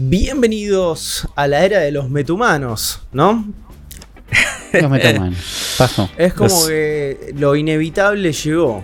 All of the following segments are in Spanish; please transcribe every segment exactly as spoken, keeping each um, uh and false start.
Bienvenidos a la era de los metahumanos, ¿no? Los metahumanos. Pasó. Es como los... que lo inevitable llegó.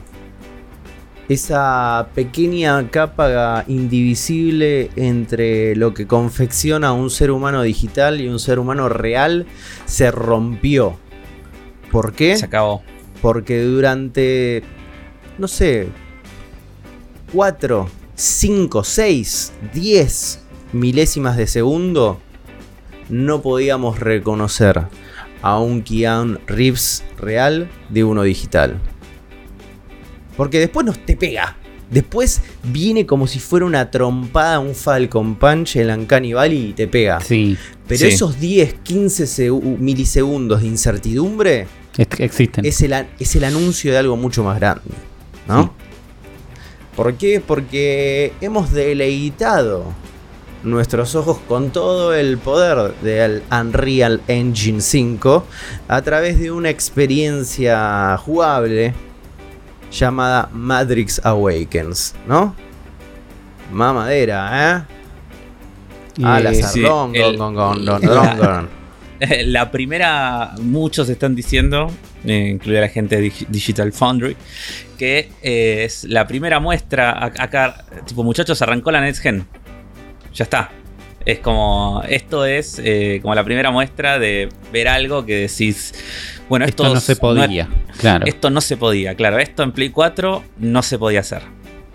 Esa pequeña capa indivisible entre lo que confecciona un ser humano digital y un ser humano real se rompió. ¿Por qué? Se acabó. Porque durante, no sé, cuatro, cinco, seis, diez milésimas de segundo no podíamos reconocer a un Keanu Reeves real de uno digital. Porque después nos te pega. Después viene como si fuera una trompada, un Falcon Punch, el Uncanny Valley y te pega. Sí. Pero sí. esos diez, quince seg- milisegundos de incertidumbre existen. Es el, es el anuncio de algo mucho más grande, ¿no? Sí. ¿Por qué? Porque hemos deleitado nuestros ojos con todo el poder del Unreal Engine cinco a través de una experiencia jugable llamada Matrix Awakens, ¿no? Mamadera, ¿eh? Ah, la sí, con, el, con, con, con, la, con. la primera, muchos están diciendo, eh, incluida la gente de Digital Foundry, que eh, es la primera muestra acá, tipo, muchachos, arrancó la Next Gen. Ya está. Es como, esto es eh, como la primera muestra de ver algo que decís, bueno, esto, esto no se podía, no, claro. Esto no se podía, claro. Esto en Play cuatro no se podía hacer.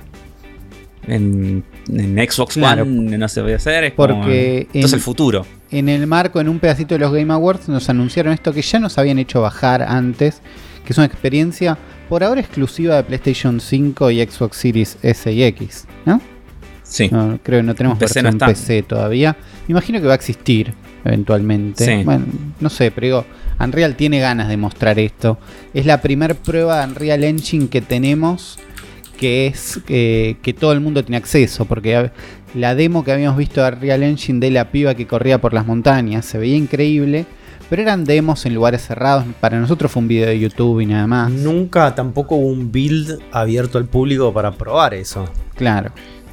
En, en Xbox claro, One no se podía hacer. Es porque como, esto en, es el futuro. En el marco, en un pedacito de los Game Awards, nos anunciaron esto que ya nos habían hecho bajar antes, que es una experiencia por ahora exclusiva de PlayStation cinco y Xbox Series S y X, ¿no? Sí. No, creo que no tenemos P C versión no P C todavía. Me imagino que va a existir eventualmente. Sí. Bueno, no sé, pero digo, Unreal tiene ganas de mostrar esto. Es la primer prueba de Unreal Engine que tenemos que es eh, que todo el mundo tiene acceso, porque la demo que habíamos visto de Unreal Engine de la piba que corría por las montañas se veía increíble, pero eran demos en lugares cerrados. Para nosotros fue un video de YouTube y nada más. Nunca tampoco hubo un build abierto al público para probar eso. Claro.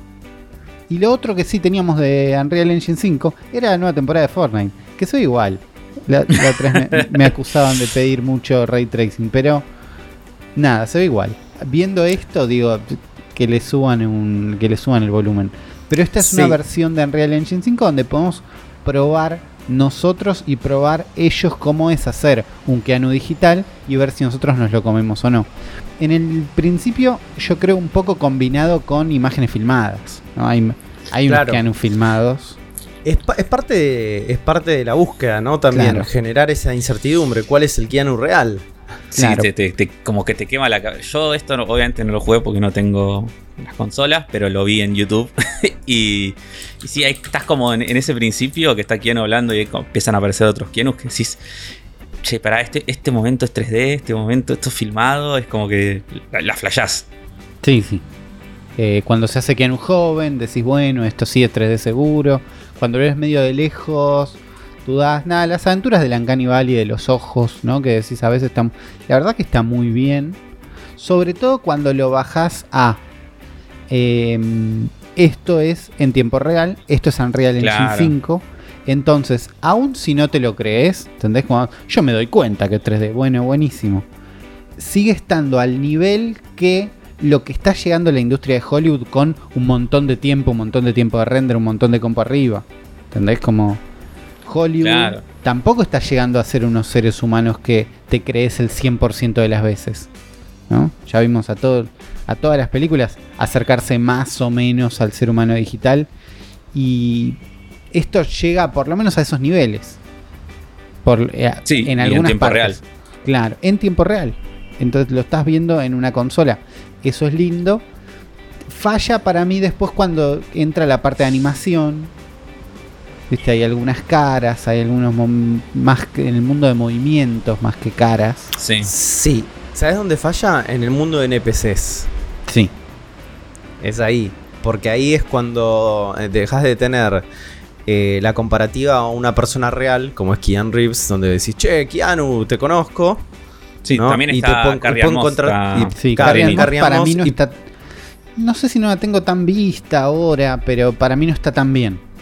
Y lo otro que sí teníamos de Unreal Engine cinco era la nueva temporada de Fortnite, que soy igual. La, la otra vez me, me acusaban de pedir mucho ray tracing, pero nada, se ve igual. Viendo esto, digo, que le suban un, que le suban el volumen. Pero esta es sí. una versión de Unreal Engine cinco donde podemos probar nosotros y probar ellos cómo es hacer un Keanu digital y ver si nosotros nos lo comemos o no. En el principio yo creo un poco combinado con imágenes filmadas, ¿no? Hay, hay claro. unos Keanu filmados. Es, pa- es, parte de, es parte de la búsqueda, ¿no? También claro. generar esa incertidumbre. ¿Cuál es el Keanu real? Sí, claro. te, te, te, como que te quema la cabeza. Yo esto no, obviamente no lo jugué porque no tengo las consolas, pero lo vi en YouTube. y, y sí, ahí estás como en, en ese principio que está Keanu hablando y empiezan a aparecer otros Keanu que decís, che, pará, este, este momento es tres D, este momento esto es filmado, es como que la, la flashás. Sí, sí. Eh, cuando se hace Keanu joven, decís, bueno, esto sí es tres D seguro. Cuando lo ves medio de lejos, dudás. Nada, las aventuras del Uncanny Valley, de los ojos, ¿no? Que decís a veces están. La verdad que está muy bien. Sobre todo cuando lo bajás a. Eh, esto es en tiempo real. Esto es Unreal Engine claro. cinco. Entonces, aún si no te lo crees, ¿entendés? Como, yo me doy cuenta que es tres D. Bueno, buenísimo. Sigue estando al nivel que lo que está llegando a la industria de Hollywood con un montón de tiempo, un montón de tiempo de render, un montón de compo arriba. ¿Entendés? Como Hollywood claro. tampoco está llegando a ser unos seres humanos que te crees el cien por ciento de las veces, ¿no? Ya vimos a, todo, a todas las películas acercarse más o menos al ser humano digital y esto llega por lo menos a esos niveles. Por, eh, sí, en algunas en tiempo partes. real. Claro, en tiempo real. Entonces lo estás viendo en una consola. Eso es lindo. Falla para mí después cuando entra la parte de animación. Viste, hay algunas caras, hay algunos mom- más que en el mundo de movimientos más que caras. Sí. Sí. ¿Sabes dónde falla? En el mundo de N P Cs. Sí. Es ahí. Porque ahí es cuando dejas de tener eh, la comparativa a una persona real, como es Keanu Reeves, donde decís, che, Keanu, te conozco. Sí, ¿no? también y está te pon, Carrie pon Moss, contra, está... y, Sí, Carrie, Carrie Carrie para Moss mí no y, está. No sé si no la tengo tan vista ahora, pero para mí no está tan bien.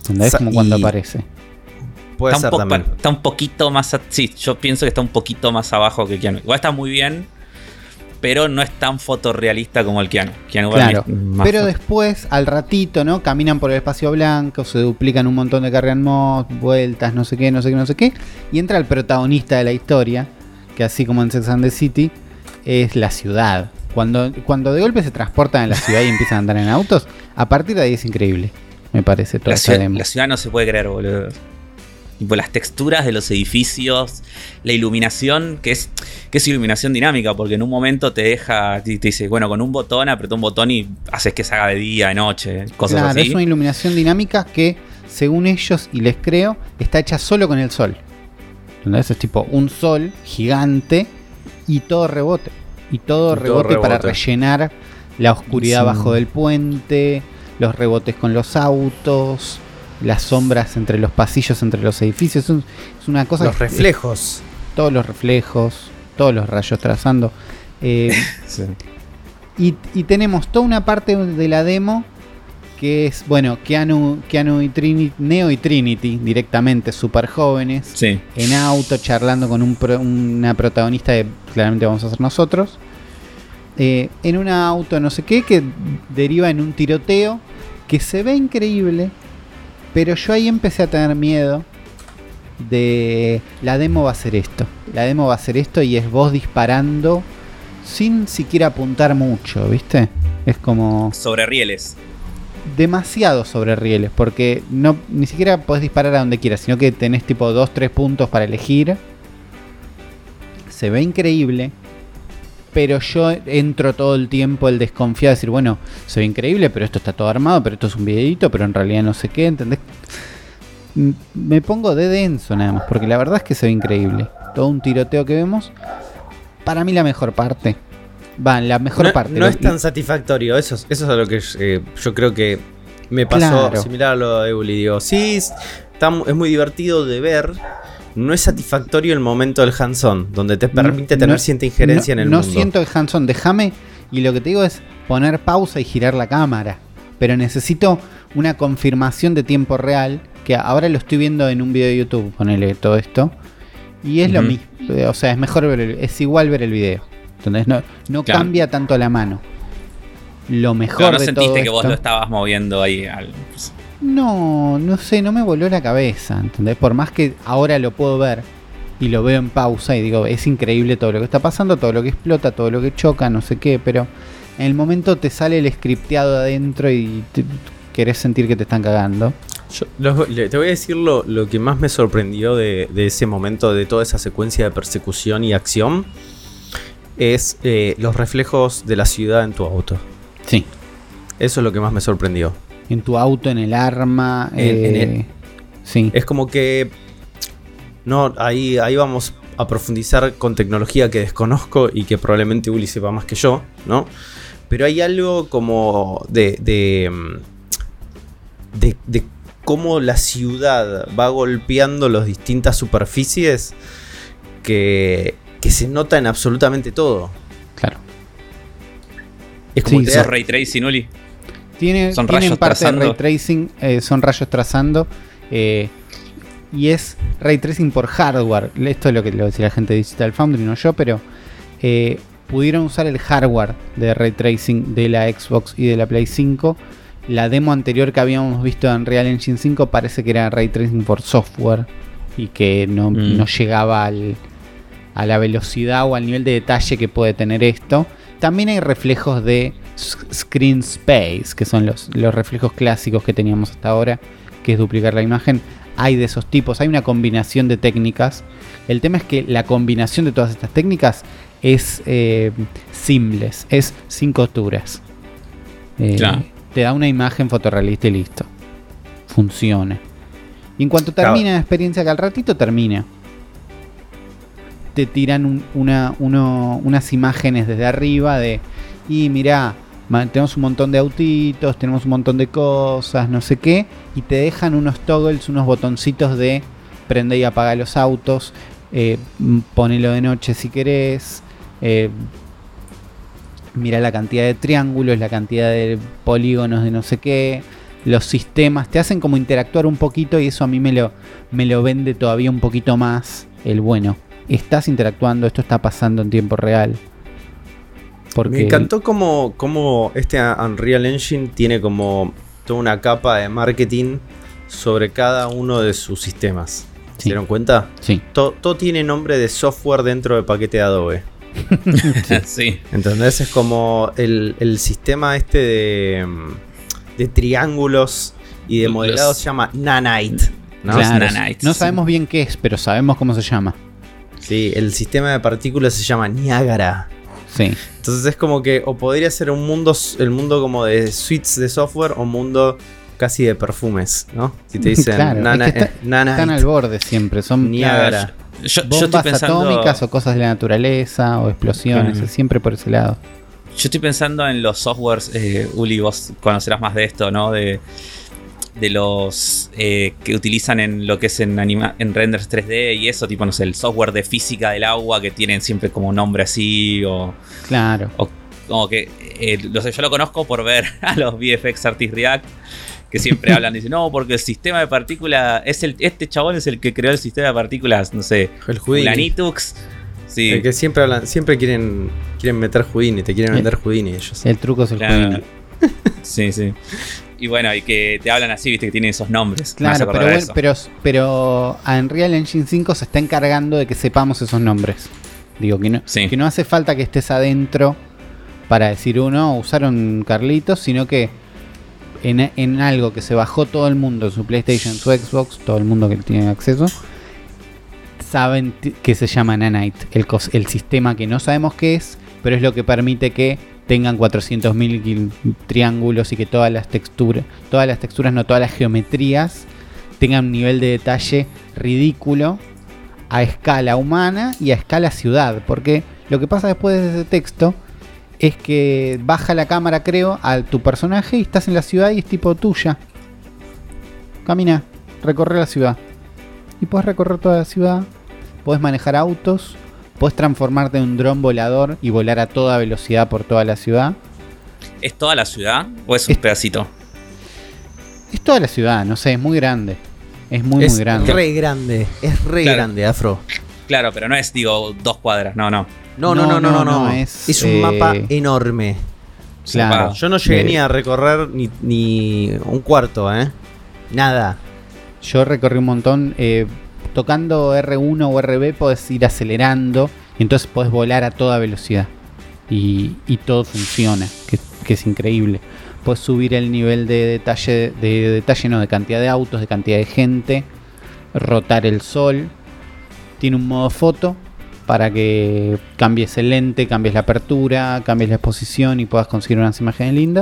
¿Entendés? Como y cuando aparece. Puede está, ser un po- también. está un poquito más. a- Sí, yo pienso que está un poquito más abajo que Keanu. Igual está muy bien, pero no es tan fotorrealista como el Keanu. Keanu Claro, es más pero foto- después, al ratito, ¿no? Caminan por el espacio blanco, se duplican un montón de carry and mod, vueltas, no sé qué, no sé qué, no sé qué. Y entra el protagonista de la historia, que así como en Sex and the City, es la ciudad. Cuando, cuando de golpe se transportan en la ciudad y empiezan a andar en autos, a partir de ahí es increíble, me parece, toda la, esta ciudad, demo. la ciudad no se puede creer, boludo. Tipo, las texturas de los edificios, la iluminación, que es, que es iluminación dinámica, porque en un momento te deja, te, te dice, bueno, con un botón, apretó un botón y haces que se haga de día, de noche, cosas Claro, así. es una iluminación dinámica que, según ellos, y les creo, está hecha solo con el sol. Entonces es tipo un sol gigante y todo rebote. Y todo, Y todo rebote, para rebote. rellenar la oscuridad Sí. bajo del puente, los rebotes con los autos, las sombras entre los pasillos, entre los edificios. Es, un- es una cosa. Los que- reflejos. todos los reflejos, todos los rayos trazando. Eh, Sí. y, y tenemos toda una parte de la demo que es, bueno, Keanu, Keanu y Trinity, Neo y Trinity, directamente súper jóvenes, Sí. en auto, charlando con un pro- una protagonista que claramente vamos a ser nosotros. Eh, en un auto, no sé qué, que deriva en un tiroteo que se ve increíble, pero yo ahí empecé a tener miedo de la demo va a ser esto. La demo va a ser esto y es vos disparando sin siquiera apuntar mucho, ¿viste? Es como Sobre rieles. demasiado sobre rieles, porque no ni siquiera podés disparar a donde quieras, sino que tenés tipo dos tres puntos para elegir. Se ve increíble, pero yo entro todo el tiempo el desconfiado de decir, bueno, se ve increíble, pero esto está todo armado, pero esto es un videito, pero en realidad no sé qué, ¿entendés? M- Me pongo de denso nada más, porque la verdad es que se ve increíble. Todo un tiroteo que vemos. Para mí la mejor parte. Va, la mejor no, parte. no Lo- es tan satisfactorio. Eso, es- eso es a lo que eh, yo creo que me pasó Claro. similar a lo de Euli. Digo, sí, es, está mu- es muy divertido de ver. No es satisfactorio el momento del hands-on, donde te permite No- tener no- cierta injerencia no, en el no mundo. siento el hands-on, déjame. Y lo que te digo es poner pausa y girar la cámara. Pero necesito una confirmación de tiempo real. Que ahora lo estoy viendo en un video de YouTube, ponele todo esto. Y es lo Ujú. mismo. O sea, es mejor ver el- es igual ver el video. Entonces no, no Claro. cambia tanto la mano. Lo mejor Claro, no de sentiste todo que vos esto- lo estabas moviendo ahí. Al, No, no sé, no me voló la cabeza, ¿entendés? Por más que ahora lo puedo ver y lo veo en pausa y digo, es increíble todo lo que está pasando, todo lo que explota, todo lo que choca, no sé qué, pero en el momento te sale el scripteado de adentro y te- querés sentir que te están cagando. Yo lo- le- te voy a decir lo, lo que más me sorprendió de, de ese momento, de toda esa secuencia de persecución y acción, es eh, los reflejos de la ciudad en tu auto. Sí. Eso es lo que más me sorprendió. En tu auto, en el arma. En- en eh, el- Sí. Es como que... No, ahí, ahí vamos a profundizar con tecnología que desconozco y que probablemente Uli sepa más que yo, ¿no? Pero hay algo como de... de, mm, de, de cómo la ciudad va golpeando las distintas superficies que, que se nota en absolutamente todo. Claro. Es como Sí, que ¿Eso es ray tracing, Uli? Tiene, Son tienen rayos parte trazando. de ray tracing, eh, son rayos trazando. eh, y es ray tracing por hardware. Esto es lo que lo decía la gente de Digital Foundry, no yo, pero eh, pudieron usar el hardware de ray tracing de la Xbox y de la Play cinco. La demo anterior que habíamos visto en Unreal Engine cinco parece que era ray tracing por software y que no, Mm. no llegaba al, a la velocidad o al nivel de detalle que puede tener esto. También hay reflejos de s- screen space, que son los, los reflejos clásicos que teníamos hasta ahora, que es duplicar la imagen. Hay de esos tipos, hay una combinación de técnicas. El tema es que la combinación de todas estas técnicas es eh, seamless, es sin costuras. Eh, Claro. Te da una imagen fotorrealista y listo. Funciona. Y en cuanto termina Claro. la experiencia, que al ratito termina, te tiran un- una, uno- unas imágenes desde arriba de, y mirá, ma- tenemos un montón de autitos, tenemos un montón de cosas, no sé qué, y te dejan unos toggles, unos botoncitos de prende y apaga los autos, eh, m- ponelo de noche si querés, eh, mirá la cantidad de triángulos, la cantidad de polígonos de no sé qué, los sistemas, te hacen como interactuar un poquito y eso a mí me lo, me lo vende todavía un poquito más el bueno. Estás interactuando, esto está pasando en tiempo real. Porque me encantó como, como este Unreal Engine tiene como toda una capa de marketing sobre cada uno de sus sistemas. ¿Se Sí. dieron cuenta? Sí. Todo, todo tiene nombre de software dentro del paquete de Adobe. Sí. ¿Entendés? Es como el, el sistema este de, de triángulos y de Los- modelado se llama Nanite, ¿no? Los Claro, nanites, no sí. sabemos bien qué es, pero sabemos cómo se llama. Sí, el sistema de partículas se llama Niagara. Sí. Entonces es como que o podría ser un mundo, el mundo como de suites de software o un mundo casi de perfumes, ¿no? Si te dicen Claro, nana, es que está- eh, Nanite, Están al borde siempre. Son Niagara. Yo, yo bombas estoy pensando, atómicas o cosas de la naturaleza o explosiones. Claro. Es siempre por ese lado. yo estoy pensando en los softwares, eh, Uli, vos conocerás más de esto, ¿no? De, de los eh, que utilizan en lo que es en, anima, en renders tres D y eso, tipo, no sé, el software de física del agua que tienen siempre como un nombre así, o, Claro. o como que, eh, lo sé, yo lo conozco por ver a los V F X Artist React, que siempre hablan, dicen, no, porque el sistema de partículas, es el, este chabón es el que creó el sistema de partículas, no sé, El Houdini. Planitux. Sí, El que siempre hablan, siempre quieren, quieren meter Houdini, te quieren Eh, vender Houdini ellos. El truco es el claro. Houdini. Sí, sí. Y bueno, y que te hablan así, viste, que tienen esos nombres. Me hace Claro, acordar pero, de bueno, eso. pero, pero Unreal Engine cinco se está encargando de que sepamos esos nombres. Digo, que no, Sí. que no hace falta que estés adentro para decir uno, usaron Carlitos, sino que en, en algo que se bajó todo el mundo, su PlayStation, su Xbox, todo el mundo que tiene acceso, saben t- que se llama Nanite, el, cos- el sistema que no sabemos qué es, pero es lo que permite que tengan cuatrocientos mil triángulos y que todas las texturas, todas las texturas, no todas las geometrías, tengan un nivel de detalle ridículo a escala humana y a escala ciudad. Porque lo que pasa después de ese texto es que baja la cámara, creo, a tu personaje y estás en la ciudad y es tipo tuya. Camina, recorre la ciudad. Y puedes recorrer toda la ciudad, puedes manejar autos, puedes transformarte en un dron volador y volar a toda velocidad por toda la ciudad. ¿Es toda la ciudad o es un Es- pedacito? Es toda la ciudad, no sé, es muy grande. Es muy, es muy grande. re grande, es re Claro. grande, Afro. Claro, pero no es, digo, dos cuadras, no, no. No, no, no, no, no, no. es, Es, un eh, mapa enorme. Claro. Yo no llegué Eh, ni a recorrer ni, ni un cuarto, ¿eh? Nada. Yo recorrí un montón. eh, tocando R uno o R B podés ir acelerando y entonces podés volar a toda velocidad. Y, y todo funciona, que, que es increíble. Podés subir el nivel de detalle, de detalle no, de cantidad de autos, de cantidad de gente, rotar el sol. Tiene un modo foto para que cambies el lente, cambies la apertura, cambies la exposición y puedas conseguir unas imágenes lindas.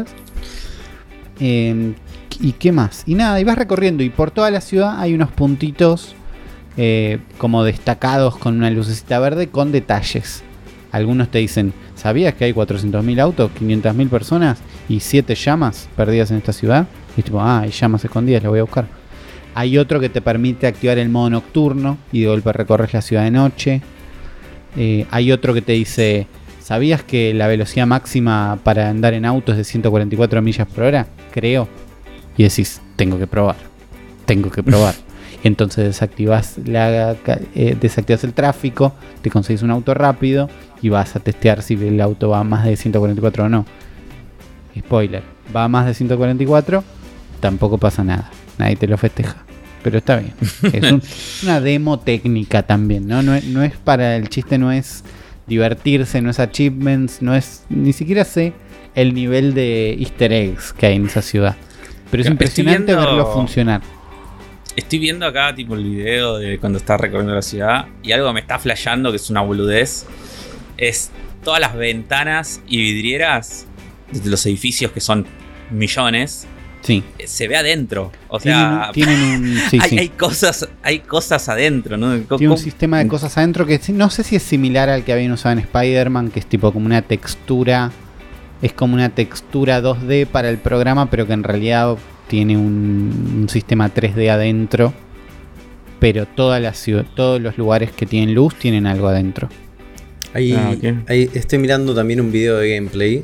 Eh, ¿Y qué más? Y nada, y vas recorriendo y por toda la ciudad hay unos puntitos eh, como destacados con una lucecita verde con detalles. Algunos te dicen, ¿sabías que hay cuatrocientos mil autos, quinientas mil personas y siete llamas perdidas en esta ciudad? Y es tipo, ah, hay llamas escondidas, las voy a buscar. Hay otro que te permite activar el modo nocturno y de golpe recorres la ciudad de noche. Eh, hay otro que te dice, ¿sabías que la velocidad máxima para andar en auto es de ciento cuarenta y cuatro millas por hora? Creo. Y decís, tengo que probar, tengo que probar. Y entonces desactivas, la, eh, desactivas el tráfico, te conseguís un auto rápido y vas a testear si el auto va a más de ciento cuarenta y cuatro o no. Spoiler, va a más de ciento cuarenta y cuatro, tampoco pasa nada, nadie te lo festeja. Pero está bien, es, un, es una demo técnica también, ¿no? No es, no es para, el chiste no es divertirse, no es achievements, no es, ni siquiera sé el nivel de easter eggs que hay en esa ciudad. Pero es Estoy impresionante viendo- verlo funcionar. Estoy viendo acá tipo el video de cuando está recorriendo la ciudad y algo que me está flasheando, que es una boludez, es todas las ventanas y vidrieras de los edificios, que son millones, Sí. eh, se ve adentro. O sea, Tienen, tienen un, sí, hay, sí. hay cosas, hay cosas adentro, ¿no? Co- Tiene un co- sistema de cosas adentro que sí- no sé si es similar al que habían usado en Spider-Man, que es tipo como una textura, es como una textura dos D para el programa, pero que en realidad tiene un, un sistema tres D adentro. Pero toda la ciudad, todos los lugares que tienen luz tienen algo adentro. Ahí, Ah, ok. ahí estoy mirando también un video de gameplay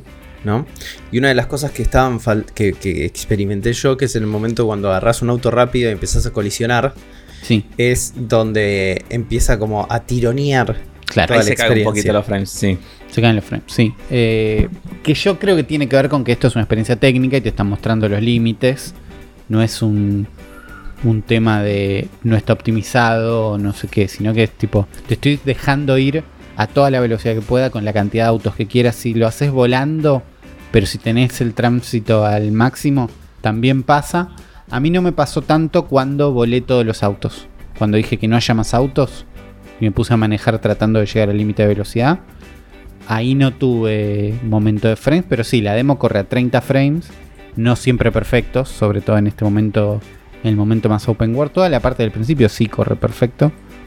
¿no? Y una de las cosas que estaban fal- que, que experimenté yo, que es el momento cuando agarrás un auto rápido y empezás a colisionar, Sí, es donde empieza como a tironear claro. toda Ahí la se cae un experiencia. poquito los frames, sí. Se caen los frames, sí. Eh, que yo creo que tiene que ver con que esto es una experiencia técnica y te están mostrando los límites. No es un, un tema de no está optimizado o no sé qué, sino que es tipo, te estoy dejando ir a toda la velocidad que pueda con la cantidad de autos que quieras. Si lo haces volando, pero si tenés el tránsito al máximo, también pasa. A mí no me pasó tanto cuando volé todos los autos. Cuando dije que no haya más autos y me puse a manejar tratando de llegar al límite de velocidad. Ahí no tuve momento de frames, pero sí, la demo corre a treinta frames, no siempre perfectos, sobre todo en este momento, en el momento más open world. Toda la parte del principio sí corre perfecto.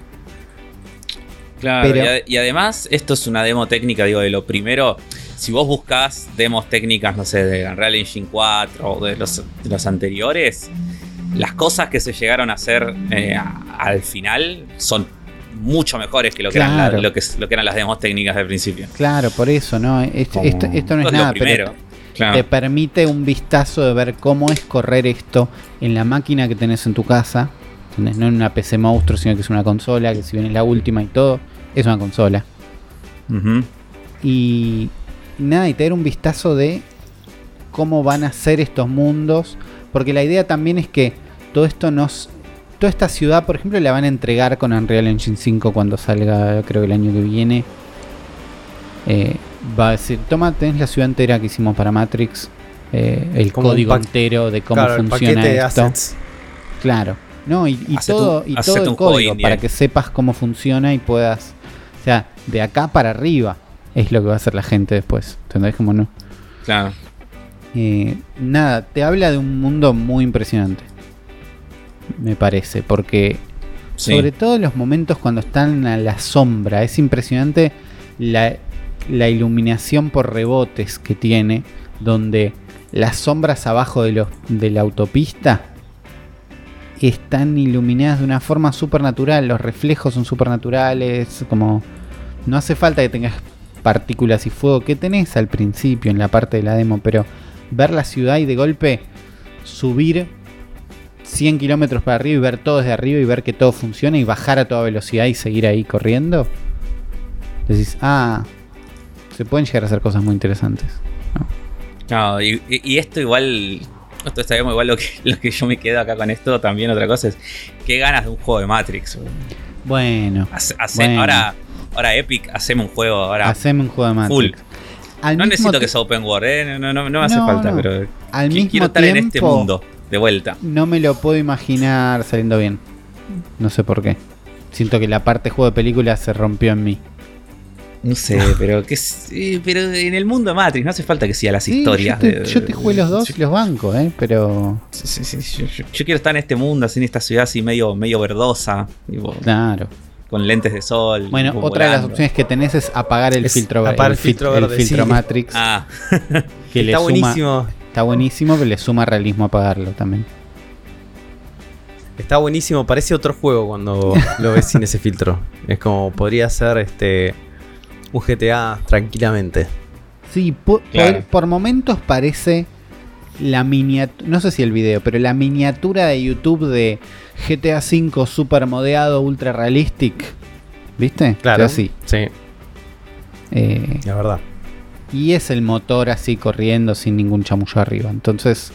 Claro, Pero- y, ad- y además esto es una demo técnica, digo, de lo primero. Si vos buscás demos técnicas, no sé, de Unreal Engine cuatro o de los, de los anteriores, las cosas que se llegaron a hacer eh, a- al final son mucho mejores que lo que, eran, Claro. la- lo que, lo que eran las demos técnicas del principio. Claro, por eso, ¿no? Esto, Como- esto, esto no es lo nada, primero. pero Claro. te permite un vistazo de ver cómo es correr esto en la máquina que tenés en tu casa. ¿Entendés? No en una P C monstruo, sino que es una consola, que si bien es la última y todo, es una consola. Ujú. Y nada, y te dar un vistazo de cómo van a ser estos mundos. Porque la idea también es que todo esto nos... Toda esta ciudad, por ejemplo, la van a entregar con Unreal Engine cinco cuando salga, creo que el año que viene. Eh, va a decir, toma, tenés la ciudad entera que hicimos para Matrix. eh, el Como un código pack- entero de cómo Claro, el funciona paquete de esto. assets. Claro. No, y, y Hacete todo, un- y hacete todo el un juego código indie, para eh. que sepas cómo funciona y puedas... O sea, de acá para arriba es lo que va a hacer la gente después. ¿Entendés? Como no. Claro. Eh, nada, te habla de un mundo muy impresionante. Me parece, porque Sí. sobre todo los momentos cuando están a la sombra, es impresionante la, la iluminación por rebotes que tiene, donde las sombras abajo de, los, de la autopista están iluminadas de una forma supernatural, los reflejos son supernaturales, como no hace falta que tengas partículas y fuego que tenés al principio en la parte de la demo, pero ver la ciudad y de golpe subir cien kilómetros para arriba y ver todo desde arriba y ver que todo funciona y bajar a toda velocidad y seguir ahí corriendo, decís, ah, se pueden llegar a hacer cosas muy interesantes. No, y, y- y esto igual, esto está bien, igual lo que, lo que yo me quedo acá con esto también, otra cosa es, qué ganas de un juego de Matrix. Bueno, Hace- hace- Bueno. Ahora, ahora Epic, hacemos un juego, ahora haceme un juego de Matrix. full. Al No mismo necesito ti- que sea open world, ¿eh? no, no, no me hace No, falta, no. pero al qui- mismo quiero estar en este tiempo, mundo, de vuelta. no me lo puedo imaginar saliendo bien. No sé por qué. Siento que la parte juego de película se rompió en mí. No sé, pero que sí, pero en el mundo de Matrix no hace falta que siga las Sí, historias. yo te, de- yo te jugué los dos Yo, y los bancos, ¿eh? Pero sí, sí, sí, yo- yo- yo quiero estar en este mundo, así en esta ciudad así medio, medio verdosa, tipo, claro. con lentes de sol. Bueno, tipo, otra de las volando. opciones que tenés es apagar el Es filtro, apagar el el filtro fil- el verde, filtro sí. Matrix. Ah, que le Está suma- buenísimo. Está buenísimo, pero le suma realismo apagarlo también. Está buenísimo. Parece otro juego cuando lo ves sin ese filtro. Es como podría ser este un G T A tranquilamente. Sí, po- Claro. por, por momentos parece la miniatura, no sé si el video, pero la miniatura de YouTube de G T A cinco super modeado, ultra realistic. ¿Viste? Claro. Así. Sí, Eh, la verdad. y es el motor así corriendo sin ningún chamullo arriba. Entonces,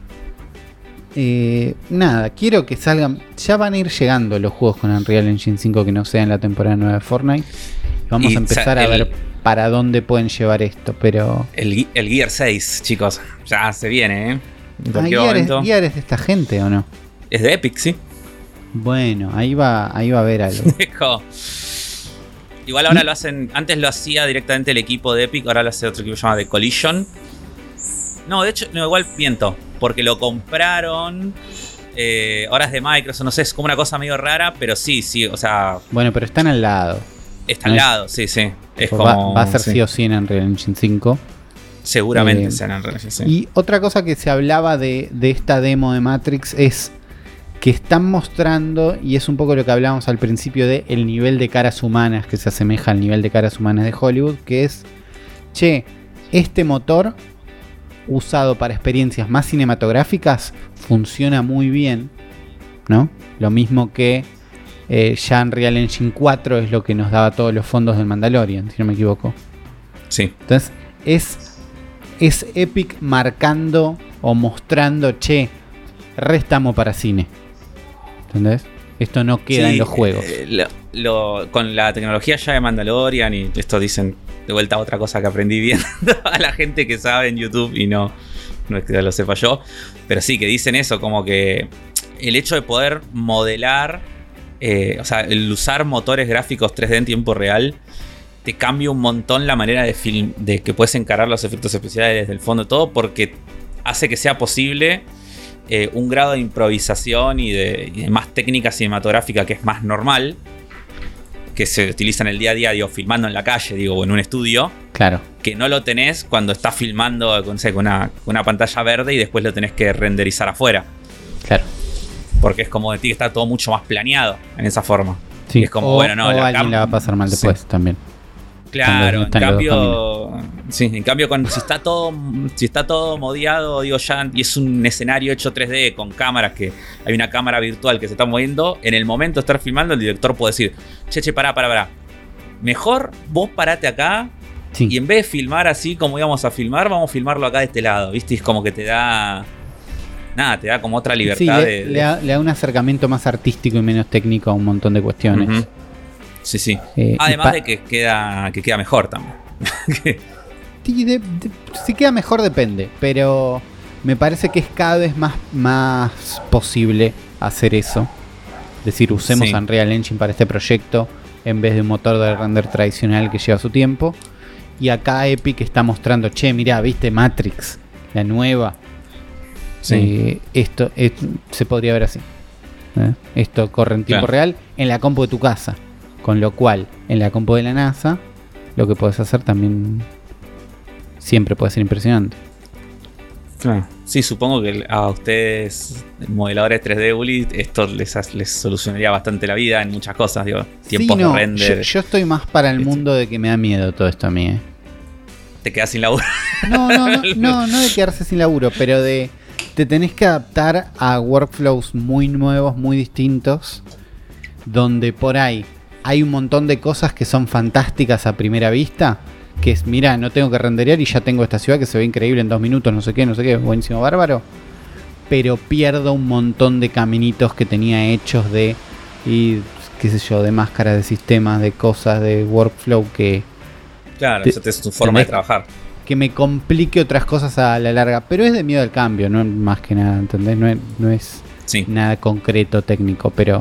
eh, nada, quiero que salgan. Ya van a ir llegando los juegos con Unreal Engine cinco que no sean la temporada nueva de Fortnite. Vamos Y, a empezar o sea, a el- ver para dónde pueden llevar esto. Pero el, Ge- el Gear seis, chicos, ya se viene, ¿eh? En Ah, cualquier Gear, es, momento. Gear es de esta gente o no? Es de Epic, sí. Bueno, ahí va, ahí va a haber algo. Dejo. Igual ahora lo hacen. Antes lo hacía directamente el equipo de Epic, ahora lo hace otro equipo llamado The Collision. No, de hecho, no, igual miento. Porque lo compraron. Eh, ahora es de Microsoft, no sé, es como una cosa medio rara, pero sí, sí, o sea, Bueno, pero están al lado. está al No es- lado, sí, sí. Es Va, como. va a ser sí. sí o sí en Unreal Engine cinco. Seguramente Eh, serán reales, sí. Y otra cosa que se hablaba de, de esta demo de Matrix es que están mostrando, y es un poco lo que hablábamos al principio de el nivel de caras humanas que se asemeja al nivel de caras humanas de Hollywood, que es, che, este motor, usado para experiencias más cinematográficas, funciona muy bien, ¿no? Lo mismo que eh, ya Unreal Engine cuatro es lo que nos daba todos los fondos del Mandalorian, si no me equivoco. Sí. Entonces, es, es Epic marcando o mostrando, che, restamos para cine. ¿Entendés? Esto no queda sí, en los juegos. Eh, lo, lo, con la tecnología ya de Mandalorian, y esto dicen de vuelta otra cosa que aprendí viendo a la gente que sabe en YouTube y no, no es que lo sepa yo, pero sí que dicen eso, como que el hecho de poder modelar, eh, o sea, el usar motores gráficos tres D en tiempo real, te cambia un montón la manera de, film, de que puedes encarar los efectos especiales desde el fondo, todo porque hace que sea posible eh, un grado de improvisación y de, y de más técnica cinematográfica que es más normal, que se utiliza en el día a día, digo, filmando en la calle, digo, o en un estudio. Claro. Que no lo tenés cuando estás filmando con, no sé, con, una, con una pantalla verde y después lo tenés que renderizar afuera. Claro. Porque es como de ti que está todo mucho más planeado en esa forma. Sí. Y es como, o, bueno, no, o la alguien cam- la va a pasar mal después sí. también. Claro, en Están los cambio, sí, en cambio con, si está todo, si está todo modeado, digo ya, y es un escenario hecho tres D con cámaras, que hay una cámara virtual que se está moviendo, en el momento de estar filmando el director puede decir, che, che, pará, pará, pará, mejor vos parate acá, sí. Y en vez de filmar así como íbamos a filmar, vamos a filmarlo acá de este lado, ¿viste? Es como que te da, nada, te da como otra libertad. Sí, de, le, le, da, le da un acercamiento más artístico y menos técnico a un montón de cuestiones. Uh-huh. Sí, sí. Eh, Además pa- de que queda, que queda mejor también. Sí, de, de, si queda mejor depende, pero me parece que es cada vez más, más posible hacer eso. Es decir, usemos sí. Unreal Engine para este proyecto en vez de un motor de render tradicional que lleva su tiempo. Y acá Epic está mostrando, che, mirá, ¿viste Matrix? La nueva. Sí. Eh, esto, esto se podría ver así. ¿Eh? Esto corre en tiempo claro. real en la compu de tu casa. Con lo cual, en la compu de la NASA, lo que puedes hacer también siempre puede ser impresionante. Claro. Sí, supongo que a ustedes, modeladores tres D, Uli, esto les, les solucionaría bastante la vida en muchas cosas, digo, tiempos sí, no, de render. Yo, yo estoy más para el mundo de que me da miedo todo esto a mí, ¿eh? ¿Te quedas sin laburo? No, no, no, no, no de quedarse sin laburo, pero de te tenés que adaptar a workflows muy nuevos, muy distintos, donde por ahí hay un montón de cosas que son fantásticas a primera vista, que es, mira, no tengo que renderear y ya tengo esta ciudad que se ve increíble en dos minutos, no sé qué, no sé qué, buenísimo, bárbaro, pero pierdo un montón de caminitos que tenía hechos de, y qué sé yo, de máscaras de sistemas, de cosas, de workflow que... Claro, te, esa es tu forma de trabajar. Que me complique otras cosas a la larga, pero es de miedo al cambio, no más que nada, ¿entendés? No es, no es sí. nada concreto, técnico, pero...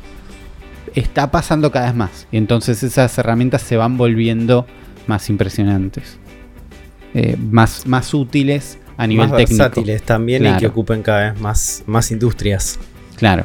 está pasando cada vez más y entonces esas herramientas se van volviendo más impresionantes, eh, más, más útiles a nivel más técnico, versátiles también, claro. Y que ocupen cada vez más, más industrias. Claro.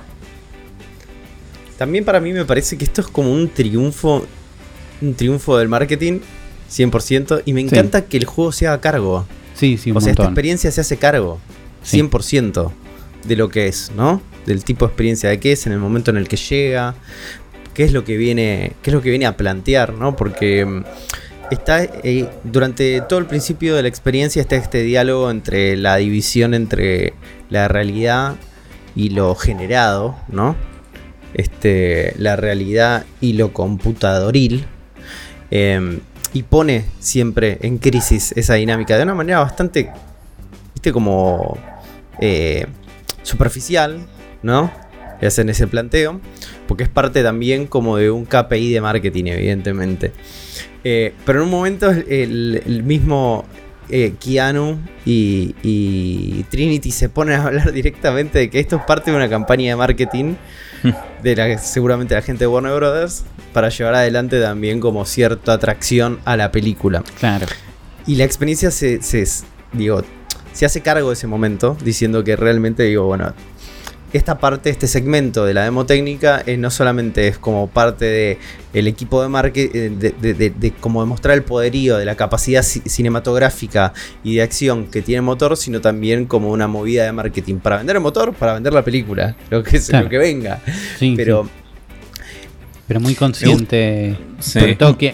También para mí me parece que esto es como un triunfo, un triunfo del marketing cien por ciento, y me encanta sí. que el juego se haga cargo. Sí, sí, un o sea, montón. Esta experiencia se hace cargo cien por ciento sí. de lo que es, ¿no? Del tipo de experiencia de qué es en el momento en el que llega, qué es lo que viene, qué es lo que viene a plantear, ¿no? Porque está eh, durante todo el principio de la experiencia está este diálogo entre la división entre la realidad y lo generado, ¿no? Este, la realidad y lo computadoril, eh, y pone siempre en crisis esa dinámica de una manera bastante, viste, como eh, superficial, ¿no? Y hacen ese planteo, porque es parte también como de un K P I de marketing, evidentemente. Eh, pero en un momento el, el mismo eh, Keanu y, y Trinity se ponen a hablar directamente de que esto es parte de una campaña de marketing de la, seguramente la gente de Warner Brothers, para llevar adelante también como cierta atracción a la película. Claro. Y la experiencia se, se digo, se hace cargo de ese momento, diciendo que realmente, digo, bueno, esta parte, este segmento de la demo técnica es no solamente es como parte de el equipo de marketing, de, de, de, de como demostrar el poderío de la capacidad cinematográfica y de acción que tiene el motor, sino también como una movida de marketing para vender el motor, para vender la película, lo que es, claro. lo que venga. Sí, pero sí. pero muy consciente, sí. sobre todo que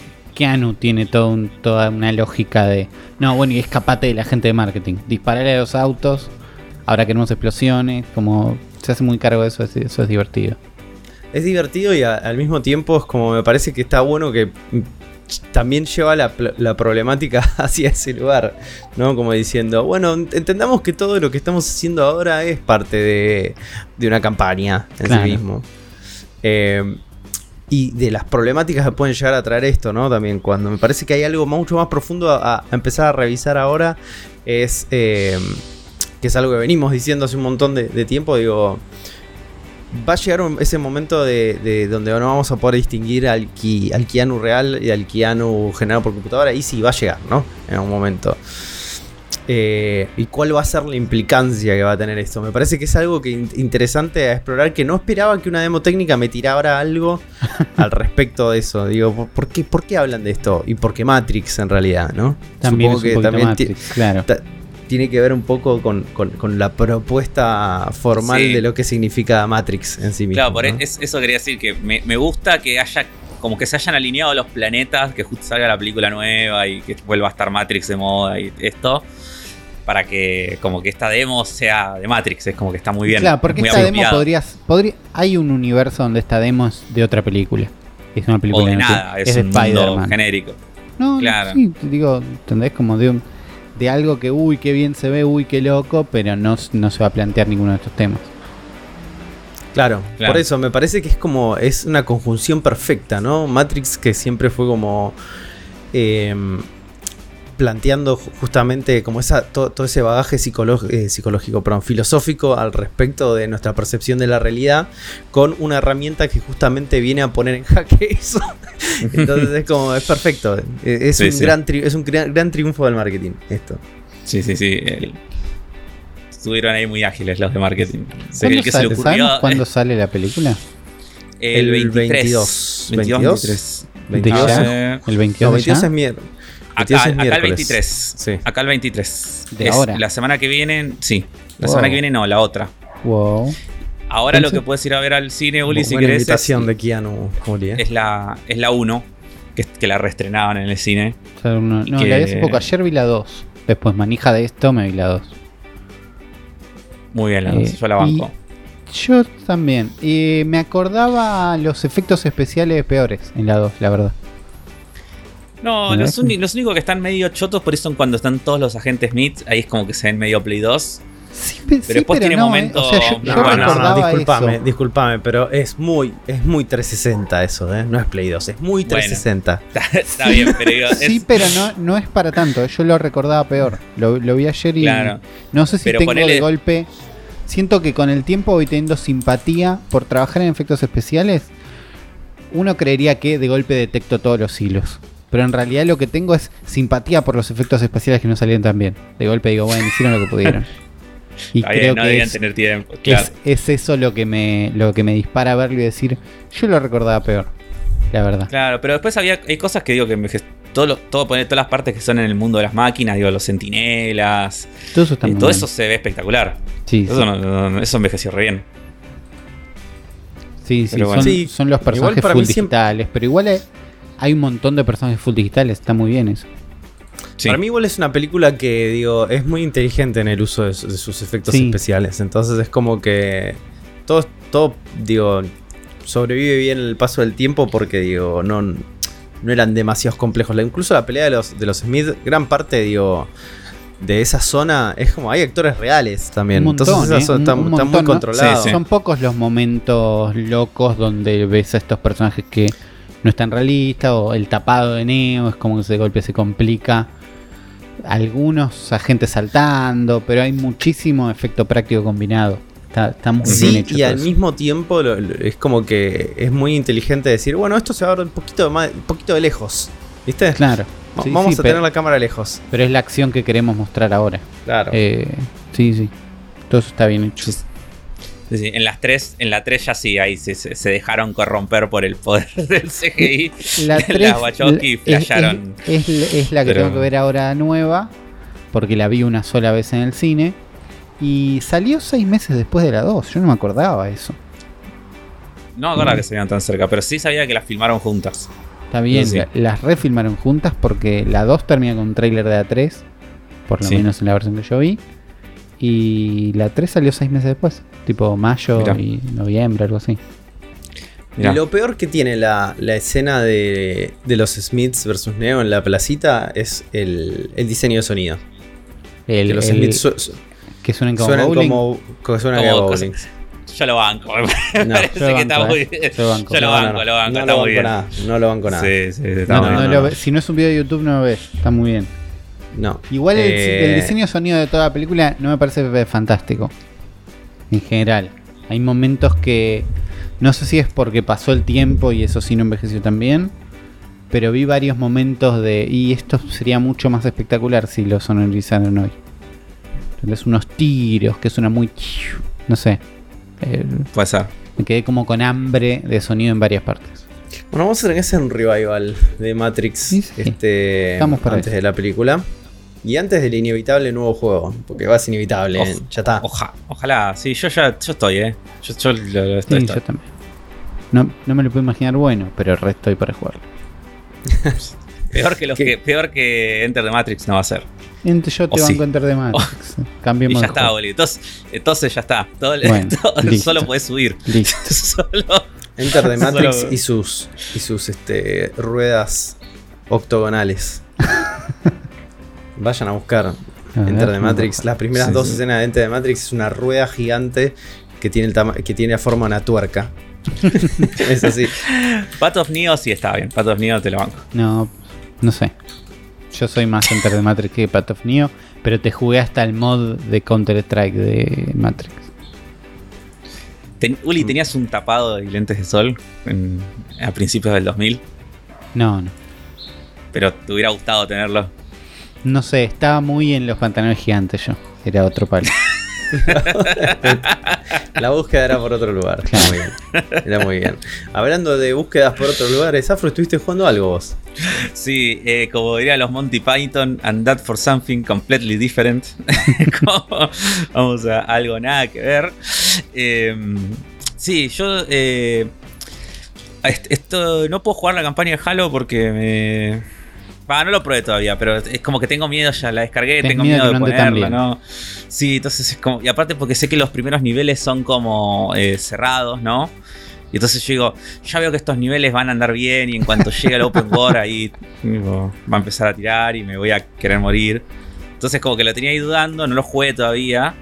Keanu tiene todo un, toda una lógica de... No, bueno, y escapate de la gente de marketing. Disparale a los autos, ahora queremos explosiones, como se hace muy cargo de eso, eso es divertido. Es divertido y a, al mismo tiempo es como me parece que está bueno que también lleva la, la problemática hacia ese lugar, ¿no? Como diciendo, bueno, entendamos que todo lo que estamos haciendo ahora es parte de, de una campaña en claro. sí mismo. Eh, y de las problemáticas que pueden llegar a traer esto, ¿no? También cuando me parece que hay algo mucho más profundo a, a empezar a revisar ahora es... Eh, que es algo que venimos diciendo hace un montón de, de tiempo, digo... Va a llegar un, ese momento de, de donde no vamos a poder distinguir al, Ki, al Keanu real y al Keanu generado por computadora. Y sí, va a llegar, ¿no? En algún momento. Eh, ¿Y cuál va a ser la implicancia que va a tener esto? Me parece que es algo que in- interesante a explorar, que no esperaba que una demo técnica me tirara algo al respecto de eso. Digo, ¿por, por, qué, ¿por qué hablan de esto? Y por qué Matrix en realidad, ¿no? También Supongo es un que también Matrix, ti- claro. ta- tiene que ver un poco con, con, con la propuesta formal sí. de lo que significa Matrix en sí mismo. Claro, por ¿no? es, eso quería decir, que me, me gusta que haya, como que se hayan alineado los planetas, que justo salga la película nueva y que vuelva a estar Matrix de moda y esto, para que como que esta demo sea de Matrix, es como que está muy bien. Claro, porque muy esta apropiado. demo podrías, podría, hay un universo donde esta demo es de otra película. Es una película O de no nada, tiene, es, es un de mundo Spider-Man. genérico. No, claro. sí, te digo, ¿entendés? Como de un... de algo que, uy, qué bien se ve, uy, qué loco, pero no, no se va a plantear ninguno de estos temas. Claro, claro, por eso me parece que es como, es una conjunción perfecta, ¿no? Matrix, que siempre fue como eh, planteando justamente como esa, todo, todo ese bagaje psicolog- eh, psicológico, perdón, filosófico al respecto de nuestra percepción de la realidad, con una herramienta que justamente viene a poner en jaque eso. Entonces es como, es perfecto. Es, sí, un, sí. Gran tri- es un gran, gran triunfo del marketing esto. Sí, sí, sí. El... Estuvieron ahí muy ágiles los de marketing. ¿Cuándo, el que sale, se le ocurrió, ¿sabemos cuándo eh? sale la película? El, el veintidós. veintidós. veintidós. ¿Ya? ¿El veintidós? No, veintidós es miércoles. Acá, acá el veintitrés. Sí. Acá el veintitrés. ¿De es ahora? La semana que viene, sí. La wow. semana que viene no, la otra. Wow. Ahora lo que puedes ir a ver al cine, Uli, si querés. invitación es, de Keanu, Uli, ¿eh? Es la es la uno, que, que la reestrenaban en el cine. O sea, uno, no, que... la vi hace poco. Ayer vi la dos. Después, manija de esto, me vi la dos. Muy bien, la dos. Eh, yo la banco. Yo también. Y me acordaba los efectos especiales peores en la dos, la verdad. No, los, un, los únicos que están medio chotos por eso son cuando están todos los agentes Smith. Ahí es como que se ven medio Play dos. Sí, pero sí, después pero tiene no, momentos. Eh. O sea, yo, yo no, no, no, disculpame, eso. disculpame, pero es muy, es muy trescientos sesenta eso, ¿eh? No es Play dos, es muy trescientos sesenta. Bueno, está, está bien, pero digo, sí, es... pero no, no es para tanto. Yo lo recordaba peor. Lo, lo vi ayer y claro. no sé si pero tengo ponele... de golpe. Siento que con el tiempo voy teniendo simpatía por trabajar en efectos especiales. Uno creería que de golpe detecto todos los hilos. Pero en realidad lo que tengo es simpatía por los efectos especiales que no salieron tan bien. De golpe digo, bueno, hicieron lo que pudieron. Y Está creo bien, no que debían es, tener tiempo. Claro. es, es eso lo que me lo que me dispara a verlo y decir, yo lo recordaba peor, la verdad. Claro, pero después había hay cosas que digo que me todo lo, todo poner todas las partes que son en el mundo de las máquinas, digo, los centinelas. Todo eso está eh, muy todo bien. eso se ve espectacular. Sí, eso, sí. No, no, eso envejeció re bien. Sí, sí, bueno. son, sí, son los personajes full digitales, siempre... pero igual hay, hay un montón de personajes full digitales, está muy bien eso. Sí. Para mí igual es una película que, digo, es muy inteligente en el uso de, de sus efectos sí. especiales. Entonces es como que todo, todo, digo, sobrevive bien el paso del tiempo porque, digo, no, no eran demasiados complejos. Incluso la pelea de los, de los Smith, gran parte, digo, de esa zona es como, hay actores reales también. Un montón, Entonces eso ¿eh? está, un, un está montón, muy ¿no? controlado. Sí, sí. Son pocos los momentos locos donde ves a estos personajes que no están realistas, o el tapado de Neo es como que de golpe se complica. Algunos agentes saltando, pero hay muchísimo efecto práctico combinado. Está, está muy sí, bien hecho. Y al eso. mismo tiempo lo, lo, es como que es muy inteligente decir, bueno, esto se va a ver un poquito, más, un poquito de lejos. ¿Viste? Claro. V- sí, vamos sí, a pero, tener la cámara lejos. Pero es la acción que queremos mostrar ahora. Claro. Eh, sí, sí. Todo eso está bien hecho. Sí, sí, en las tres, en la tres ya sí, ahí se, se, se dejaron corromper por el poder del C G I. La tres, las Wachowski flasharon. Es, es, es la que pero... tengo que ver ahora nueva, porque la vi una sola vez en el cine. Y salió seis meses después de la dos. Yo no me acordaba eso. No me acordaba mm. que se veían tan cerca, pero sí sabía que las filmaron juntas. Está bien, Sí. la- las refilmaron juntas porque la dos termina con un tráiler de A tres, por lo Sí. menos en la versión que yo vi. Y la tres salió seis meses después, tipo mayo Mirá. y noviembre, algo así. Mirá. Y lo peor que tiene la, la escena de, de los Smiths versus Neo en la placita es el, el diseño de sonido. El, que los el- Smiths su- su- que suenan como suenan bowling. como, como suenan Como como cosa- bowling. Yo lo banco. Me No, parece yo lo que está banco, muy eh. bien. Yo banco. Yo lo No, banco, no, no. lo banco. No está lo muy banco bien. nada. No lo banco nada. Sí, sí, está No, muy no, bien. no lo ve- si no es un video de YouTube no lo ves, está muy bien. No. Igual el, Eh, el diseño de sonido de toda la película no me parece fantástico. En general. Hay momentos que no sé si es porque pasó el tiempo y eso sí no envejeció tan bien. Pero vi varios momentos de. Y esto sería mucho más espectacular si lo sonorizaron hoy. Entonces unos tiros que suena muy. No sé. Eh, Puede ser. me quedé como con hambre de sonido en varias partes. Bueno, vamos a tener que hacer un revival de Matrix Sí, sí. este, Estamos para antes eso. de la película. Y antes del inevitable nuevo juego. Porque va a ser inevitable. Ojo. eh, ya está. Oja- ojalá, sí, yo ya yo estoy, eh. Yo, yo lo- lo estoy, Sí, estoy. yo también. No, no me lo puedo imaginar bueno, pero el resto estoy para jugarlo. Peor que los ¿Qué? que, peor que Enter the Matrix no va a ser. Entre yo te O banco sí. Enter the Matrix. Y Cambiemos ya de está, juego. boludo. Entonces, entonces ya está. Todo, el- Bueno, todo- listo. solo puedes subir. Listo. Solo. Enter the Matrix Solo- y sus, y sus este, ruedas octogonales. Vayan a buscar A ver, Enter the vamos a Matrix. buscar. Las primeras Sí, dos sí. escenas de Enter the Matrix es una rueda gigante que tiene, el tama- que tiene la forma de una tuerca. Es así. Path of Neo sí está bien. Path of Neo te lo banco. No, no sé. Yo soy más Enter the Matrix que Path of Neo, pero te jugué hasta el mod de Counter Strike de Matrix. Ten- Uli, ¿tenías un tapado y lentes de sol en- a principios del dos mil? No, no. Pero te hubiera gustado tenerlo. No sé, estaba muy en los pantalones gigantes yo. Era otro palo. La búsqueda era por otro lugar. Era muy bien. Era muy bien. Hablando de búsquedas por otros lugares, Afro, ¿estuviste jugando algo vos? Sí, eh, como dirían los Monty Python, and that for something completely different. Como, vamos a algo nada que ver. Eh, sí, yo eh, est- esto, no puedo jugar la campaña de Halo porque me... Ah, no lo probé todavía, pero es como que tengo miedo, ya la descargué, Tenés tengo miedo miedo que de no ande tan ponerla, bien. ¿no? Sí, entonces es como... Y aparte porque sé que los primeros niveles son como eh, cerrados, ¿no? Y entonces yo digo, ya veo que estos niveles van a andar bien y en cuanto llegue el open world ahí tipo, va a empezar a tirar y me voy a querer morir. Entonces como que lo tenía ahí dudando, no lo jugué todavía.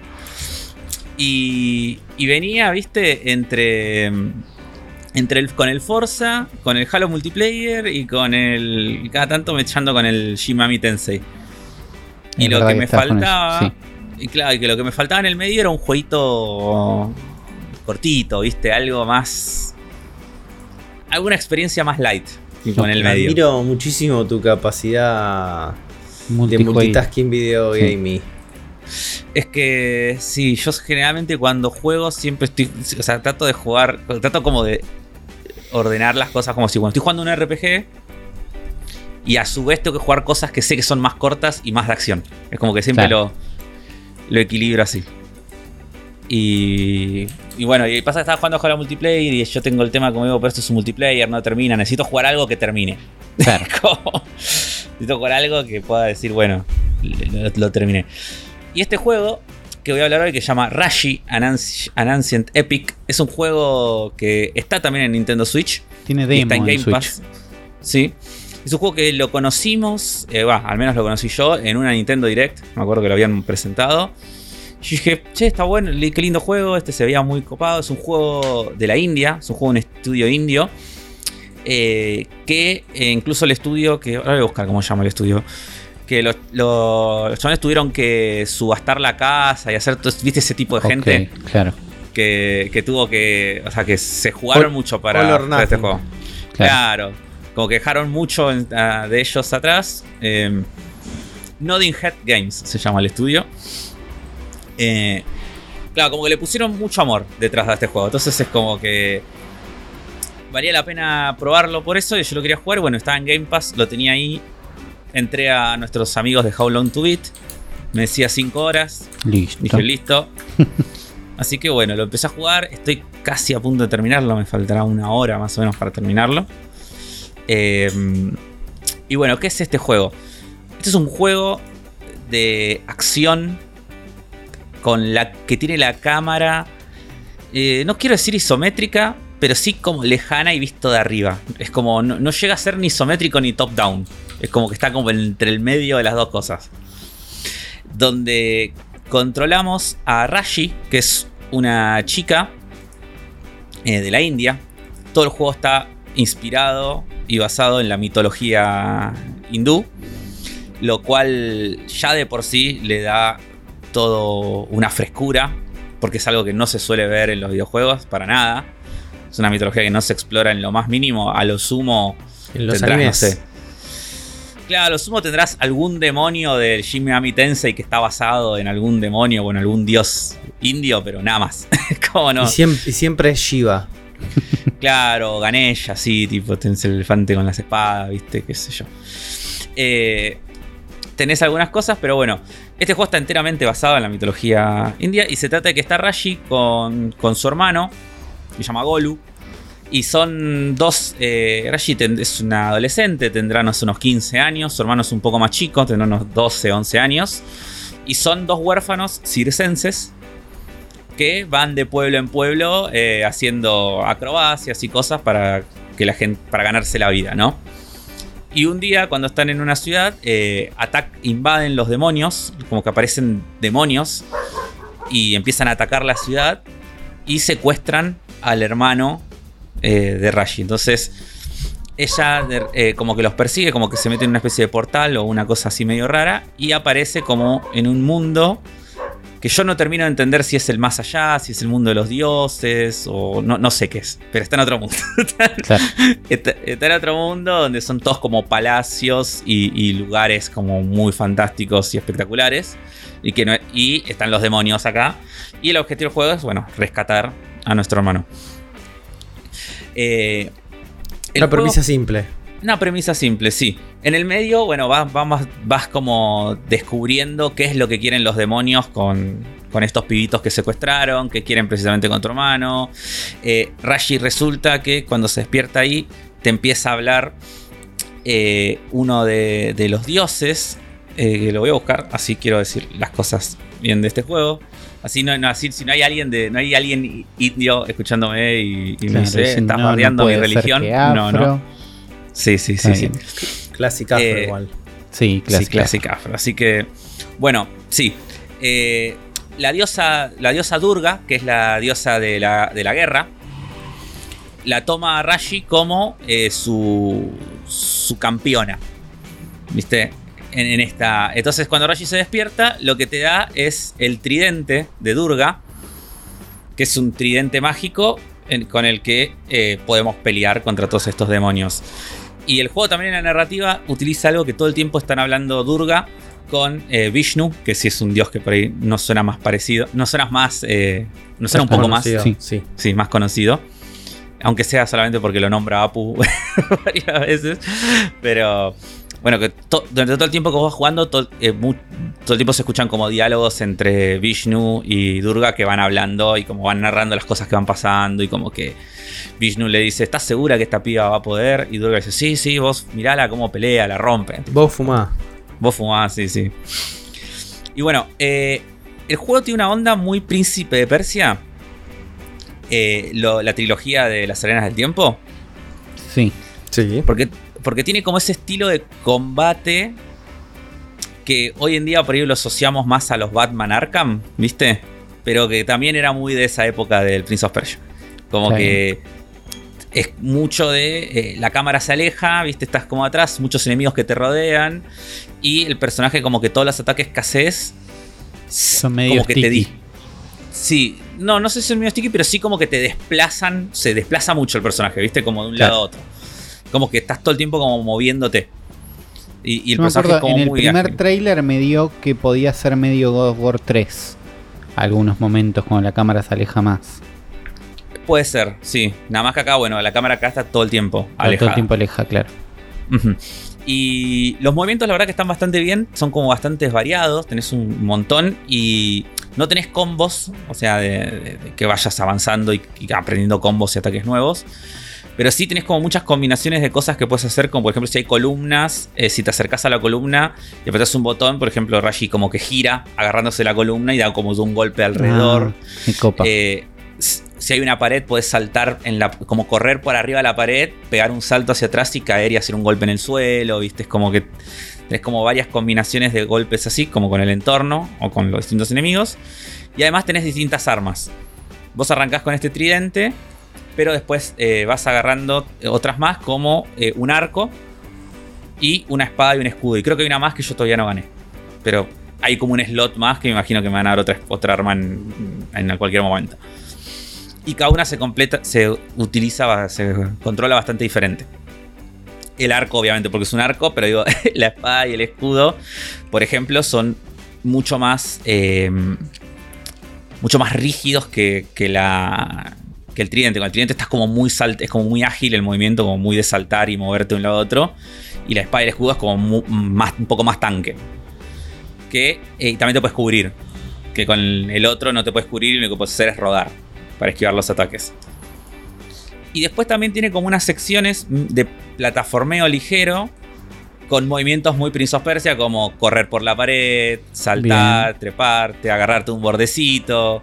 Y, y venía, viste, entre, entre el, con el Forza, con el Halo Multiplayer y con el... Cada tanto me echando con el Shimami Tensei. Y Es lo verdad que que me estás con eso, faltaba... sí. Y claro, y que lo que me faltaba en el medio era un jueguito cortito, ¿viste? Algo más... Alguna experiencia más light, tipo en el medio. Admiro muchísimo tu capacidad de Multijuego. multitasking video Sí. gaming. Es que sí, yo generalmente cuando juego siempre estoy... O sea, trato de jugar... Trato como de ordenar las cosas como si cuando estoy jugando un R P G y a su vez tengo que jugar cosas que sé que son más cortas y más de acción. Es como que siempre Claro. lo, lo equilibro así. Y, y bueno, y pasa que estaba jugando a Halo Multiplayer y yo tengo el tema como digo, pero esto es un multiplayer, no termina, necesito jugar algo que termine. Claro. Como, necesito jugar algo que pueda decir, bueno, lo, lo terminé. Y este juego que voy a hablar hoy, que se llama Rashi An Anci- An Ancient Epic, es un juego que está también en Nintendo Switch. Tiene Y demo está en en Game Switch. Pass. Sí. Es un juego que lo conocimos, eh, bah, al menos lo conocí yo, en una Nintendo Direct. Me acuerdo que lo habían presentado. Yo dije, che, está bueno, li- qué lindo juego. Este se veía muy copado. Es un juego de la India, es un juego de un estudio indio. eh, que eh, incluso el estudio, que ahora voy a buscar cómo se llama el estudio. Que los, los, los chavales tuvieron que subastar la casa y hacer, todo- ¿viste ese tipo de gente? Ok, claro. Que, que tuvo que, o sea, que se jugaron All- mucho para, all or para este nothing. juego. Claro. Claro, como que dejaron mucho en- ah, de ellos atrás. Eh, Nodding Head Games se llama el estudio. Eh, claro, como que le pusieron mucho amor detrás de este juego. Entonces es como que valía la pena probarlo por eso. Y yo lo quería jugar. Bueno, estaba en Game Pass, lo tenía ahí. Entré a nuestros amigos de How Long to Beat. Me decía cinco horas. Listo. Dije, listo. Así que bueno, lo empecé a jugar. Estoy casi a punto de terminarlo. Me faltará una hora más o menos para terminarlo. Eh, y bueno, ¿qué es este juego? Este es un juego de acción con la que tiene la cámara, eh, no quiero decir isométrica, pero sí como lejana y visto de arriba. Es como, no, no llega a ser ni isométrico ni top down. Es como que está como entre el medio de las dos cosas. Donde controlamos a Rashi, que es una chica eh, de la India. Todo el juego está inspirado y basado en la mitología hindú, lo cual ya de por sí le da todo una frescura, porque es algo que no se suele ver en los videojuegos para nada. Es una mitología que no se explora en lo más mínimo. A lo sumo en los tendrás, animes. no sé. Claro, a lo sumo tendrás algún demonio del Shin Megami Tensei que está basado en algún demonio o en algún dios indio, pero nada más. ¿Cómo no? Y siempre, y siempre es Shiva. Claro, Ganesha, sí, tipo, tenés el elefante con las espadas, viste, qué sé yo. Eh, tenés algunas cosas, pero bueno, este juego está enteramente basado en la mitología india y se trata de que está Rashi con, con su hermano, que se llama Golu, y son dos. Eh, Rashi es una adolescente, tendrá no sé, unos quince años, su hermano es un poco más chico, tendrá unos doce, once años, y son dos huérfanos circenses que van de pueblo en pueblo eh, haciendo acrobacias y cosas para que la gente, para ganarse la vida, ¿no? Y un día, cuando están en una ciudad, eh, atac- invaden los demonios, como que aparecen demonios y empiezan a atacar la ciudad y secuestran al hermano eh, de Rashi. Entonces, ella de, eh, como que los persigue, como que se mete en una especie de portal o una cosa así medio rara y aparece como en un mundo que yo no termino de entender si es el más allá, si es el mundo de los dioses, o no, no sé qué es, pero está en otro mundo. Claro. está, está en otro mundo donde son todos como palacios y, y lugares como muy fantásticos y espectaculares. Y, que no, y están los demonios acá. Y el objetivo del juego es, bueno, rescatar a nuestro hermano. Eh, Una juego, premisa simple. Una premisa simple, sí. En el medio, bueno, vas, vas, vas como descubriendo qué es lo que quieren los demonios con, con estos pibitos que secuestraron, que quieren precisamente con tu hermano. Eh, Rashi resulta que cuando se despierta ahí, te empieza a hablar eh, uno de, de los dioses, eh, que lo voy a buscar, así quiero decir las cosas bien de este juego. Así no, no así, si no hay alguien de no hay alguien indio escuchándome y, y Claro, me dice, si estás no, bardeando no mi puede ser religión. que No, afro. no. Sí, sí, sí, Está sí. bien. Clásica, Eh, igual. Sí, clásica. Sí, clásica afro. Así que, bueno, sí. Eh, la diosa, la diosa Durga, que es la diosa de la, de la guerra, la toma a Rashi como eh, su, su campeona. ¿Viste? En, en esta. Entonces, cuando Rashi se despierta, lo que te da es el tridente de Durga, que es un tridente mágico en, con el que eh, podemos pelear contra todos estos demonios. Y el juego también en la narrativa utiliza algo que todo el tiempo están hablando Durga con eh, Vishnu, que sí es un dios que por ahí no suena más parecido, no suena más, eh, no suena un poco más, Conocido, sí. sí. sí, más conocido, aunque sea solamente porque lo nombra Apu varias veces, pero bueno, que to- durante todo el tiempo que vos vas jugando, to- eh, mu- todo el tiempo se escuchan como diálogos entre Vishnu y Durga que van hablando y como van narrando las cosas que van pasando y como que Vishnu le dice, ¿estás segura que esta piba va a poder? Y Durga dice, sí, sí, vos mirala cómo pelea, la rompe. Vos fumás. Vos fumás, sí, sí. Y bueno, eh, el juego tiene una onda muy Príncipe de Persia. Eh, lo- la trilogía de las Arenas del Tiempo. Sí. Sí. Porque, porque tiene como ese estilo de combate que hoy en día por ahí lo asociamos más a los Batman Arkham, ¿viste? Pero que también era muy de esa época del Prince of Persia. Como Claro. que es mucho de... Eh, la cámara se aleja, ¿viste? Estás como atrás, muchos enemigos que te rodean. Y el personaje como que todos los ataques que haces... Son medio como que te sticky. di. Sí, no, no sé si es medio sticky, pero sí como que te desplazan, se desplaza mucho el personaje, ¿viste? Como de un Claro. lado a otro. Como que estás todo el tiempo como moviéndote. Y, y el Yo me personaje acuerdo, es como en el muy primer ágil. tráiler me dio que podía ser medio God of War tres. Algunos momentos cuando la cámara se aleja más. Puede ser, sí. Nada más que acá, bueno, la cámara acá está todo el tiempo Todo alejada. el tiempo aleja, claro. Ujú. Y los movimientos la verdad que están bastante bien, son como bastante variados, tenés un montón y no tenés combos, o sea, de, de- de que vayas avanzando y, y aprendiendo combos y ataques nuevos, Pero sí tenés como muchas combinaciones de cosas que puedes hacer, como por ejemplo si hay columnas, eh, si te acercás a la columna y apretás un botón, por ejemplo Rashi como que gira agarrándose la columna y da como un golpe alrededor. Ah, me copa. Eh, si hay una pared puedes saltar, en la, como correr por arriba de la pared, pegar un salto hacia atrás y caer y hacer un golpe en el suelo, ¿viste? Es como que tenés como varias combinaciones de golpes así, como con el entorno o con los distintos enemigos. Y además tenés distintas armas. Vos arrancás con este tridente, pero después eh, vas agarrando otras más como eh, un arco y una espada y un escudo. Y creo que hay una más que yo todavía no gané. Pero hay como un slot más que me imagino que me van a dar otra, otra arma en, en cualquier momento. Y cada una se completa, se utiliza, se controla bastante diferente. El arco obviamente porque es un arco, pero digo, la espada y el escudo, por ejemplo, son mucho más... Eh, mucho más rígidos que, que la... que el tridente. Con el tridente estás como muy salt, es como muy ágil el movimiento, como muy de saltar y moverte de un lado a otro. Y la espada y el escudo es como muy, más, un poco más tanque. Que eh, también te puedes cubrir. Que con el otro no te puedes cubrir y lo que puedes hacer es rodar para esquivar los ataques. Y después también tiene como unas secciones de plataformeo ligero con movimientos muy Prince of Persia, como correr por la pared, saltar, bien, treparte, agarrarte un bordecito.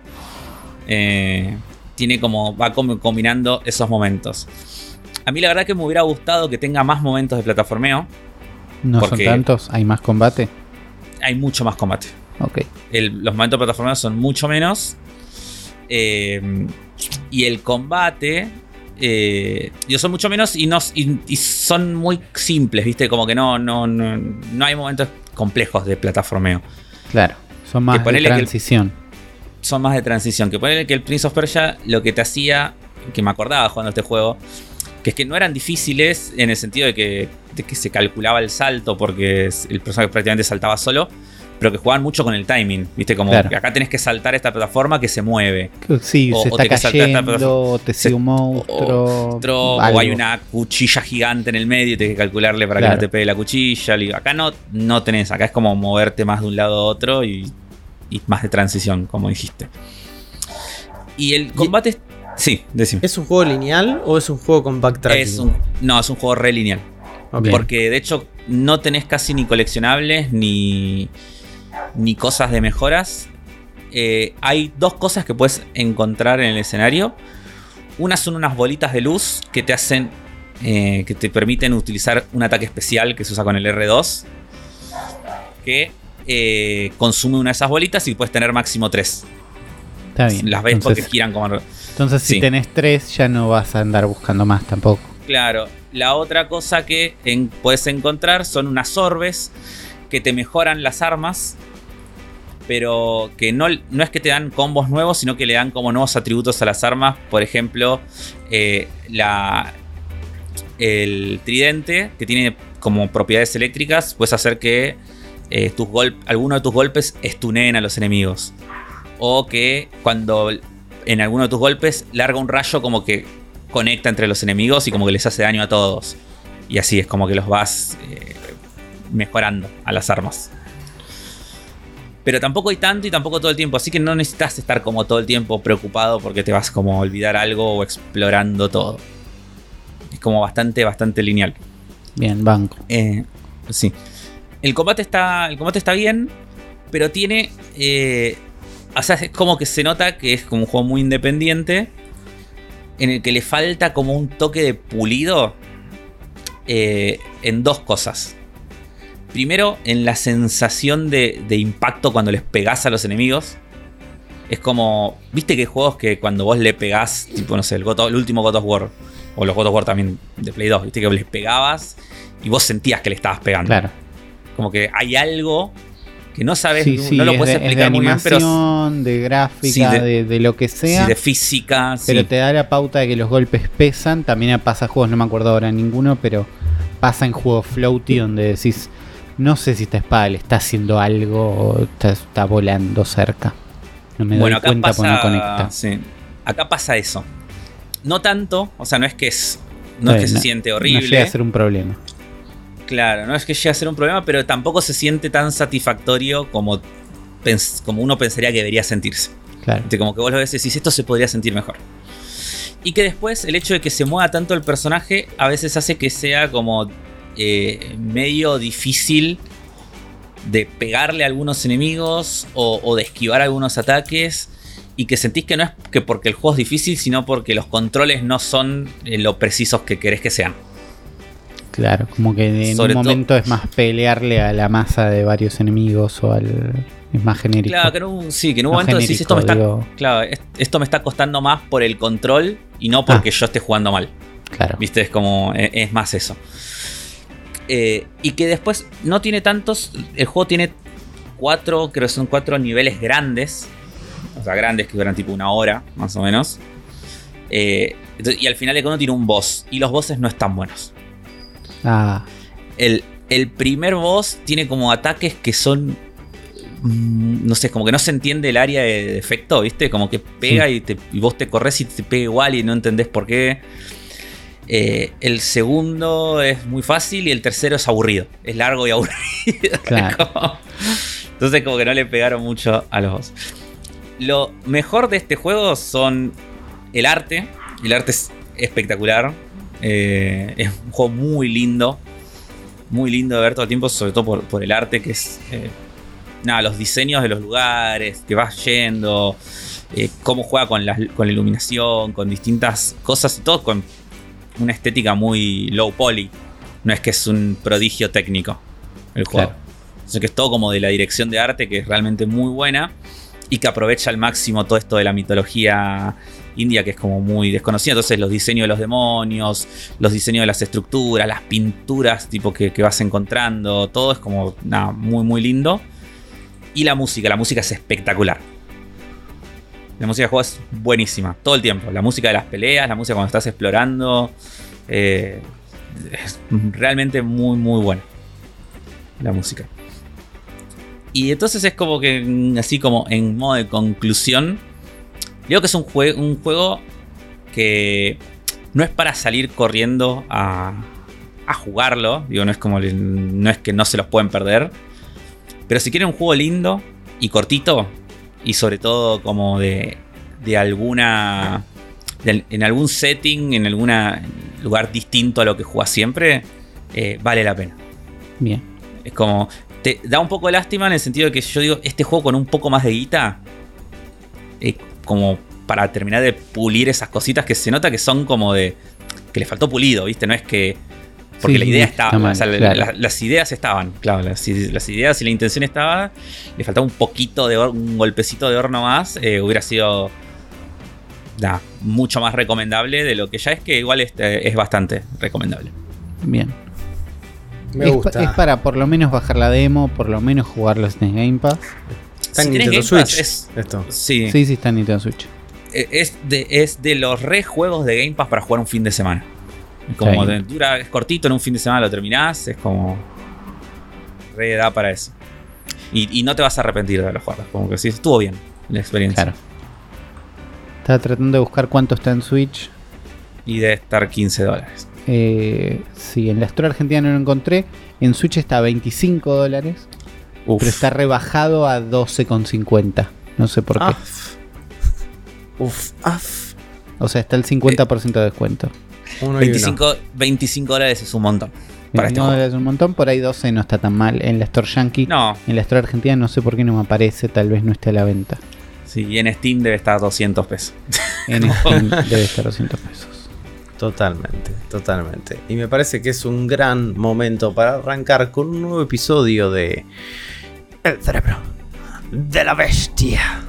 Eh, tiene como, va como combinando esos momentos. A mí la verdad que me hubiera gustado que tenga más momentos de plataformeo. No son tantos, ¿hay más combate? Hay mucho más combate. Ok. El, los momentos de plataformeo son mucho menos. Eh, y el combate... Eh, son mucho menos y, no, y, y son muy simples, ¿viste? Como que no, no, no, no hay momentos complejos de plataformeo. Claro, son más de transición. El, son más de transición. Que ponerle que el Prince of Persia lo que te hacía, que me acordaba jugando este juego, que es que no eran difíciles en el sentido de que, de que se calculaba el salto porque el personaje prácticamente saltaba solo, pero que jugaban mucho con el timing, ¿viste? Como claro, que acá tenés que saltar esta plataforma que se mueve. Sí, o, se o está cayendo, te sigue un monstruo. O, o, o hay una cuchilla gigante en el medio y tenés que calcularle para claro, que no te pegue la cuchilla. Acá no, no tenés, acá es como moverte más de un lado a otro y, y más de transición, como dijiste. Y el combate... Es, sí, decime. ¿Es un juego lineal o es un juego con backtracking? Es un, no, es un juego re lineal. Okay. Porque de hecho no tenés casi ni coleccionables ni... ni cosas de mejoras. Eh, hay dos cosas que puedes encontrar en el escenario. Una son unas bolitas de luz que te hacen, eh, que te permiten utilizar un ataque especial que se usa con el erre dos, que eh, consume una de esas bolitas y puedes tener máximo tres. Está bien. Las ves entonces, porque giran como... Entonces si sí, tenés tres ya no vas a andar buscando más tampoco. Claro. La otra cosa que en, puedes encontrar son unas orbes que te mejoran las armas, pero que no, no es que te dan combos nuevos, sino que le dan como nuevos atributos a las armas. Por ejemplo, eh, la, el tridente, que tiene como propiedades eléctricas, puedes hacer que eh, tus golpes, alguno de tus golpes estuneen a los enemigos. O que cuando en alguno de tus golpes larga un rayo como que conecta entre los enemigos y como que les hace daño a todos. Y así es como que los vas eh, mejorando a las armas. Pero tampoco hay tanto y tampoco todo el tiempo. Así que no necesitas estar como todo el tiempo preocupado porque te vas como a olvidar algo o explorando todo. Es como bastante, bastante lineal. Bien, banco. Eh, sí. El combate está. El combate está bien. Pero tiene. Eh, o sea, es como que se nota que es como un juego muy independiente. En el que le falta como un toque de pulido. Eh, en dos cosas. Primero, en la sensación de, de impacto cuando les pegás a los enemigos. Es como... ¿Viste que hay juegos que cuando vos le pegás, tipo, no sé, el, God of, el último God of War, o los God of War también de Play dos, ¿viste? Que les pegabas y vos sentías que le estabas pegando. Claro. Como que hay algo que no sabes, sí, no, sí, no lo puedes de, explicar muy bien, pero... de gráfica, sí, de, de, de lo que sea. Sí, de física, pero sí. Te da la pauta de que los golpes pesan. También pasa juegos, no me acuerdo ahora ninguno, pero pasa en juegos floaty donde decís... No sé si esta espada le está haciendo algo o está, está volando cerca. No me doy bueno, acá cuenta pasa, porque no conecta. Sí. Acá pasa eso. No tanto, o sea, no es que es no es que no, se siente horrible. No llega a ser un problema. Claro, no es que llegue a ser un problema, pero tampoco se siente tan satisfactorio como, pens, como uno pensaría que debería sentirse. Claro. Como que vos lo ves y decís, esto se podría sentir mejor. y que después el hecho de que se mueva tanto el personaje a veces hace que sea como eh, medio difícil de pegarle a algunos enemigos o, o de esquivar algunos ataques, y que sentís que no es que porque el juego es difícil, sino porque los controles no son eh, lo precisos que querés que sean. Claro, como que en Sobre un momento todo, es más pelearle a la masa de varios enemigos o al... es más genérico. Claro, que en un, sí, que en un No momento decís esto me está, genérico, digo. claro, es- esto me está costando más por el control y no porque Ah. yo esté jugando mal. Claro. ¿Viste? Es como. Es, es más eso. Eh, y que después no tiene tantos. El juego tiene cuatro, creo que son cuatro niveles grandes. O sea, grandes que duran tipo una hora, más o menos. Eh, entonces- y al final de cada uno tiene un boss. Y los bosses no están buenos. Ah, El, el primer boss tiene como ataques que son. mm, No sé, como que no se entiende el área de efecto, ¿viste? Como que pega Sí. y, te- y vos te corres y te pega igual y no entendés por qué. Eh, el segundo es muy fácil y el tercero es aburrido. Es largo y aburrido. Claro. Como- Entonces como que no le pegaron mucho a los boss. Lo mejor de este juego son el arte. El arte es espectacular. Eh, es un juego muy lindo. Muy lindo de ver todo el tiempo, sobre todo por, por el arte, que es... eh, nada, los diseños de los lugares, que vas yendo, eh, cómo juega con la, con la iluminación, con distintas cosas y todo con una estética muy low poly. No es que es un prodigio técnico el juego. Claro. Sino que es todo como de la dirección de arte, que es realmente muy buena y que aprovecha al máximo todo esto de la mitología india, que es como muy desconocida. Entonces los diseños de los demonios, los diseños de las estructuras, las pinturas tipo que, que vas encontrando, todo es como nada, muy muy lindo. Y la música, la música es espectacular. La música del juego es buenísima, todo el tiempo. La música de las peleas, la música cuando estás explorando. eh, es realmente muy, muy buena. La música. Y entonces es como que, mm, así como en modo de conclusión, digo que es un, jue- un juego que no es para salir corriendo a, a jugarlo. Digo, no es como, el- no es que no se los pueden perder. Pero si quieren un juego lindo y cortito, y sobre todo como de, de alguna... de- en algún setting, en algún lugar distinto a lo que juegas siempre, eh, vale la pena. bien. Es como... Te da un poco de lástima en el sentido de que yo digo, este juego con un poco más de guita, eh, como para terminar de pulir esas cositas que se nota que son como de... que le faltó pulido, ¿viste? No es que... Porque Sí, la idea sí, estaba, está mal, o sea, la- claro. la- las ideas estaban, claro, las, i- las ideas y la intención estaba, le faltaba un poquito de hor- un golpecito de horno más, eh, hubiera sido nada, mucho más recomendable de lo que ya es, que igual es, eh, es bastante recomendable. Bien. Me es, gusta. pa- es para por lo menos bajar la demo, por lo menos jugarlo en Game Pass. Está en Si tenés Nintendo Game Pass, Switch. es- Esto. Sí, Sí, sí, está en Nintendo Switch. eh, es, de, es de los re juegos de Game Pass para jugar un fin de semana. Como Sí. de- dura, es cortito, en un fin de semana lo terminás, es como re da para eso. Y, y no te vas a arrepentir de los juegos, como que sí, estuvo bien la experiencia. Claro. Estaba tratando de buscar cuánto está en Switch. Y debe estar quince dólares. Eh, sí, en la Store Argentina no lo encontré. En Switch está a veinticinco dólares. Uf. Pero está rebajado a doce con cincuenta. No sé por qué. Af. Uf, af. O sea, está el cincuenta por ciento de descuento. Uno y uno. veinticinco, veinticinco dólares es un montón. Para este No, juego. es un montón. Por ahí doce no está tan mal. En la Store Yankee. No, En la Store Argentina no sé por qué no me aparece. Tal vez no esté a la venta. sí, y en Steam debe estar doscientos pesos. En Steam debe estar doscientos pesos. Totalmente, totalmente. Y me parece que es un gran momento para arrancar con un nuevo episodio de El cerebro de la bestia.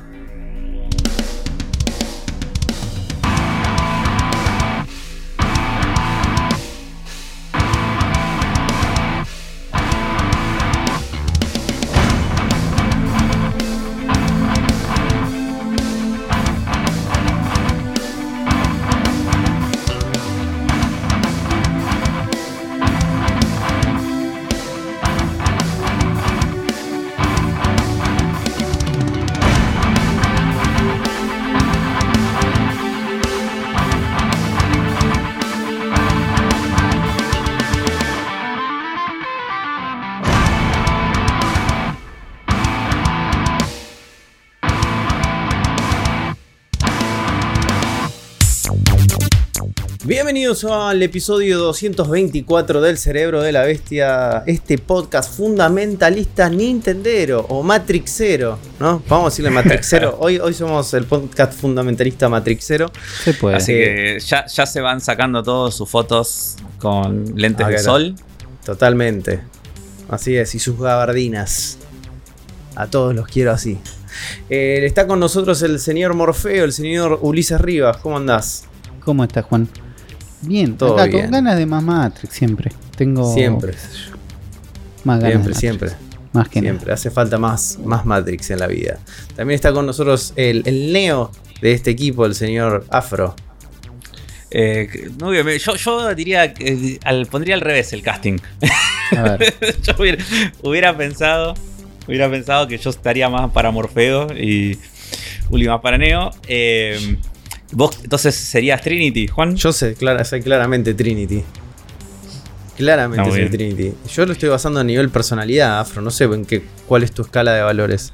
Bienvenidos al episodio doscientos veinticuatro del Cerebro de la Bestia, este podcast fundamentalista nintendero o matrixero, ¿no? Vamos a decirle matrixero. Hoy, hoy somos el podcast fundamentalista matrixero. Se puede. Así que ya, ya se van sacando todos sus fotos con lentes ah, de sol. Totalmente. Así es, y sus gabardinas. A todos los quiero así. Eh, está con nosotros el señor Morfeo, el señor Ulises Rivas. ¿Cómo andás? ¿Cómo estás, Juan? Bien, todo acá bien. Con ganas de más Matrix siempre. Tengo siempre. Más ganas. Siempre, siempre. Más que siempre. Nada. Hace falta más, más Matrix en la vida. También está con nosotros el, el neo de este equipo, el señor Afro. Eh, no, yo, yo diría que al, pondría al revés el casting. A ver. Yo hubiera, hubiera pensado, hubiera pensado que yo estaría más para Morfeo y Uli más para Neo. Eh, Vos entonces serías Trinity, Juan. Yo sé, clara, soy claramente Trinity. Claramente no, soy bien. Trinity. Yo lo estoy basando a nivel personalidad, Afro. No sé en qué, cuál es tu escala de valores.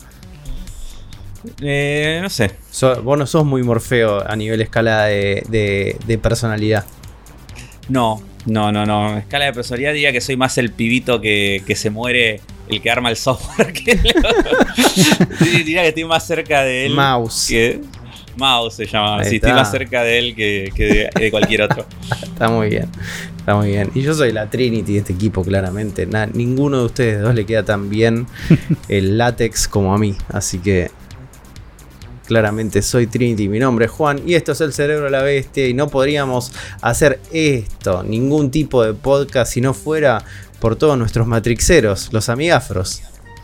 Eh, no sé. So, vos no sos muy Morfeo a nivel escala de, de, de personalidad. No, no, no, no. Escala de personalidad diría que soy más el pibito que, que se muere, el que arma el software. Que sí, diría que estoy más cerca de él. Mouse. Que... Mouse se llama, sí, estoy más cerca de él que, que de, de cualquier otro. Está muy bien, está muy bien. Y yo soy la Trinity de este equipo, claramente. Na, ninguno de ustedes dos le queda tan bien el látex como a mí. Así que claramente soy Trinity. Mi nombre es Juan y esto es el Cerebro de la Bestia. Y no podríamos hacer esto, ningún tipo de podcast, si no fuera por todos nuestros matrixeros, los amigafros.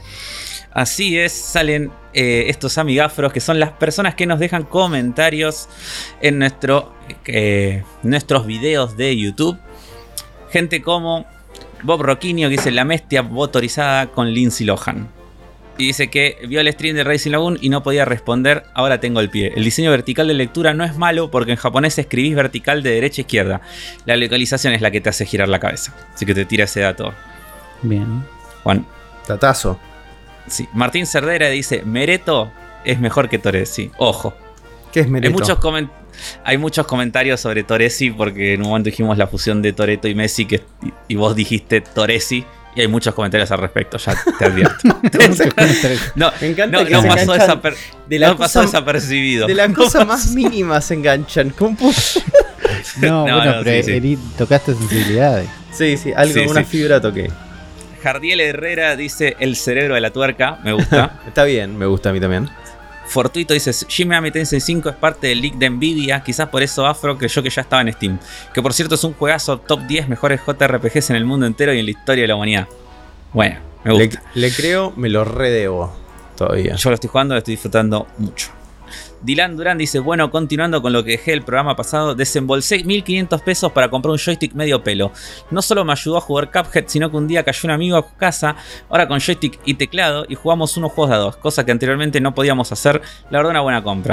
Así es, salen eh, estos amigafros que son las personas que nos dejan comentarios en nuestro, eh, nuestros videos de YouTube. Gente como Bob Roquinho, que dice la bestia motorizada con Lindsay Lohan. Y dice que vio el stream de Racing Lagoon y no podía responder, ahora tengo el pie. El diseño vertical de lectura no es malo porque en japonés escribís vertical de derecha a izquierda. La localización es la que te hace girar la cabeza. Así que te tira ese dato. Bien. Juan. Datazo. Sí. Martín Cerdera dice, Mereto es mejor que Toresi. Ojo. ¿Qué es Mereto? Hay muchos, coment- hay muchos comentarios sobre Toresi porque en un momento dijimos la fusión de Toretto y Messi que, y vos dijiste Toresi. Y hay muchos comentarios al respecto, ya te advierto. no, me encanta no, que no se pasó, desaper- de la no cosa, pasó desapercibido. De la no cosa pasó. Más mínima se enganchan. ¿Cómo? no, no, bueno, no, pero sí, sí. Tocaste sensibilidades. Sí, sí, algo, sí, una sí. fibra toqué. Jardiel Herrera dice el cerebro de la tuerca, me gusta. Está bien, me gusta a mí también. Fortuito dice Shin Megami Tensei cinco es parte del leak de Nvidia, quizás por eso Afro creyó que ya estaba en Steam. Que por cierto es un juegazo, top diez mejores J R P Gs en el mundo entero y en la historia de la humanidad. Bueno, me gusta. Le, le creo, me lo redebo todavía. Yo lo estoy jugando, lo estoy disfrutando mucho. Dylan Durán dice, bueno, continuando con lo que dejé el programa pasado, desembolsé mil quinientos pesos para comprar un joystick medio pelo. No solo me ayudó a jugar Cuphead, sino que un día cayó un amigo a casa, ahora con joystick y teclado, y jugamos unos juegos de a dos, cosa que anteriormente no podíamos hacer. La verdad, una buena compra.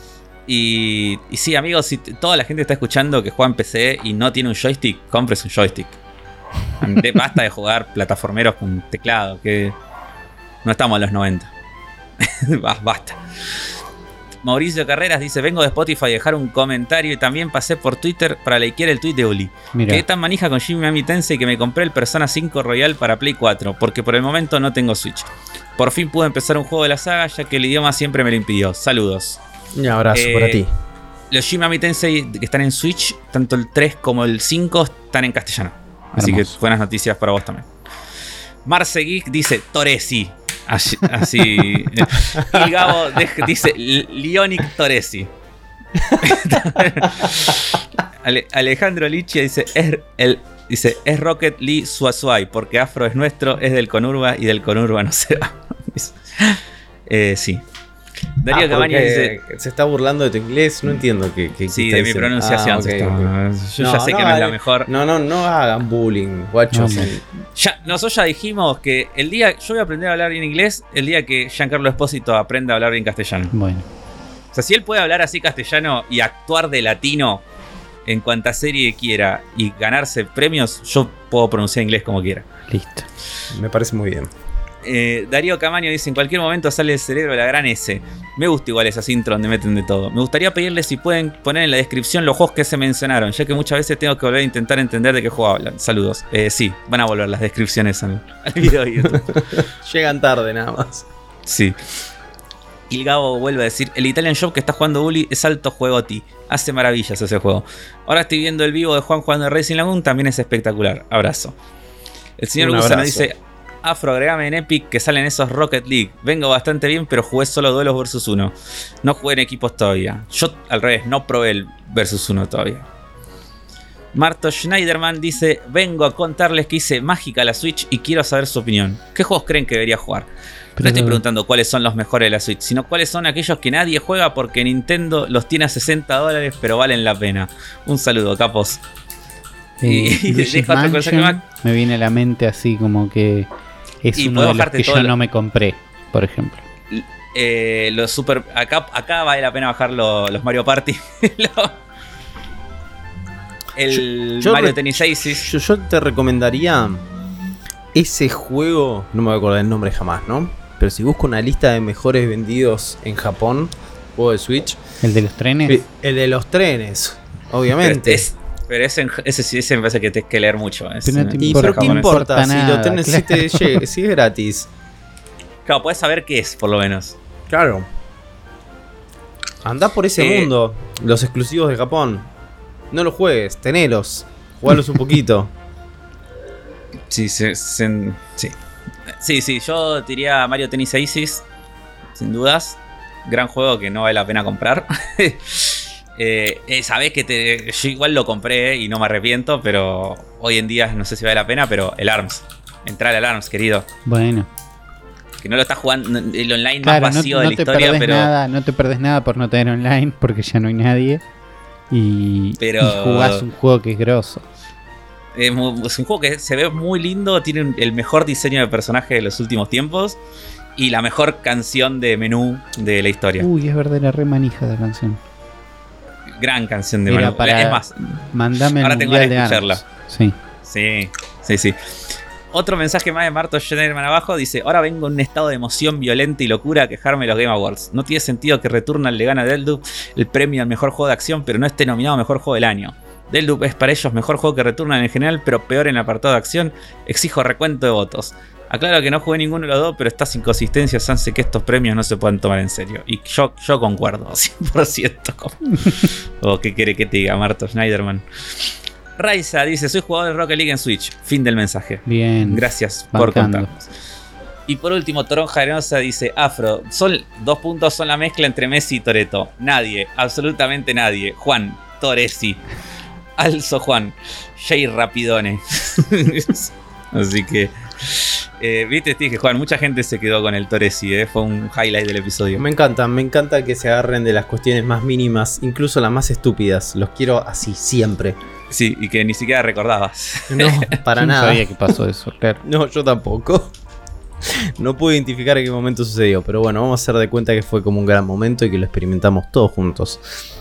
Y, y sí, amigos, si toda la gente está escuchando que juega en P C y no tiene un joystick, compres un joystick. Basta de jugar plataformeros con teclado, que no estamos en los noventa. Basta. Mauricio Carreras dice, vengo de Spotify a dejar un comentario y también pasé por Twitter para likear el tweet de Uli. Quedé tan manija con Shin Megami Tensei que me compré el Persona cinco Royal para Play cuatro, porque por el momento no tengo Switch. Por fin pude empezar un juego de la saga, ya que el idioma siempre me lo impidió. Saludos. Un abrazo eh, para ti. Los Shin Megami Tensei que están en Switch, tanto el tres como el cinco, están en castellano. Así Hermoso. Que buenas noticias para vos también. Marce Geek dice Toresi. Así, así. Y Gabo dice Lionic Toresi. Ale, Alejandro Lichia dice es, el, dice es Rocket Lee Suazuay, porque Afro es nuestro, es del Conurba y del Conurba no se va. eh, sí. Darío ah, Cabañas dice se está burlando de tu inglés, no entiendo qué, qué sí, de mi diciendo. Pronunciación. Ah, okay, está, okay. Yo no, ya sé no, que no es la mejor. No, no, no hagan bullying, guachos. No, ya, nosotros ya dijimos que el día yo voy a aprender a hablar bien inglés el día que Giancarlo Espósito aprenda a hablar bien castellano. Bueno. O sea, si él puede hablar así castellano y actuar de latino en cuanta serie quiera y ganarse premios, yo puedo pronunciar inglés como quiera. Listo. Me parece muy bien. Eh, Darío Camaño dice: en cualquier momento sale el cerebro de la gran S. Me gusta igual esas intro donde meten de todo. Me gustaría pedirles si pueden poner en la descripción los juegos que se mencionaron, ya que muchas veces tengo que volver a intentar entender de qué juego hablan. Saludos. Eh, sí, van a volver las descripciones al, al video de YouTube. Llegan tarde nada más. Sí. Y el Gabo vuelve a decir: el Italian Shop que está jugando Uli es alto juegoti. Hace maravillas ese juego. Ahora estoy viendo el vivo de Juan jugando Racing Lagoon, también es espectacular. Abrazo. El señor Gusano dice: Afro, agregame en Epic que salen esos Rocket League. Vengo bastante bien, pero jugué solo duelos versus uno. No jugué en equipos todavía. Yo, al revés, no probé el versus uno todavía. Marto Schneiderman dice: vengo a contarles que hice mágica la Switch y quiero saber su opinión. ¿Qué juegos creen que debería jugar? No estoy preguntando cuáles son los mejores de la Switch, sino cuáles son aquellos que nadie juega porque Nintendo los tiene a sesenta dólares, pero valen la pena. Un saludo, capos. Eh, y dejo otra cosa que más. Me viene a la mente así como que es y uno de los que yo lo... no me compré, por ejemplo. Eh, los super, acá, acá vale la pena bajar lo, los Mario Party. el yo, yo Mario Tennis Aces. Yo, yo te recomendaría ese juego, no me voy a acordar el nombre jamás, ¿no? Pero si busco una lista de mejores vendidos en Japón, juego de Switch. ¿El de los trenes? El de los trenes, obviamente. Pero, es, pero ese, ese sí ese me parece que tienes que leer mucho. Es, pero no te importa, ¿pero qué importa? Si nada, lo tenés, claro. si, te llegue, si es gratis. Claro, podés saber qué es, por lo menos. Claro. Andá por ese eh, mundo, los exclusivos de Japón. No los juegues, tenelos. Jugalos un poquito. Sí, se, se, sí. Sí, sí, yo diría Mario Tennis Aces, sin dudas. Gran juego que no vale la pena comprar. eh, eh, Sabés que te, yo igual lo compré y no me arrepiento, pero hoy en día no sé si vale la pena, pero el ARMS. Entrar al ARMS, querido. Bueno. Que no lo estás jugando, el online claro, más vacío no, no de la historia, pero... Nada, no te perdés nada por no tener online, porque ya no hay nadie. Y, pero... y jugás un juego que es grosso. Es, muy, es un juego que se ve muy lindo, tiene el mejor diseño de personaje de los últimos tiempos y la mejor canción de menú de la historia. Uy, es verdad, era re manija la canción. Gran canción de Mira, menú. Para... Es más, mandame ahora tengo que escucharla. Sí. Sí, sí, sí. Otro mensaje más de Marto Schneiderman abajo dice: ahora vengo en un estado de emoción violenta y locura a quejarme de los Game Awards. No tiene sentido que Returnal le gane a Deathloop el premio al mejor juego de acción, pero no esté nominado a mejor juego del año. Deathloop es para ellos mejor juego que Returnal en general, pero peor en el apartado de acción. Exijo recuento de votos. Aclaro que no jugué ninguno de los dos, pero estas inconsistencias hacen que estos premios no se puedan tomar en serio. Y yo, yo concuerdo, cien por ciento. ¿O qué quiere que te diga Marto Schneiderman? Raiza dice: soy jugador de Rocket League en Switch. Fin del mensaje. Bien. Gracias por contarnos. Y por último, Toronja Arenosa dice: Afro, son, dos puntos son la mezcla entre Messi y Toretto. Nadie, absolutamente nadie. Juan, Toresi. Alzo Juan, Jay Rapidone. Así que, eh, viste, te dije, Juan, mucha gente se quedó con el Toresi, eh, fue un highlight del episodio. Me encanta, me encanta que se agarren de las cuestiones más mínimas, incluso las más estúpidas. Los quiero así, siempre. Sí, y que ni siquiera recordabas. No, para yo nada. No sabía que pasó eso, claro. No, yo tampoco. No puedo identificar en qué momento sucedió, pero bueno, vamos a hacer de cuenta que fue como un gran momento y que lo experimentamos todos juntos.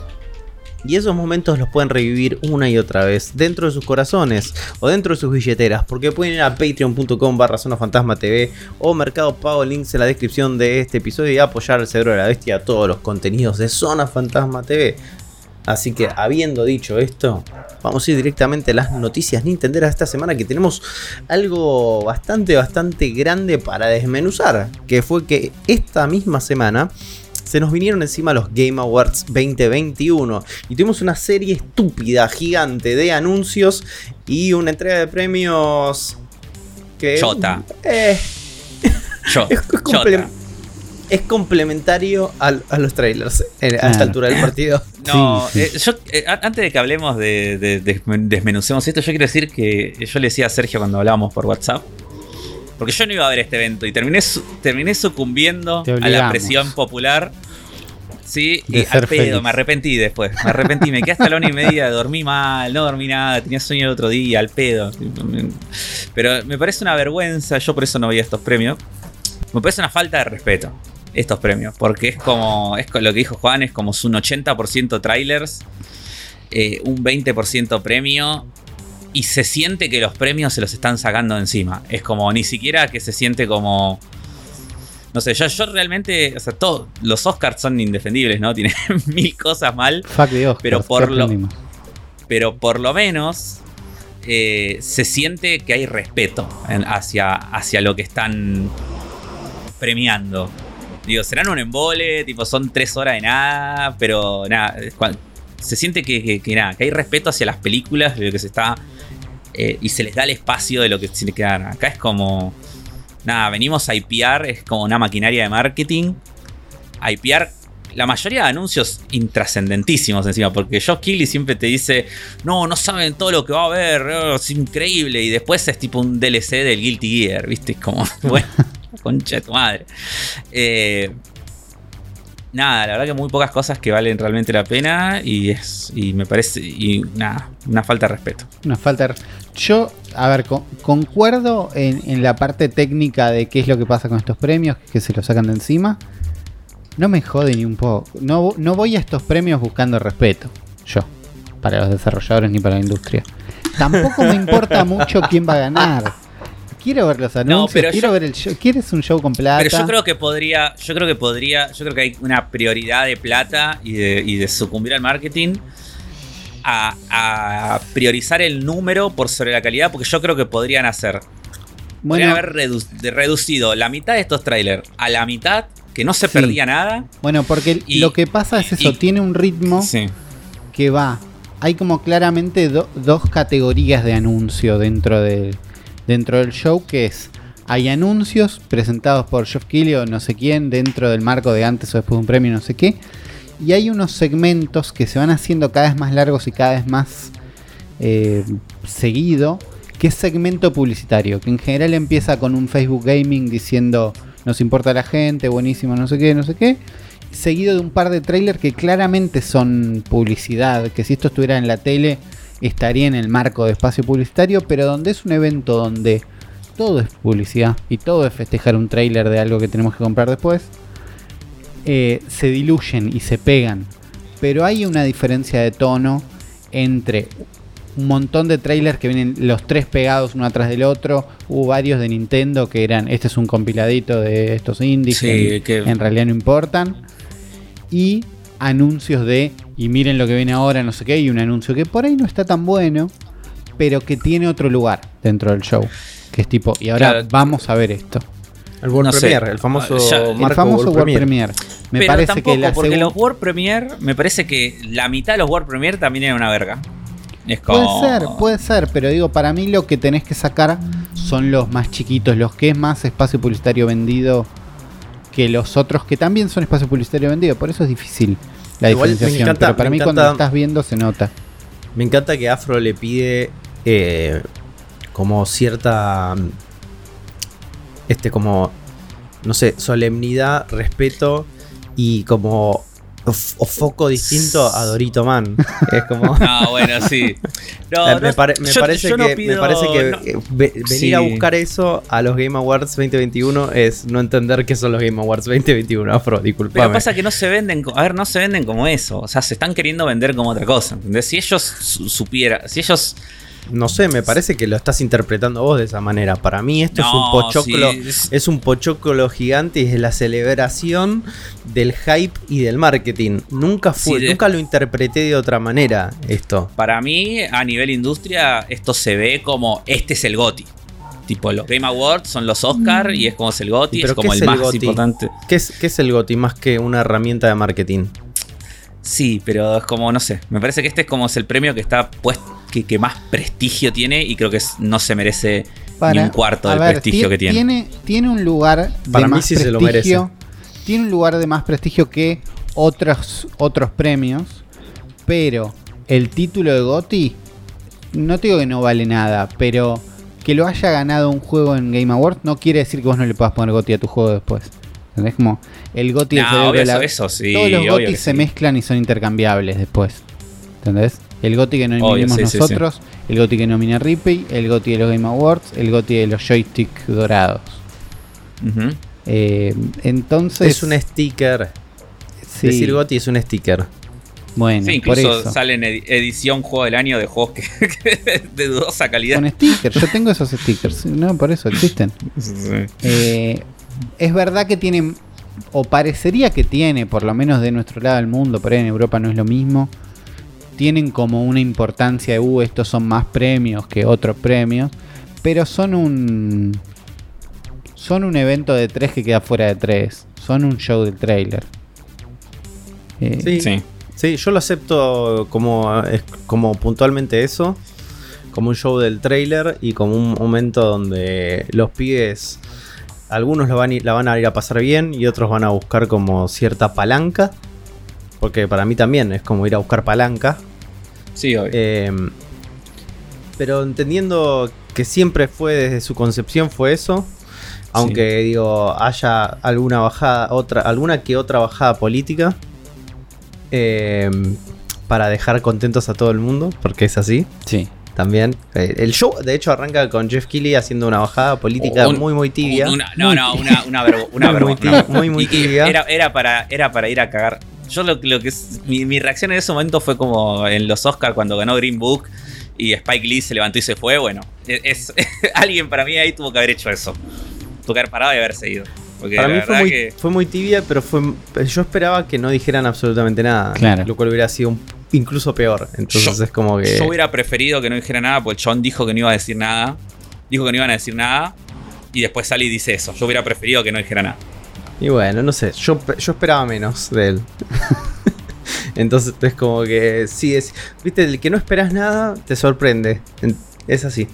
Y esos momentos los pueden revivir una y otra vez dentro de sus corazones o dentro de sus billeteras, porque pueden ir a patreon punto com barra zona fantasma T V o Mercado Pago, links en la descripción de este episodio, y apoyar al Cerebro de la Bestia a todos los contenidos de Zona Fantasma T V. Así que, habiendo dicho esto, vamos a ir directamente a las noticias nintenderas de esta semana, que tenemos algo bastante, bastante grande para desmenuzar, que fue que esta misma semana se nos vinieron encima los Game Awards veinte veintiuno y tuvimos una serie estúpida, gigante de anuncios y una entrega de premios que... Chota. Eh, Chota. Es, es, comple es complementario a, a los trailers eh, a esta altura del partido. No, sí, sí. Eh, yo, eh, antes de que hablemos de, de, de desmenucemos esto, yo quiero decir que yo le decía a Sergio cuando hablábamos por WhatsApp, porque yo no iba a ver este evento y terminé, terminé sucumbiendo a la presión popular. Sí, y al pedo, feliz. Me arrepentí después. Me arrepentí, me quedé hasta la una y media, dormí mal, no dormí nada, tenía sueño el otro día, al pedo. Pero me parece una vergüenza, yo por eso no veía estos premios. Me parece una falta de respeto estos premios, porque es como, es lo que dijo Juan, es como un ochenta por ciento trailers, eh, un veinte por ciento premio. Y se siente que los premios se los están sacando de encima. Es como, ni siquiera que se siente como no sé, yo, yo realmente, o sea, todos los Oscars son indefendibles, ¿no? Tienen mil cosas mal. Fuck the Oscars, pero por lo, aprendimos? pero por lo menos eh, se siente que hay respeto en, hacia, hacia lo que están premiando. Digo, serán un embole, tipo, son tres horas de nada, pero nada, se siente que, que, que nada, que hay respeto hacia las películas, de lo que se está, eh, y se les da el espacio de lo que se les queda. Acá es como, nada, venimos a hipear, es como una maquinaria de marketing, a hipear la mayoría de anuncios intrascendentísimos encima, porque Geoff Keighley siempre te dice, no, no saben todo lo que va a haber, oh, es increíble, y después es tipo un D L C del Guilty Gear, ¿viste? Es como, bueno, concha de tu madre. Eh, nada, la verdad que muy pocas cosas que valen realmente la pena, y es y me parece, y nada, una falta de respeto. Una falta de... Yo, a ver, con, concuerdo en, en la parte técnica de qué es lo que pasa con estos premios, que se los sacan de encima. No me jode ni un poco. No, no voy a estos premios buscando respeto. Yo. Para los desarrolladores ni para la industria. Tampoco me importa mucho quién va a ganar. Quiero ver los anuncios. No, pero quiero yo, ver el show. ¿Quieres un show con plata? Pero yo creo que podría. Yo creo que podría. Yo creo que hay una prioridad de plata y de, y de sucumbir al marketing. A, a priorizar el número por sobre la calidad. Porque yo creo que podrían hacer. Bueno, podrían haber redu reducido la mitad de estos trailers a la mitad. Que no se sí. perdía nada. Bueno, porque y, lo que pasa es eso, y, tiene un ritmo sí. que va. Hay como claramente do, dos categorías de anuncio dentro, de, dentro del show, que es, hay anuncios presentados por Geoff Keighley o no sé quién, dentro del marco de antes o después de un premio, no sé qué. Y hay unos segmentos que se van haciendo cada vez más largos y cada vez más eh, seguido, que es segmento publicitario, que en general empieza con un Facebook Gaming diciendo... Nos importa la gente, buenísimo, no sé qué, no sé qué. Seguido de un par de trailers que claramente son publicidad. Que si esto estuviera en la tele, estaría en el marco de espacio publicitario. Pero donde es un evento donde todo es publicidad y todo es festejar un trailer de algo que tenemos que comprar después, eh, se diluyen y se pegan. Pero hay una diferencia de tono entre... un montón de trailers que vienen los tres pegados uno atrás del otro. Hubo varios de Nintendo que eran, este es un compiladito de estos indies sí, que, que en realidad no importan. Y anuncios de, y miren lo que viene ahora, no sé qué. Y un anuncio que por ahí no está tan bueno, pero que tiene otro lugar dentro del show. Que es tipo, y ahora claro, vamos a ver esto. El World no Premiere, sé, el famoso, ya, el famoso World, World Premiere. Me pero parece tampoco, que la porque segun... los World Premiere, me parece que la mitad de los World Premiere también era una verga. Es como... Puede ser, puede ser, pero digo, para mí lo que tenés que sacar son los más chiquitos, los que es más espacio publicitario vendido que los otros que también son espacio publicitario vendido, por eso es difícil la Igual diferenciación, encanta, pero para mí encanta, cuando estás viendo se nota. Me encanta que Afro le pide eh, como cierta, este como, no sé, solemnidad, respeto y como... O, o foco distinto a Dorito Man. Es como. No, bueno, sí. No, me, pare, me, yo, parece yo no que, pido, me parece que no. ve, venir sí. a buscar eso a los Game Awards veinte veintiuno es no entender qué son los Game Awards veinte veintiuno. Afro, disculpame. Pero pasa que no se venden. A ver, no se venden como eso. O sea, se están queriendo vender como otra cosa. ¿Entendés? Si ellos supieran. Si ellos. No sé, me parece que lo estás interpretando vos de esa manera. Para mí esto no, es un pochoclo, sí. es un pochoclo gigante y es la celebración del hype y del marketing. Nunca fue, sí, de... nunca lo interpreté de otra manera esto. Para mí, a nivel industria, esto se ve como este es el GOTY. Tipo, los Game Awards son los Oscar mm. y es como es el GOTY, es como el, el más GOTY? Importante. ¿Qué es, ¿Qué es el GOTY más que una herramienta de marketing? Sí, pero es como, no sé, me parece que este es como es el premio que está puesto. Que, que más prestigio tiene y creo que es, no se merece Para, ni un cuarto del ver, prestigio que tiene. tiene. Tiene un lugar de Para más mí sí prestigio. Se lo merece. Tiene un lugar de más prestigio que otros, otros premios, pero el título de GOTY, no te digo que no vale nada, pero que lo haya ganado un juego en Game Awards no quiere decir que vos no le puedas poner GOTY a tu juego después. ¿Entendés? Como el GOTY no, de eso, la... eso, sí, todos los GOTY se sí. mezclan y son intercambiables después. ¿Entendés? El GOTY que nominemos sí, nosotros, sí, sí. el GOTY que nomina Rippey, el GOTY de los Game Awards, el GOTY de los joystick dorados. Uh-huh. Eh, entonces... Es un sticker. Sí. Decir GOTY es un sticker. Bueno, sí, incluso por eso. sale en edición Juego del Año de juegos que, que de dudosa calidad. Con stickers, yo tengo esos stickers. No, por eso existen. Sí. Eh, es verdad que tiene, o parecería que tiene, por lo menos de nuestro lado del mundo, por ahí en Europa no es lo mismo, tienen como una importancia de, uh, estos son más premios que otros premios, pero son un son un evento de tres que queda fuera de tres, son un show del trailer. Eh, sí, sí, sí, yo lo acepto como, como puntualmente eso, como un show del trailer y como un momento donde los pibes, algunos lo van a ir, la van a ir a pasar bien y otros van a buscar como cierta palanca. Porque para mí también es como ir a buscar palanca. Sí, obvio. Eh, pero entendiendo que siempre fue desde su concepción fue eso. Aunque sí. digo, haya alguna bajada, otra, alguna que otra bajada política. Eh, para dejar contentos a todo el mundo. Porque es así. Sí. También. Eh, el show, de hecho, arranca con Jeff Keighley haciendo una bajada política un, muy, muy tibia. Una, no, muy no, una, una, verbo, una muy, verbo, muy, no. muy, muy tibia. Era, era, para, era para ir a cagar. Yo lo, lo que es, mi, mi reacción en ese momento fue como en los Oscars cuando ganó Green Book y Spike Lee se levantó y se fue. Bueno, es, es alguien para mí ahí tuvo que haber hecho eso. Tuvo que haber parado y haberse ido. Porque para mí fue muy, que... fue muy tibia, pero fue yo esperaba que no dijeran absolutamente nada. Claro. Lo cual hubiera sido un, incluso peor. Entonces yo, es como que... Yo hubiera preferido que no dijera nada porque John dijo que no iba a decir nada. Dijo que no iban a decir nada y después sale y dice eso. Yo hubiera preferido que no dijera nada. Y bueno, no sé, yo, yo esperaba menos de él. Entonces es como que sí, es, viste, el que no esperas nada te sorprende. Es así.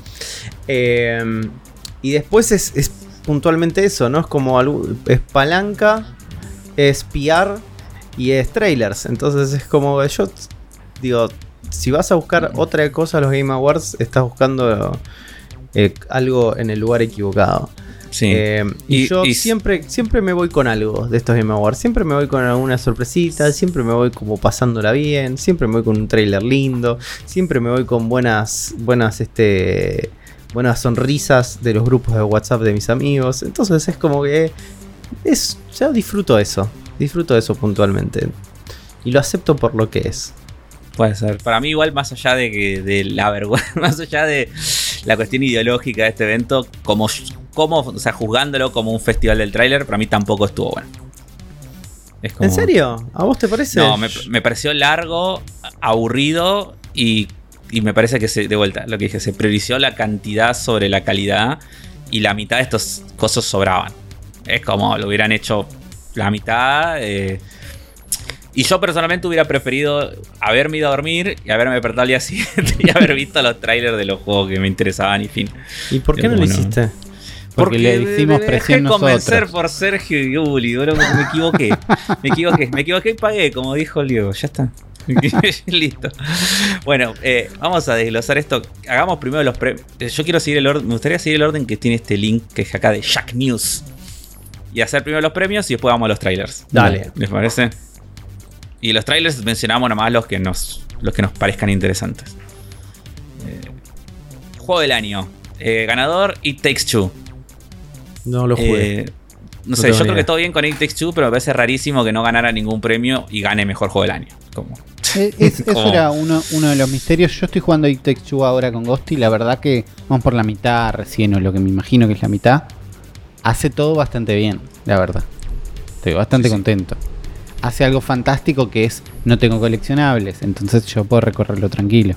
Eh, y después es, es puntualmente eso, ¿no? Es como algo, es palanca, es P R y es trailers. Entonces es como yo digo, si vas a buscar otra cosa a los Game Awards, estás buscando eh, algo en el lugar equivocado. Sí. Eh, y, y yo y... siempre, siempre me voy con algo de estos Game Awards. Siempre me voy con alguna sorpresita. Siempre me voy como pasándola bien. Siempre me voy con un trailer lindo. Siempre me voy con buenas, buenas, este, buenas sonrisas de los grupos de WhatsApp de mis amigos. Entonces es como que es, yo disfruto eso. Disfruto eso puntualmente. Y lo acepto por lo que es. Puede ser. Para mí igual, más allá de que de la vergüenza, más allá de la cuestión ideológica de este evento, como, como, o sea, juzgándolo como un festival del tráiler, para mí tampoco estuvo bueno. Es como... ¿En serio? ¿A vos te parece? No, me, me pareció largo, aburrido y, y me parece que se, de vuelta, lo que dije, se priorizó la cantidad sobre la calidad y la mitad de estas cosas sobraban. Es como lo hubieran hecho la mitad. Eh, Y yo personalmente hubiera preferido haberme ido a dormir y haberme despertado al día siguiente y haber visto los trailers de los juegos que me interesaban y fin. ¿Y por qué no lo hiciste? Porque, Porque le hicimos presión nosotros. Me convencer por Sergio y Uli, bro, me equivoqué. Me equivoqué, me equivoqué y pagué, como dijo Diego, ya está. Listo. Bueno, eh, vamos a desglosar esto. Hagamos primero los premios. Yo quiero seguir el orden, me gustaría seguir el orden que tiene este link que es acá de Jack News. Y hacer primero los premios y después vamos a los trailers. Dale. ¿Les parece? Y los trailers mencionamos nomás los que nos, los que nos parezcan interesantes. Eh, juego del año. Eh, ganador, It Takes Two. No lo jugué. Eh, no, no sé, yo creo idea. que todo bien con It Takes Two, pero me parece rarísimo que no ganara ningún premio y gane mejor juego del año. Como, es, es, como... Eso era uno, uno de los misterios. Yo estoy jugando It Takes Two ahora con Ghosty. La verdad que vamos por la mitad recién, o lo que me imagino que es la mitad. Hace todo bastante bien, la verdad. Estoy bastante sí, contento. Sí. Hace algo fantástico que es, no tengo coleccionables, entonces yo puedo recorrerlo tranquilo.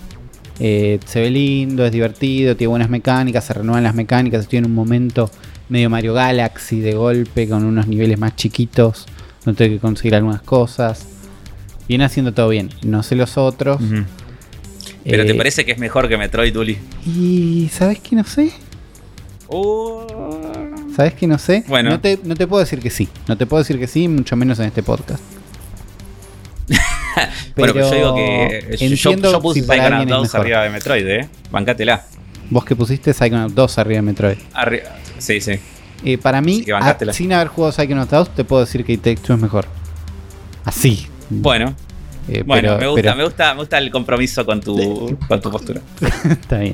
Eh, se ve lindo, es divertido, tiene buenas mecánicas, se renuevan las mecánicas. Estoy en un momento medio Mario Galaxy de golpe, con unos niveles más chiquitos, donde tengo que conseguir algunas cosas. Viene haciendo todo bien, no sé los otros. Uh-huh. ¿Pero eh, te parece que es mejor que Metroid, Uli? Y ¿sabes qué? No sé. Uh... ¿Sabes que no sé? Bueno. No te, no te puedo decir que sí. No te puedo decir que sí, mucho menos en este podcast. Pero bueno, pues yo digo que yo, yo puse si Psychonauts dos arriba de Metroid, ¿eh? Bancátela. Vos que pusiste Psychonauts dos arriba de Metroid. Arri- sí, sí. Eh, para mí, a, sin haber jugado Psychonauts dos, te puedo decir que It Takes Two es mejor. Así. Bueno. Eh, bueno, pero, me gusta, pero... me gusta, me gusta el compromiso con tu, con tu postura. Está bien.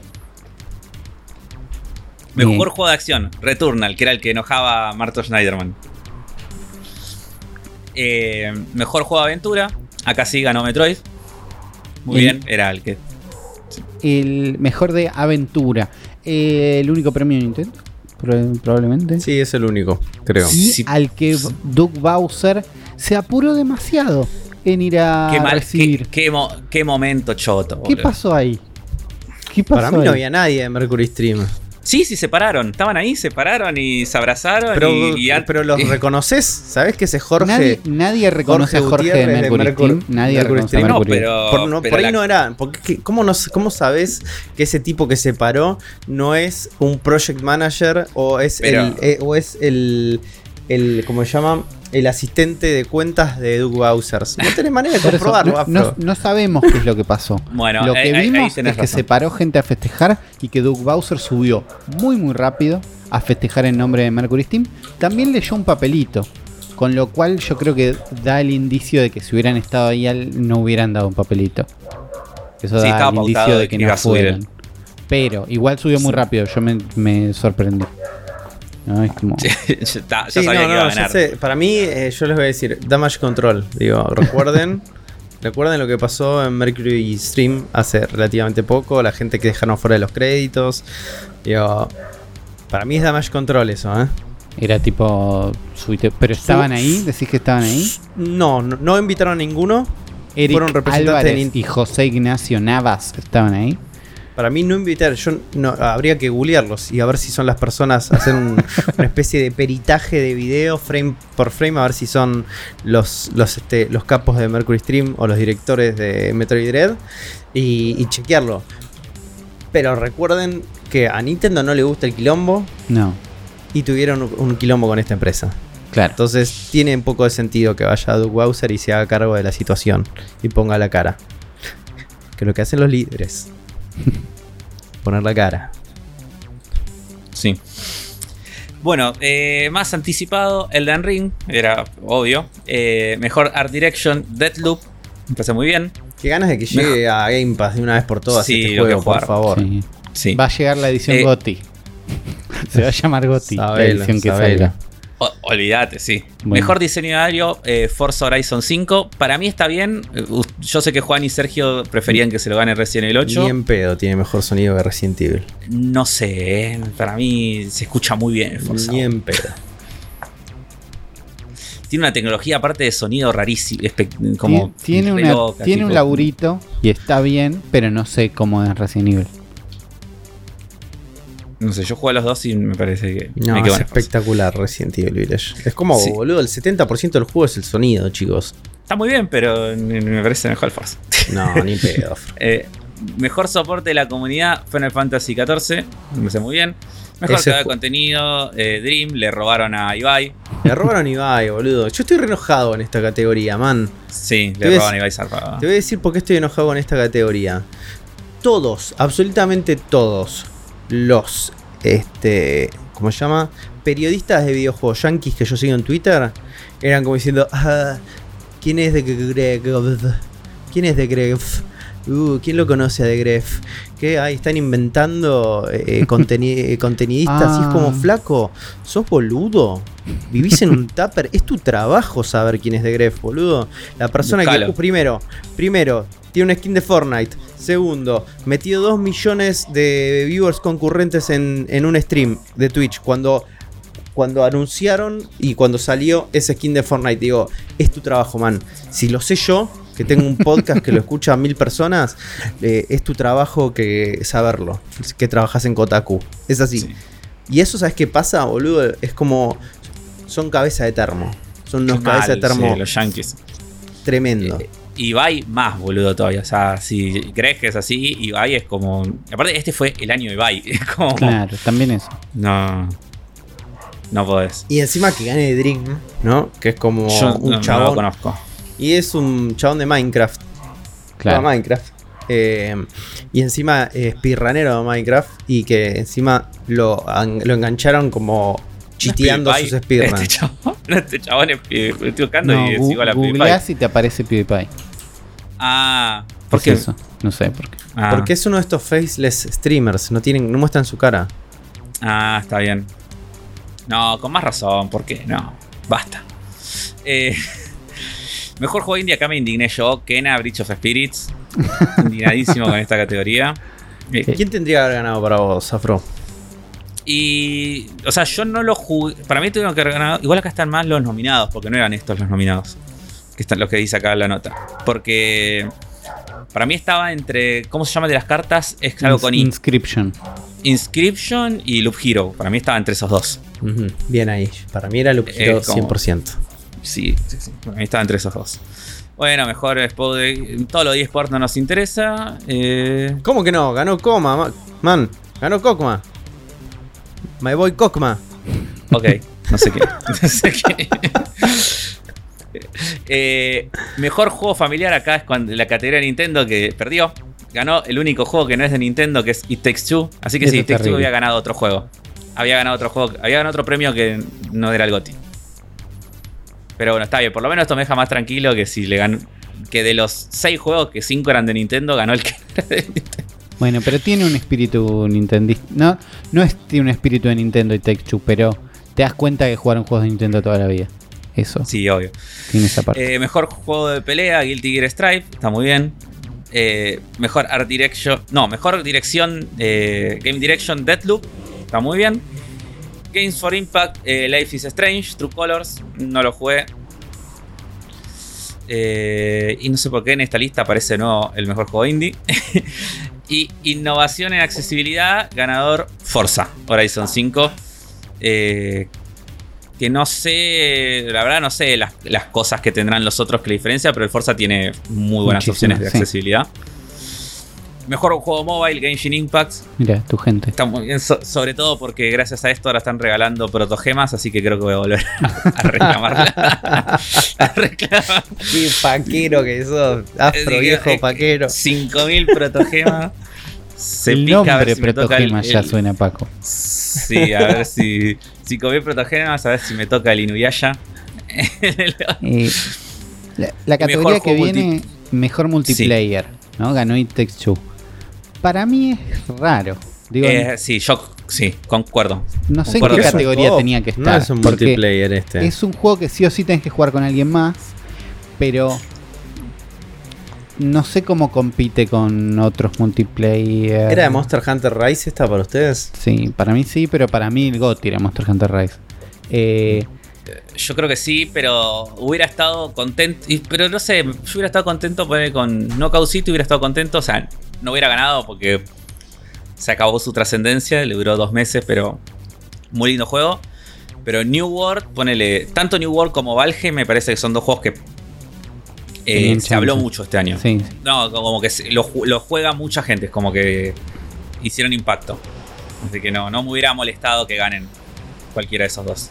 Mejor Bien. juego de acción, Returnal, que era el que enojaba a Marto Schneiderman. Eh, mejor juego de aventura, acá sí ganó Metroid. Muy el, bien, era el que... Sí. El mejor de aventura. Eh, el único premio de Nintendo. probablemente. Sí, es el único, creo. Y Sí. al que Doug Bowser se apuró demasiado en ir a Qué, mal, recibir. qué, qué, mo- qué momento choto. ¿Qué boludo. pasó ahí? ¿Qué pasó Para mí no ahí? había nadie de Mercury Stream. Sí, sí, se pararon. Estaban ahí, se pararon y se abrazaron. Pero, y, y an- pero los reconoces, ¿sabes que ese Jorge? Nadie, nadie reconoce Jorge a Jorge de Gutiérrez de Mercury, Mercury- Steam. Nadie Mercury reconoce a Steam. No, Mercury. pero, Por, no, pero por ahí la- no era. Porque, ¿qué- ¿cómo, no, ¿Cómo sabes que ese tipo que se paró no es un project manager o es Pero- el eh, o es el, el ¿cómo se llama? El asistente de cuentas de Doug Bowser? No tenés manera de Por eso, comprobarlo, no, Afro. no- no sabemos qué es lo que pasó. Bueno, lo que ahí- ahí- ahí vimos tenés es que razón. se paró gente a festejar y que Doug Bowser subió muy muy rápido a festejar en nombre de Mercury Steam. También leyó un papelito, con lo cual yo creo que da el indicio de que si hubieran estado ahí al- no hubieran dado un papelito. Eso Sí, da estaba el indicio pautado de que que iba no a subir fueron. él. Pero igual subió muy Sí. rápido, yo me, me sorprendí. No, es como... ya, está- ya Sí, sabía no, que iba a no, ya ganar. sé. Para mí, eh, yo les voy a decir, Damage Control. Digo, recuerden, recuerden lo que pasó en Mercury Stream hace relativamente poco, la gente que dejaron fuera de los créditos. Digo, para mí es Damage Control eso, ¿eh? Era tipo... suite- Pero estaban ahí, decís que estaban ahí. No, no, no invitaron a ninguno. Eric Fueron representantes Álvarez de Nin- y José Ignacio Navas estaban ahí. Para mí no invitar, yo no, habría que googlearlos y a ver si son las personas, hacer un- una especie de peritaje de video frame por frame, a ver si son los, los, este, los capos de Mercury Stream o los directores de Metroid Dread y, y chequearlo. Pero recuerden que a Nintendo no le gusta el quilombo No, y tuvieron un, un quilombo con esta empresa. claro. Entonces tiene un poco de sentido que vaya Doug Bowser y se haga cargo de la situación y ponga la cara. Que es lo que hacen los líderes. Poner la cara. Sí. Bueno, eh, más anticipado, Elden Ring, era obvio. Eh, mejor Art Direction, Deathloop, me parece muy bien. Qué ganas de que llegue a Game Pass de una vez por todas Sí, este lo juego, que por jugar. favor. Sí. Sí. Va a llegar la edición Eh, GOTY. Se va a llamar GOTY, la Sabelo, edición que sabelo. salga. O- olvídate, sí. Bueno. Mejor diseño de aéreo, eh, Forza Horizon cinco. Para mí está bien. Eh, u- Yo sé que Juan y Sergio preferían que se lo gane Resident Evil ocho. Ni en pedo tiene mejor sonido que Resident Evil. No sé, eh, para mí se escucha muy bien el Forza. Ni en pedo. Tiene una tecnología aparte de sonido rarísimo. espe- Como tiene re una, loca, tiene un tipo- laburito y está bien, pero no sé cómo es Resident Evil. No sé, yo juego a los dos y me parece que No, me es quedo en el Forza. espectacular Resident Evil Village. Es como, Sí. boludo, el setenta por ciento del juego es el sonido, chicos. Está muy bien, pero me me parece mejor el Forza. No, ni pedo. Eh, mejor soporte de la comunidad, Final Fantasy catorce. Me parece muy bien. Mejor Ese creador de ju- contenido, eh, Dream, le robaron a Ibai. Le robaron Ibai, boludo. Yo estoy re enojado en esta categoría, man. Sí, Te le voy a robaron a dec- Ibai zarpado. Te voy a decir por qué estoy enojado con esta categoría. Todos, absolutamente todos los, este, ¿cómo se llama? Periodistas de videojuegos yankees que yo sigo en Twitter eran como diciendo, ah, ¿quién es de Greg? ¿Quién es de Greg? Uh, ¿quién lo conoce a The Gref? ¿Qué? Ahí están inventando eh, conteni- eh, contenidistas. Y es como, Ah. flaco, sos boludo. Vivís en un tupper. Es tu trabajo saber quién es The Gref, boludo. La persona Buscalo. que. Primero, primero, tiene una skin de Fortnite. Segundo, metió dos millones de viewers concurrentes en, en un stream de Twitch. Cuando. Cuando anunciaron y cuando salió ese skin de Fortnite, digo, es tu trabajo, man. Si lo sé yo, que tengo un podcast que lo escucha a mil personas, eh, es tu trabajo que saberlo, que trabajas en Kotaku. Es así. Sí. Y eso, ¿sabes qué pasa, boludo? Es como, son cabeza de termo. Son unos Qué cabeza de mal, termo sí, los Yankees. tremendo. Eh, Ibai más, boludo, todavía. O sea, si crees que es así, Ibai es como. Aparte, este fue el año de Ibai. Es como. Claro, también eso. No. No podés. Y encima que gane Dream, ¿no? Que es como Yo un no, no chabón. lo conozco. Y es un chabón de Minecraft. Claro. Juega Minecraft. Eh, y encima es pirranero de Minecraft. Y que encima lo, an- lo engancharon como chiteando PewDiePie. sus speedruns. Este chabón, este chabón es, eh, estoy buscando No, y es gu- igual a PewDiePie. googleás y te aparece PewDiePie. Ah, ¿Por ¿por qué qué? eso? No sé por qué. Ah, Porque es uno de estos faceless streamers. No tienen, no muestran su cara. ah, está bien. No, con más razón, ¿por qué? No, basta. Eh, mejor juego indie, acá me indigné yo. Kena, Breach of Spirits. Indignadísimo con esta categoría. Eh, ¿Quién tendría que haber ganado para vos, Afro? Y, o sea, yo no lo jugué. Para mí tuvieron que haber ganado. Igual acá están más los nominados, porque no eran estos los nominados. Que están los que dice acá la nota. Porque para mí estaba entre. ¿Cómo se llama de las cartas? Es algo con I. Inscription. Inscription y Loop Hero. Para mí estaba entre esos dos. Uh-huh. Bien ahí. Para mí era Loop Hero Eh, como- cien por ciento. Sí, sí, sí. Para mí estaba entre esos dos. Bueno, mejor Sport de. Todo lo de eSport no nos interesa. Eh. ¿Cómo que no? Ganó Coma, ma- man. Ganó Kokma. My boy Kokma. Ok, no sé qué. No sé qué. Eh, mejor juego familiar acá es cuando la categoría de Nintendo que perdió. Ganó el único juego que no es de Nintendo, que es It Takes Two. Así que Eso sí, es It Takes Two terrible. había ganado otro juego. Había ganado otro juego. Había ganado otro premio que no era el GOTY. Pero bueno, está bien. Por lo menos esto me deja más tranquilo que si le ganó. Que de los seis juegos, que cinco eran de Nintendo, ganó el que era de Nintendo. Bueno, pero tiene un espíritu nintendista. No, no es, tiene un espíritu de Nintendo y Take Two, pero te das cuenta que jugaron juegos de Nintendo toda la vida. Eso, Sí, obvio. tiene esa parte. Eh, mejor juego de pelea, Guilty Gear Strive, está muy bien. Eh, mejor Art Direction, no, mejor dirección, eh, Game Direction, Deathloop, está muy bien. Games for Impact, eh, Life is Strange, True Colors, no lo jugué. Eh, y no sé por qué en esta lista aparece no el mejor juego indie. Y innovación en accesibilidad, ganador Forza Horizon cinco. Eh, que no sé, la verdad no sé las, las cosas que tendrán los otros que la diferencia, pero el Forza tiene muy buenas Muchísimas, opciones de sí. accesibilidad. Mejor juego mobile, Genshin Impact. Mira, tu gente. Está muy bien, so- sobre todo porque gracias a esto ahora están regalando protogemas, así que creo que voy a volver a reclamarla. A reclamar. Qué paquero que sos. Afro, Eh, viejo eh, paquero. cinco mil protogemas. Se el pica a ver nombre si me toca el, protogema ya el- suena, Paco. Sí, a ver si cinco mil protogemas, a ver si me toca el Inuyasha. Eh, la, la categoría mejor que juego viene, mejor multiplayer, ¿no? Ganó It Takes Two. Para mí es raro. Digo, Eh, sí, yo sí, concuerdo. no sé en concuerdo qué que es un categoría juego, tenía que No estar. es un porque multiplayer este. es un juego que sí o sí tenés que jugar con alguien más, pero no sé cómo compite con otros multiplayer. ¿Era de Monster Hunter Rise esta para ustedes? Sí, para mí sí, pero para mí el GOTY era Monster Hunter Rise. Eh, Yo creo que sí, pero hubiera estado contento. y- Pero no sé, yo hubiera estado contento poner con Knockout City, hubiera estado contento. O sea, no hubiera ganado porque se acabó su trascendencia, le duró dos meses, pero muy lindo juego. Pero New World, ponele, tanto New World como Valheim me parece que son dos juegos que eh, Tenían se habló chance. mucho este año. sí, No, como que se- lo, ju- lo juega mucha gente, es como que hicieron impacto. Así que no, no me hubiera molestado que ganen cualquiera de esos dos.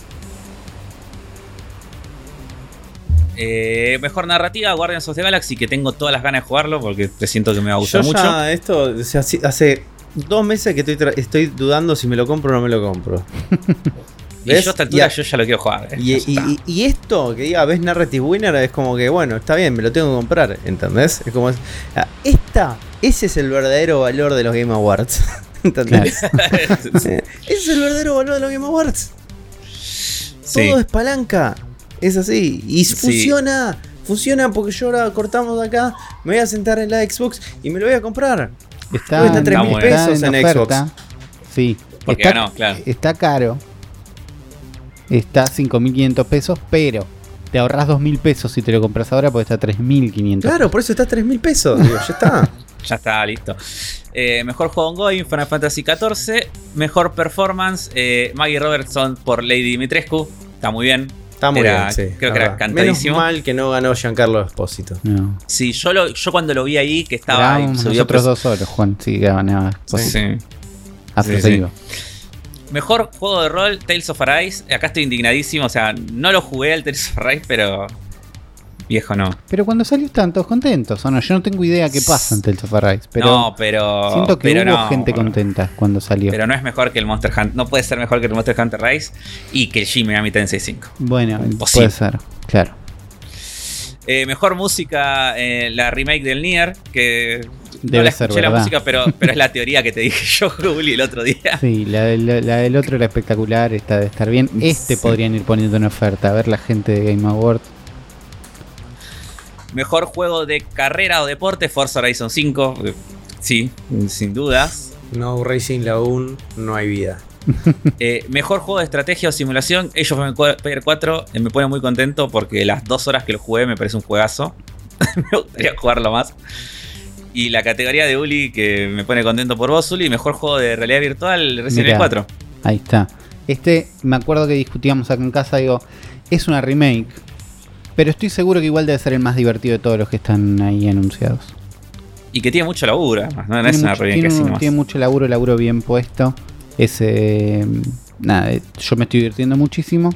Eh, mejor narrativa, Guardians of the Galaxy, que tengo todas las ganas de jugarlo porque siento que me va a gustar Yo mucho. ya esto, o sea, sí, hace dos meses que estoy, tra- estoy dudando si me lo compro o no me lo compro. Y ¿Ves? yo a esta altura Y a- yo ya lo quiero jugar. eh, Y, ya está. y- y esto, que diga, ves Narrative Winner, es como que, bueno, está bien, me lo tengo que comprar, ¿entendés? Es como, ah, esta, ese es el verdadero valor de los Game Awards, ¿entendés? Ese es el verdadero valor de los Game Awards. Sí. Todo es palanca, es así, y Sí. funciona, funciona porque yo ahora cortamos de acá, me voy a sentar en la Xbox y me lo voy a comprar. está, Cuesta tres mil está pesos en oferta. Sí, Porque está, ganó, claro. está caro. Está cinco mil quinientos pesos, pero te ahorras dos mil pesos si te lo compras ahora porque está a tres mil quinientos. Claro, por eso está a tres mil pesos, digo, ya está. Ya está, listo. Eh, mejor juego ongoing, Final Fantasy catorce. Mejor performance, eh, Maggie Robertson por Lady Dimitrescu. Está muy bien. Está muy Era- bien, sí. creo la que era verdad. cantadísimo. Menos mal que no ganó Giancarlo Espósito. No. Sí, yo, lo, yo cuando lo vi ahí, que estaba ahí, Grabamos subió nosotros pres- dos solos, Juan. Sí, ganaba. Sí. Sí. Afro Sí, se sí. iba. Mejor juego de rol, Tales of Arise. Acá estoy indignadísimo. O sea, no lo jugué al Tales of Arise, pero. Viejo, no. Pero cuando salió estaban todos contentos, ¿o no? Yo no tengo idea qué pasa en Tales of Arise, pero no, pero. siento que pero hubo no, gente bueno. contenta cuando salió. Pero no es mejor que el Monster Hunter. No puede ser mejor que el Monster Hunter Rise y que el Shin Megami Tensei cinco. Bueno, Imposible. puede ser, claro. Eh, mejor música, eh, la remake del Nier, que no Debe la ser escuché la verdad. música, pero, pero es la teoría que te dije yo, Juli, el otro día. Sí, la, del- la del otro era espectacular, esta de estar bien. Este Sí. podrían ir poniendo una oferta, a ver la gente de Game Awards. Mejor juego de carrera o deporte, Forza Horizon cinco. Eh, Sí, sin dudas. No Racing Lagoon, no hay vida. Eh, mejor juego de estrategia o simulación, Age of Empires cuatro, eh, me pone muy contento porque las dos horas que lo jugué me parece un juegazo. Me gustaría jugarlo más. Y la categoría de Uli, que me pone contento por vos, Uli, mejor juego de realidad virtual, Resident Evil cuatro. Ahí está. Este, me acuerdo que discutíamos acá en casa, digo, es una remake, pero estoy seguro que igual debe ser el más divertido de todos los que están ahí anunciados. Y que tiene mucho laburo, no, no es una mucho, remake tiene, así un, nomás. tiene mucho laburo, laburo bien puesto. Ese, nada, yo me estoy divirtiendo muchísimo.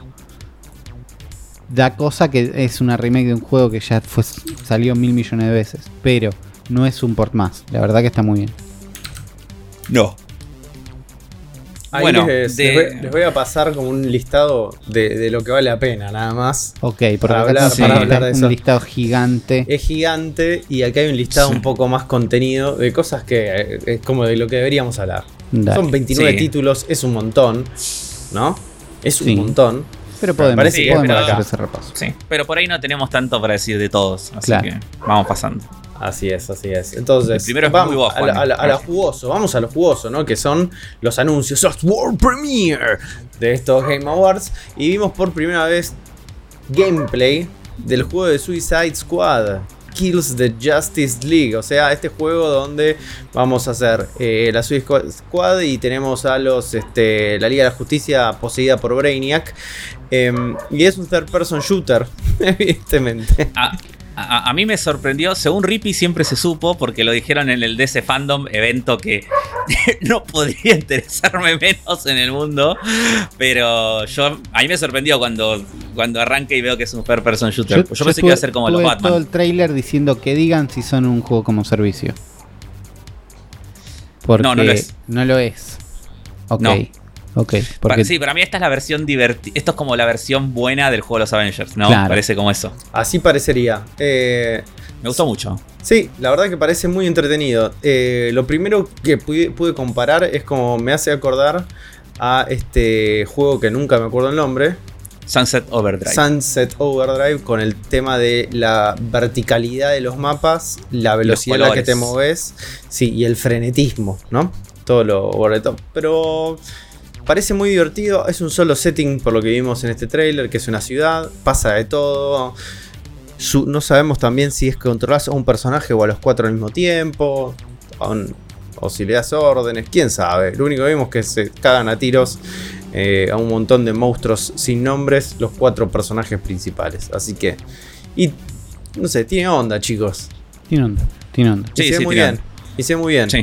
Da cosa que es una remake de un juego que ya fue, salió mil millones de veces, pero no es un port más. La verdad que está muy bien. No. Ahí Bueno, les, de- les voy, les voy a pasar como un listado de, de lo que vale la pena, nada más. Ok, porque Para acá hablar- tengo para un hablar de lista- eso. un listado gigante. Es gigante y acá hay un listado Sí. un poco más contenido de cosas que eh, es como de lo que deberíamos hablar. Dale. Son veintinueve Sí. títulos, es un montón, ¿no? Es Sí. un montón. Pero podemos, parece que podemos es hacer acá. ese repaso. Sí, pero por ahí no tenemos tanto para decir de todos, así Claro. que vamos pasando. Así es, así es. Entonces, El primero es vamos muy vos, a, la, Juan. a la- a la jugoso, vamos a lo jugoso, ¿no? Que son los anuncios, los World Premiere de estos Game Awards. Y vimos por primera vez gameplay del juego de Suicide Squad, Kills the Justice League. O sea, este juego donde vamos a hacer eh, la Suicide Squad y tenemos a los este, la Liga de la Justicia poseída por Brainiac. Eh, y es un third person shooter, evidentemente. A, a- a mí me sorprendió, según Rippy siempre se supo, porque lo dijeron en el D C Fandom, evento que no podría interesarme menos en el mundo, pero yo a mí me sorprendió cuando, cuando arranque y veo que es un third person shooter. Yo, pensé que iba a ser como los tuve Batman. todo el trailer diciendo que digan si son un juego como servicio. Porque No, no lo es. No lo es. Ok. No. Ok. Pa- Porque Sí, para mí esta es la versión divertida. Esto es como la versión buena del juego de los Avengers, ¿no? Claro. Parece como eso. Así parecería. Eh, Me gustó mucho. Sí, la verdad que parece muy entretenido. Eh, lo primero que pude, pude comparar es como me hace acordar a este juego que nunca me acuerdo el nombre, Sunset Overdrive. Sunset Overdrive, con el tema de la verticalidad de los mapas, la velocidad en la que colores. te moves, sí, y el frenetismo, ¿no? Todo lo over the top. Pero parece muy divertido, es un solo setting por lo que vimos en este trailer, que es una ciudad, pasa de todo. Su- no sabemos también si es que controlas a un personaje o a los cuatro al mismo tiempo, a un- o si le das órdenes, quién sabe. Lo único que vimos es que se cagan a tiros eh, a un montón de monstruos sin nombres, los cuatro personajes principales. Así que, y no sé, tiene onda, chicos. tiene onda. Tiene onda. Y Sí, se ve sí, muy tiene bien. Y se ve muy bien. Sí.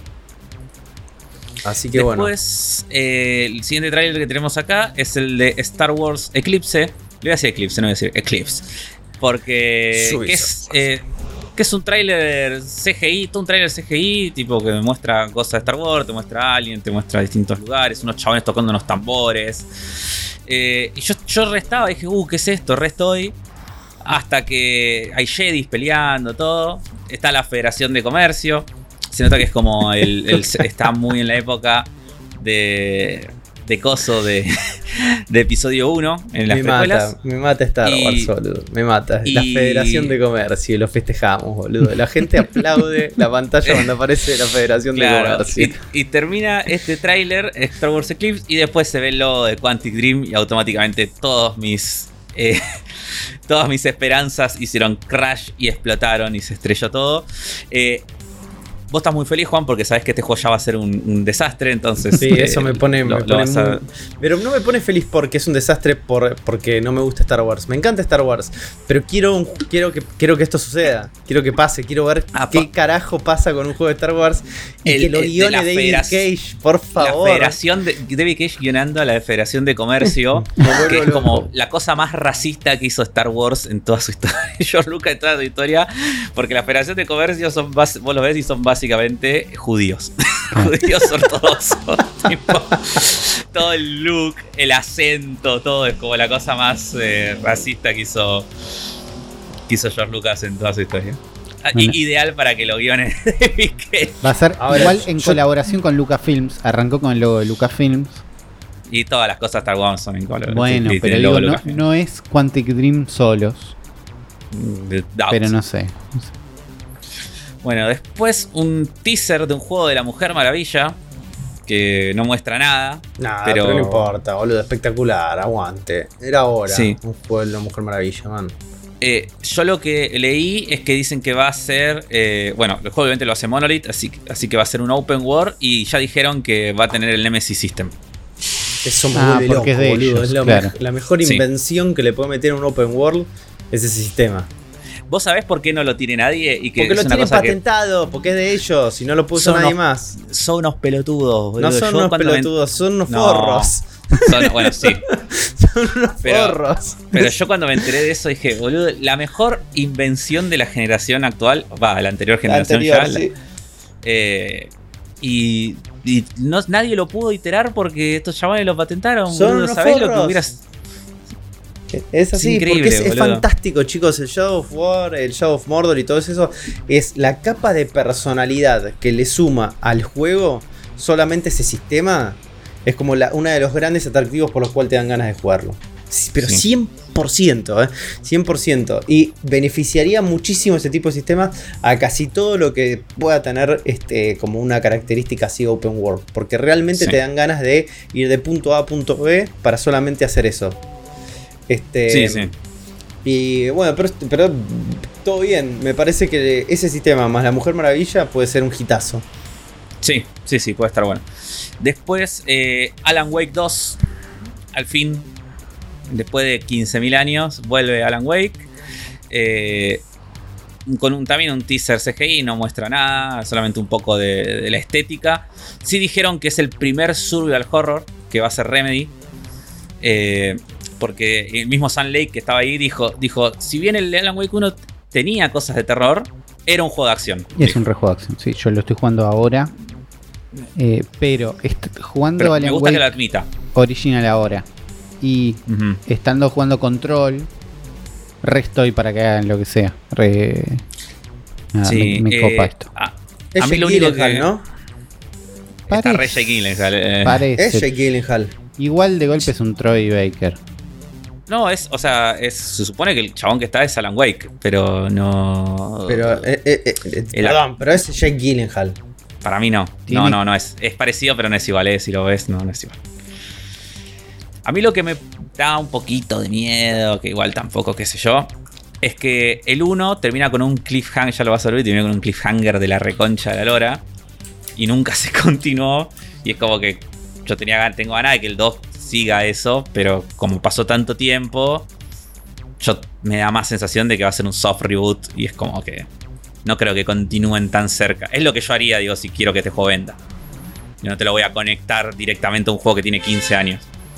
Así que bueno. Después, eh, el siguiente trailer que tenemos acá es el de Star Wars Eclipse. Le voy a decir Eclipse, no voy a decir Eclipse. Porque Suicide que es, eh, que es un tráiler C G I, todo un tráiler C G I, tipo que muestra cosas de Star Wars, te muestra Alien, te muestra distintos lugares, unos chabones tocando unos tambores. Eh, y yo, yo restaba, dije, uh, ¿qué es esto? Re estoy. Hasta que hay Jedis peleando, todo. Está la Federación de Comercio. Se nota que es como el, el- está muy en la época de, de coso de, de episodio uno en las Me precuelas. mata, me mata Star Y- Wars, boludo. Me mata. La y- Federación de Comercio, lo festejamos, boludo. La gente aplaude la pantalla cuando aparece la Federación de Claro, Comercio. y, y termina este tráiler Star Wars Eclipse y después se ve el logo de Quantic Dream y automáticamente todos mis eh, todas mis esperanzas hicieron crash y explotaron y se estrelló todo. Eh, vos estás muy feliz, Juan, porque sabés que este juego ya va a ser un, un desastre, entonces Sí, eh, eso me pone, lo- me lo pone vas a- muy- Pero no me pone feliz porque es un desastre por, porque no me gusta Star Wars. Me encanta Star Wars, pero quiero, un- quiero, que, quiero que esto suceda. Quiero que pase, quiero ver Ah, qué pa- carajo pasa con un juego de Star Wars y El- que lo el de guione la David federación- Cage, por favor. La Federación de David Cage guionando a la Federación de Comercio, Me vuelvo que es loco. como la cosa más racista que hizo Star Wars en toda su historia. George Lucas en toda su historia, porque la Federación de Comercio son bas- vos lo ves y son básicamente judíos. Judíos ortodoxos. Tipo, todo el look, el acento, todo es como la cosa más eh, racista que hizo, que hizo George Lucas en toda su historia. Ah, i- Bueno. Ideal para que lo guione David Cage. Va a ser Ahora, igual en yo- colaboración con Lucasfilms. Arrancó con el logo de Lucasfilms. Y todas las cosas Star Wars son en color. Bueno, Sí, pero tiene el digo, logo no, Lucasfilm. no es Quantic Dream solos. The Doubt. Pero no sé. Bueno, después un teaser de un juego de la Mujer Maravilla. que no muestra nada. Nada, pero... pero no importa, boludo, espectacular, aguante. Era ahora Sí. un juego de la Mujer Maravilla, man. Eh, yo lo que leí es que dicen que va a ser. Eh, bueno, el juego obviamente lo hace Monolith, así, así que va a ser un open world. Y ya dijeron que va a tener el Nemesis System. Eso me Ah, vuelve porque loco, es de boludo. ellos, Es la, claro. me- la mejor Sí. invención que le puede meter a un open world es ese sistema. ¿Vos sabés por qué no lo tiene nadie? Y que Porque es lo una tienen cosa que patentado, porque es de ellos, y no lo puso Son nadie unos- más. son unos pelotudos, boludo. No son Yo unos cuando me- pelotudos, son unos No. forros. son- bueno, sí. Son unos Pero- forros. Pero yo cuando me enteré de eso dije, boludo, la mejor invención de la generación actual, va, la anterior La generación anterior, ya. sí. la- eh, y y no, nadie lo pudo iterar porque estos chavales lo patentaron. Son Boludo, unos ¿sabés lo que forros. hubieras? Es así, increíble, porque es, es boludo. fantástico, chicos. El Shadow of War, el Shadow of Mordor y todo eso es la capa de personalidad que le suma al juego solamente ese sistema. Es como la, uno de los grandes atractivos por los cuales te dan ganas de jugarlo. Sí, pero Sí. cien por ciento, ¿eh? cien por ciento. Y beneficiaría muchísimo ese tipo de sistema a casi todo lo que pueda tener este, como una característica así open world. Porque realmente Sí. te dan ganas de ir de punto A a punto B para solamente hacer eso. Este, Sí, sí. Y bueno, pero, pero todo bien. Me parece que ese sistema más la Mujer Maravilla puede ser un hitazo. Sí, sí, sí, puede estar bueno. Después, eh, Alan Wake dos. Al fin, después de quince mil años, vuelve Alan Wake. Eh, con un, también un teaser C G I, no muestra nada, solamente un poco de, de la estética. Sí dijeron que es el primer survival horror que va a ser Remedy. Eh, porque el mismo Sam Lake que estaba ahí dijo, dijo, si bien el Alan Wake uno tenía cosas de terror, era un juego de acción. Y es Dijo. un rejuego de acción. Sí, yo lo estoy jugando ahora. Eh, pero est- jugando Pero me Alan gusta Wake que lo admita. original ahora y Ujú. estando jugando Control, re estoy para que hagan lo que sea. Re... Nada, Sí, me, me eh, copa esto. A, Es a mí Jake lo único Gyllenhaal, que... ¿no? Está Parece. re Jake Gyllenhaal, eh. Parece. Es Jake Gyllenhaal. Igual de golpe es un Troy Baker. No, es, o sea, es, se supone que el chabón que está es Alan Wake, pero no... Pero, eh, eh, eh, eh, El- perdón, pero es Jake Gyllenhaal. Para mí no. Tiene- No, no, no es. Es parecido, pero no es igual. Eh, si lo ves, no, no es igual. A mí lo que me da un poquito de miedo, que igual tampoco, qué sé yo, es que el uno termina con un cliffhanger, ya lo vas a ver, termina con un cliffhanger de la reconcha de la lora. Y nunca se continuó. Y es como que yo tenía, gan- tengo ganas de que el dos siga eso, pero como pasó tanto tiempo, yo me da más sensación de que va a ser un soft reboot. Y es como que no creo que continúen tan cerca. Es lo que yo haría, digo, si quiero que este juego venda. Yo no te lo voy a conectar directamente a un juego que tiene quince años.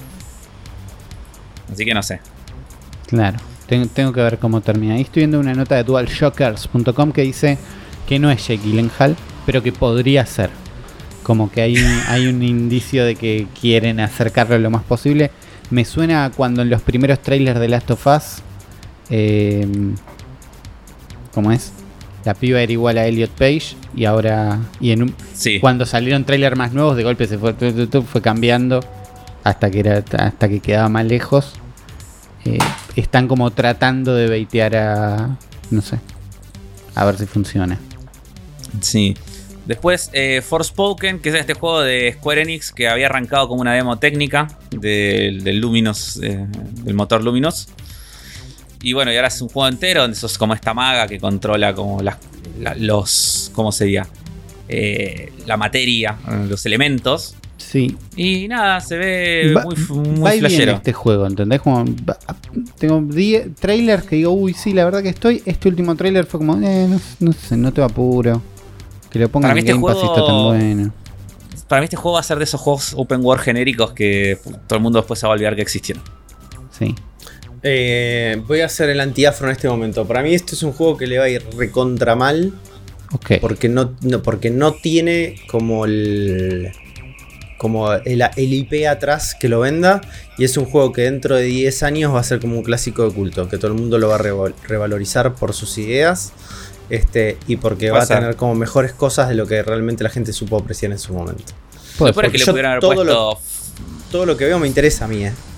Así que no sé. Claro, tengo, tengo que ver cómo termina. Ahí estoy viendo una nota de dual shockers punto com que dice que no es Jake Gyllenhaal, pero que podría ser. Como que hay un, hay un indicio de que quieren acercarlo lo más posible. Me suena a cuando en los primeros trailers de Last of Us, eh, ¿cómo es? La piba era igual a Elliot Page y ahora, y en un, Sí. cuando salieron trailers más nuevos, de golpe se fue, tu, tu, tu, fue cambiando hasta que era, hasta que quedaba más lejos. Eh, están como tratando de baitear a, no sé, a ver si funciona. Sí. Después, eh, Forspoken, que es este juego de Square Enix que había arrancado como una demo técnica del, del Luminous, eh, del motor Luminous. Y bueno, y ahora es un juego entero donde sos como esta maga que controla como las, la- los, ¿cómo sería? Eh, la materia, los elementos. Sí, Y nada, se ve Va- muy, va muy bien flashero. este juego, ¿entendés? Como, va- tengo diez trailers que digo, uy, sí, la verdad que estoy. Este último trailer fue como, eh, no, no sé, no te apuro. Que lo pongan Para mí en este Game Pass y está tan juego- bueno. Para mí este juego va a ser de esos juegos open world genéricos que todo el mundo después se va a olvidar que existieron. Sí. Eh, voy a hacer el antiafro en este momento. Para mí esto es un juego que le va a ir recontra mal. Ok. Porque no, no, porque no tiene como el. Como el, el I P atrás que lo venda. Y es un juego que dentro de diez años va a ser como un clásico de culto. Que todo el mundo lo va a reval- revalorizar por sus ideas. Este, y porque Puede va a ser. tener como mejores cosas de lo que realmente la gente supo apreciar en su momento. Puede Después ser. que le yo pudieran haber todo puesto. lo- Todo lo que veo me interesa a mí, eh.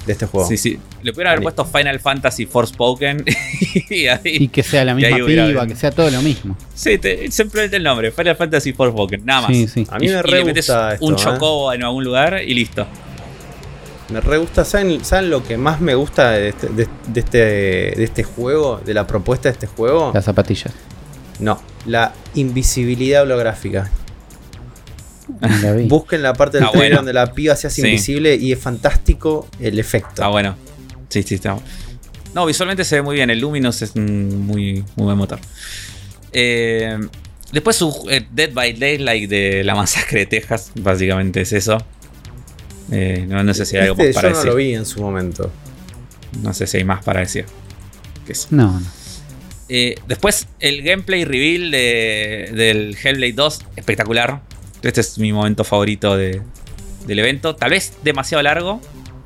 de este juego. Sí, sí. Le pudieron haber puesto Final Fantasy Forspoken y, ahí, y que sea la misma piba, que sea todo lo mismo. Sí, te, simplemente el nombre, Final Fantasy Forspoken, nada más. Sí, sí. A mí me y, re y le metes gusta esto, un ¿eh? chocobo en algún lugar y listo. Me re gusta. ¿Saben, ¿Saben lo que más me gusta de este, de, de este, de este juego? De la propuesta de este juego. Las zapatillas. No, la invisibilidad holográfica. La vi. Busquen la parte del Está trailer bueno. donde la piba se hace Sí. invisible y es fantástico el efecto. Está bueno. Sí, sí, está bueno. No, visualmente se ve muy bien. El Luminous es un muy, muy buen motor. Eh, después su eh, Dead by Daylight de la masacre de Texas. Básicamente es eso. Eh, no, no sé si hay algo Este más para yo no decir. lo vi en su momento. No sé si hay más para decir. Que eso. No, no. Eh, después el gameplay reveal de, del Hellblade dos. Espectacular. Este es mi momento favorito de, del evento. Tal vez demasiado largo,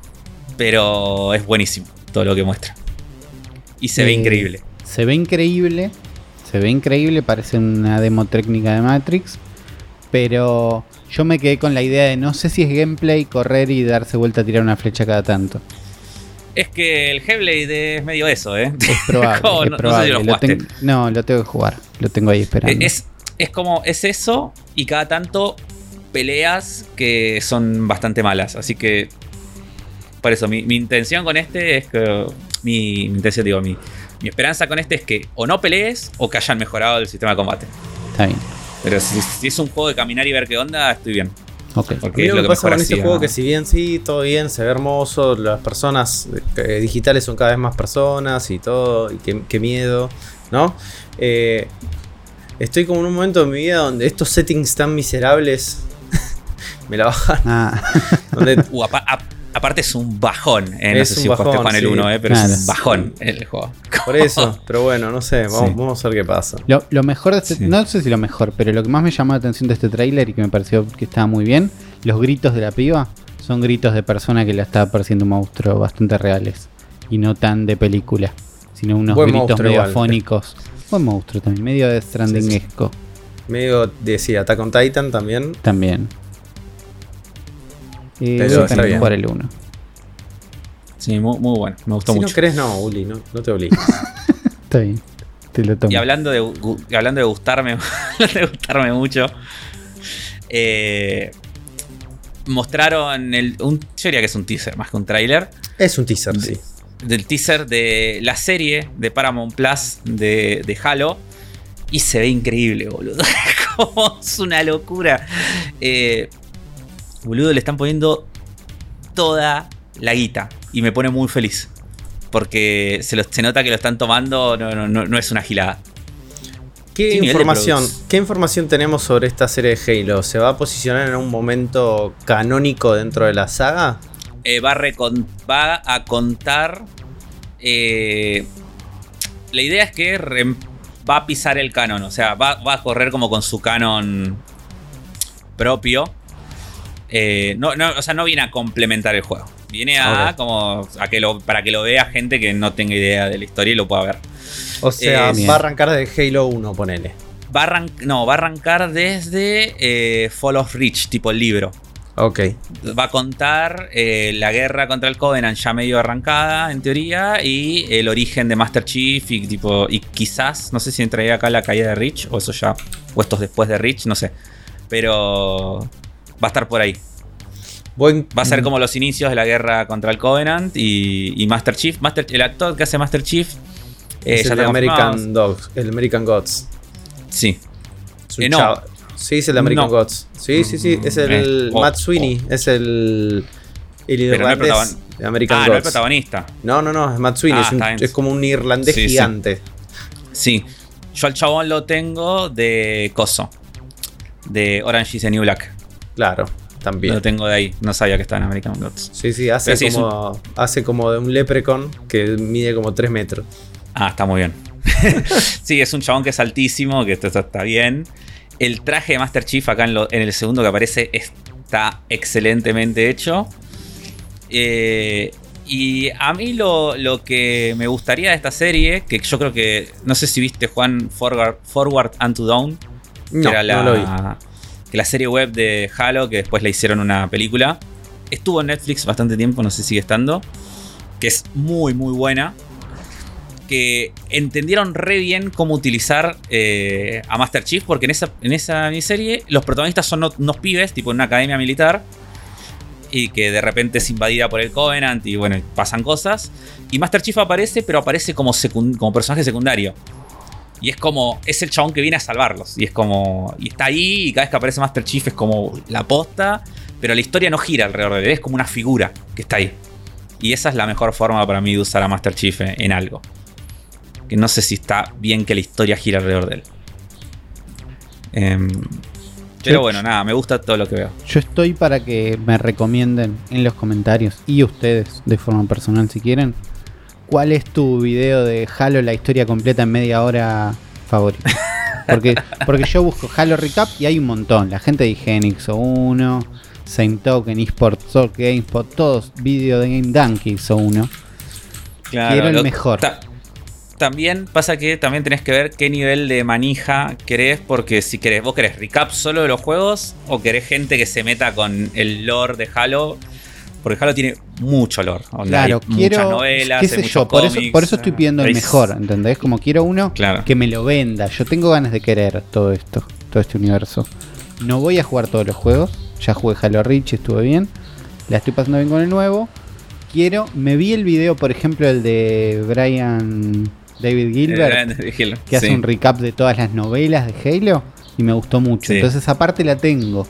pero es buenísimo todo lo que muestra. Y se Eh, ve increíble. Se ve increíble. Se ve increíble. Parece una demo técnica de Matrix. Pero yo me quedé con la idea de no sé si es gameplay, correr y darse vuelta a tirar una flecha cada tanto. Es que el Hellblade es medio eso, ¿eh? Es probable. Como, es no, probable. no sé si lo Lo jugaste. ten- no, lo tengo que jugar. Lo tengo ahí esperando. Es, es como, es eso y cada tanto peleas que son bastante malas. Así que, por eso, mi, mi intención con este es que, mi, mi intención, digo, mi, mi esperanza con este es que o no pelees o que hayan mejorado el sistema de combate. Está bien. Pero si, si es un juego de caminar y ver qué onda, estoy bien. Ok. A Porque mí es lo lo que que pasa mejor con este hacía. juego que si bien sí, todo bien, se ve hermoso, las personas eh, digitales son cada vez más personas y todo, y qué, qué miedo, ¿no? Eh, estoy como en un momento de mi vida donde estos settings tan miserables me la bajan. Ah, Donde Uh, apa- a- aparte es un bajón. Eh, no Es sé un si jugaste bajón, con el sí. uno, eh, pero Claro. es un bajón el juego. por eso, pero bueno, no sé, vamos, Sí. vamos a ver qué pasa. lo, lo mejor de este, Sí. no sé si lo mejor, pero lo que más me llamó la atención de este tráiler y que me pareció que estaba muy bien, los gritos de la piba son gritos de persona que la está persiguiendo un monstruo bastante reales y no tan de película, sino unos Buen gritos monstruo medio igual. afónicos. Buen monstruo también, medio de Strandingesco Medio de sí, Attack on Titan también. también. Eh, Pero voy a está tener que bien. jugar el uno. Sí, muy, muy bueno. Me gustó Si mucho. no querés, no, Uli, no, no te obligues. Está bien, te lo tomo. Y hablando de, gu- y hablando de gustarme, de gustarme mucho, eh, mostraron el, un, yo diría que es un teaser más que un tráiler, Es un teaser, sí. del teaser de la serie de Paramount Plus de, de Halo y se ve increíble, boludo. Como es una locura. Eh, boludo, le están poniendo toda la guita y me pone muy feliz. Porque se, lo- se nota que lo están tomando, no, no, no, no es una gilada. ¿Qué ¿Qué nivel de información, produc- ¿Qué información tenemos sobre esta serie de Halo? ¿Se va a posicionar en un momento canónico dentro de la saga? Eh, va, a recon- va a contar. eh, la idea es que rem- va a pisar el canon. O sea, va, va a correr como con su canon propio. Eh, no, no, o sea, no viene a complementar el juego. Viene a Ok. como a que lo, para que lo vea gente que no tenga idea de la historia y lo pueda ver. O sea, Eh, va a arrancar de Halo uno, ponele. Va a, arran- no, va a arrancar desde eh, Fall of Reach, tipo el libro. Ok. Va a contar eh, la guerra contra el Covenant ya medio arrancada, en teoría, y el origen de Master Chief y tipo y quizás, no sé si entraría acá la caída de Reach o eso ya, o estos después de Reach, no sé. Pero va a estar por ahí. Buen, Va a ser como los inicios de la guerra contra el Covenant y, y Master Chief. Master, el actor que hace Master Chief eh, es ya el de está confirmado. American Dogs, el American Gods. Sí. Es un Eh, no. chavo- Sí, es el de American No. Gods. Sí, sí, sí. Es el Eh, oh, Matt Sweeney. Es el. El Pero no el irlandés protagon- de American Ah, Gods. no el protagonista. No, no, no, es Matt Sweeney. Ah, es, un- está bien. es como un irlandés Sí, sí. gigante. Sí. Yo al chabón lo tengo de Coso. De Orange is the New Black. Claro, también. Lo tengo de ahí. No sabía que estaba en American Gods. Sí, sí, hace Pero sí, es como. Hace como de un leprechaun que mide como tres metros. Ah, está muy bien. Sí, es un chabón que es altísimo, que esto, esto está bien. El traje de Master Chief acá en, lo- en el segundo que aparece está excelentemente hecho. Eh, y a mí lo, lo que me gustaría de esta serie, que yo creo que, no sé si viste Juan Forward, Forward Unto Dawn, que No, era la, no lo vi. que la serie web de Halo, que después le hicieron una película. Estuvo en Netflix bastante tiempo, no sé si sigue estando. que es muy muy buena, que entendieron re bien cómo utilizar eh, a Master Chief, porque en esa, en esa miniserie los protagonistas son unos pibes, tipo en una academia militar, y que de repente es invadida por el Covenant y bueno, pasan cosas. Y Master Chief aparece, pero aparece como, secund- como personaje secundario. Y es como, es el chabón que viene a salvarlos. Y es como, y está ahí, y cada vez que aparece Master Chief es como la posta, pero la historia no gira alrededor de él, es como una figura que está ahí. Y esa es la mejor forma para mí de usar a Master Chief en, en algo. Que no sé si está bien que la historia gira alrededor de él. Eh, pero Yo- bueno, nada, me gusta todo lo que veo. Yo estoy para que me recomienden en los comentarios, y ustedes de forma personal si quieren, cuál es tu video de Halo, la historia completa en media hora favorito. Porque, porque yo busco Halo Recap y hay un montón. La gente de Genix o uno, Same Token, eSports, Talk, GameSpot, todos vídeos de Game Donkey hizo uno. Claro, Quiero el lo- mejor. ta- también pasa que también tenés que ver qué nivel de manija querés, porque si querés, vos querés recap solo de los juegos o querés gente que se meta con el lore de Halo, porque Halo tiene mucho lore. Onda, Claro, hay quiero, muchas novelas, qué hay sé muchos yo, por eso, cómics, por eso estoy pidiendo el hay- mejor, ¿entendés? Como quiero uno Claro. que me lo venda. Yo tengo ganas de querer todo esto, todo este universo. No voy a jugar todos los juegos. Ya jugué Halo Reach, estuve bien. La estoy pasando bien con el nuevo. Quiero, me vi el video, por ejemplo, el de Brian David Gilbert, Eh, que hace sí. un recap de todas las novelas de Halo y me gustó mucho. Sí. Entonces, aparte la tengo.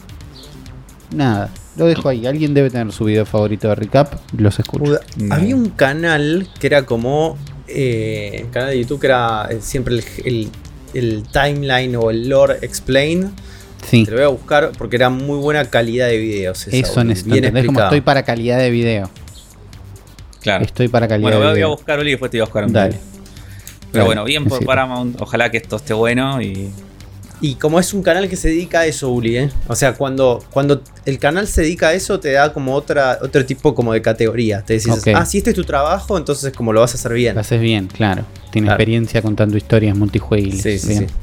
Nada, lo dejo ahí. Alguien debe tener su video favorito de recap. Los escucho. No. Había un canal que era como. Eh, canal de YouTube que era eh, siempre el, el- el timeline o el lore explain. Sí, Te lo voy a buscar porque era muy buena calidad de videos. esa, eso boludo. necesito. Bien ¿Entendés? Como explicado. estoy para calidad de video. Claro. Estoy para calidad Bueno, de voy a video. buscar Oli y después te voy a buscar un Dale. video. Pero Dale, bueno, bien por sí. Paramount. Ojalá que esto esté bueno y. Y como es un canal que se dedica a eso, Uli, ¿eh? O sea, cuando, cuando el canal se dedica a eso, te da como otra, otro tipo como de categoría. Te decís, Ok. ah, si este es tu trabajo, entonces como lo vas a hacer bien. Lo haces bien, claro. Tiene Claro. experiencia contando historias multijuegables. Sí, sí, Bien. sí.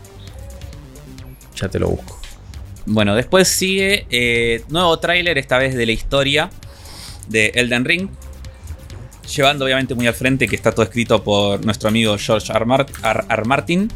Ya te lo busco. Bueno, después sigue eh, nuevo tráiler, esta vez de la historia de Elden Ring. Llevando obviamente muy al frente que está todo escrito por nuestro amigo George R. Mart- R. R. Martin.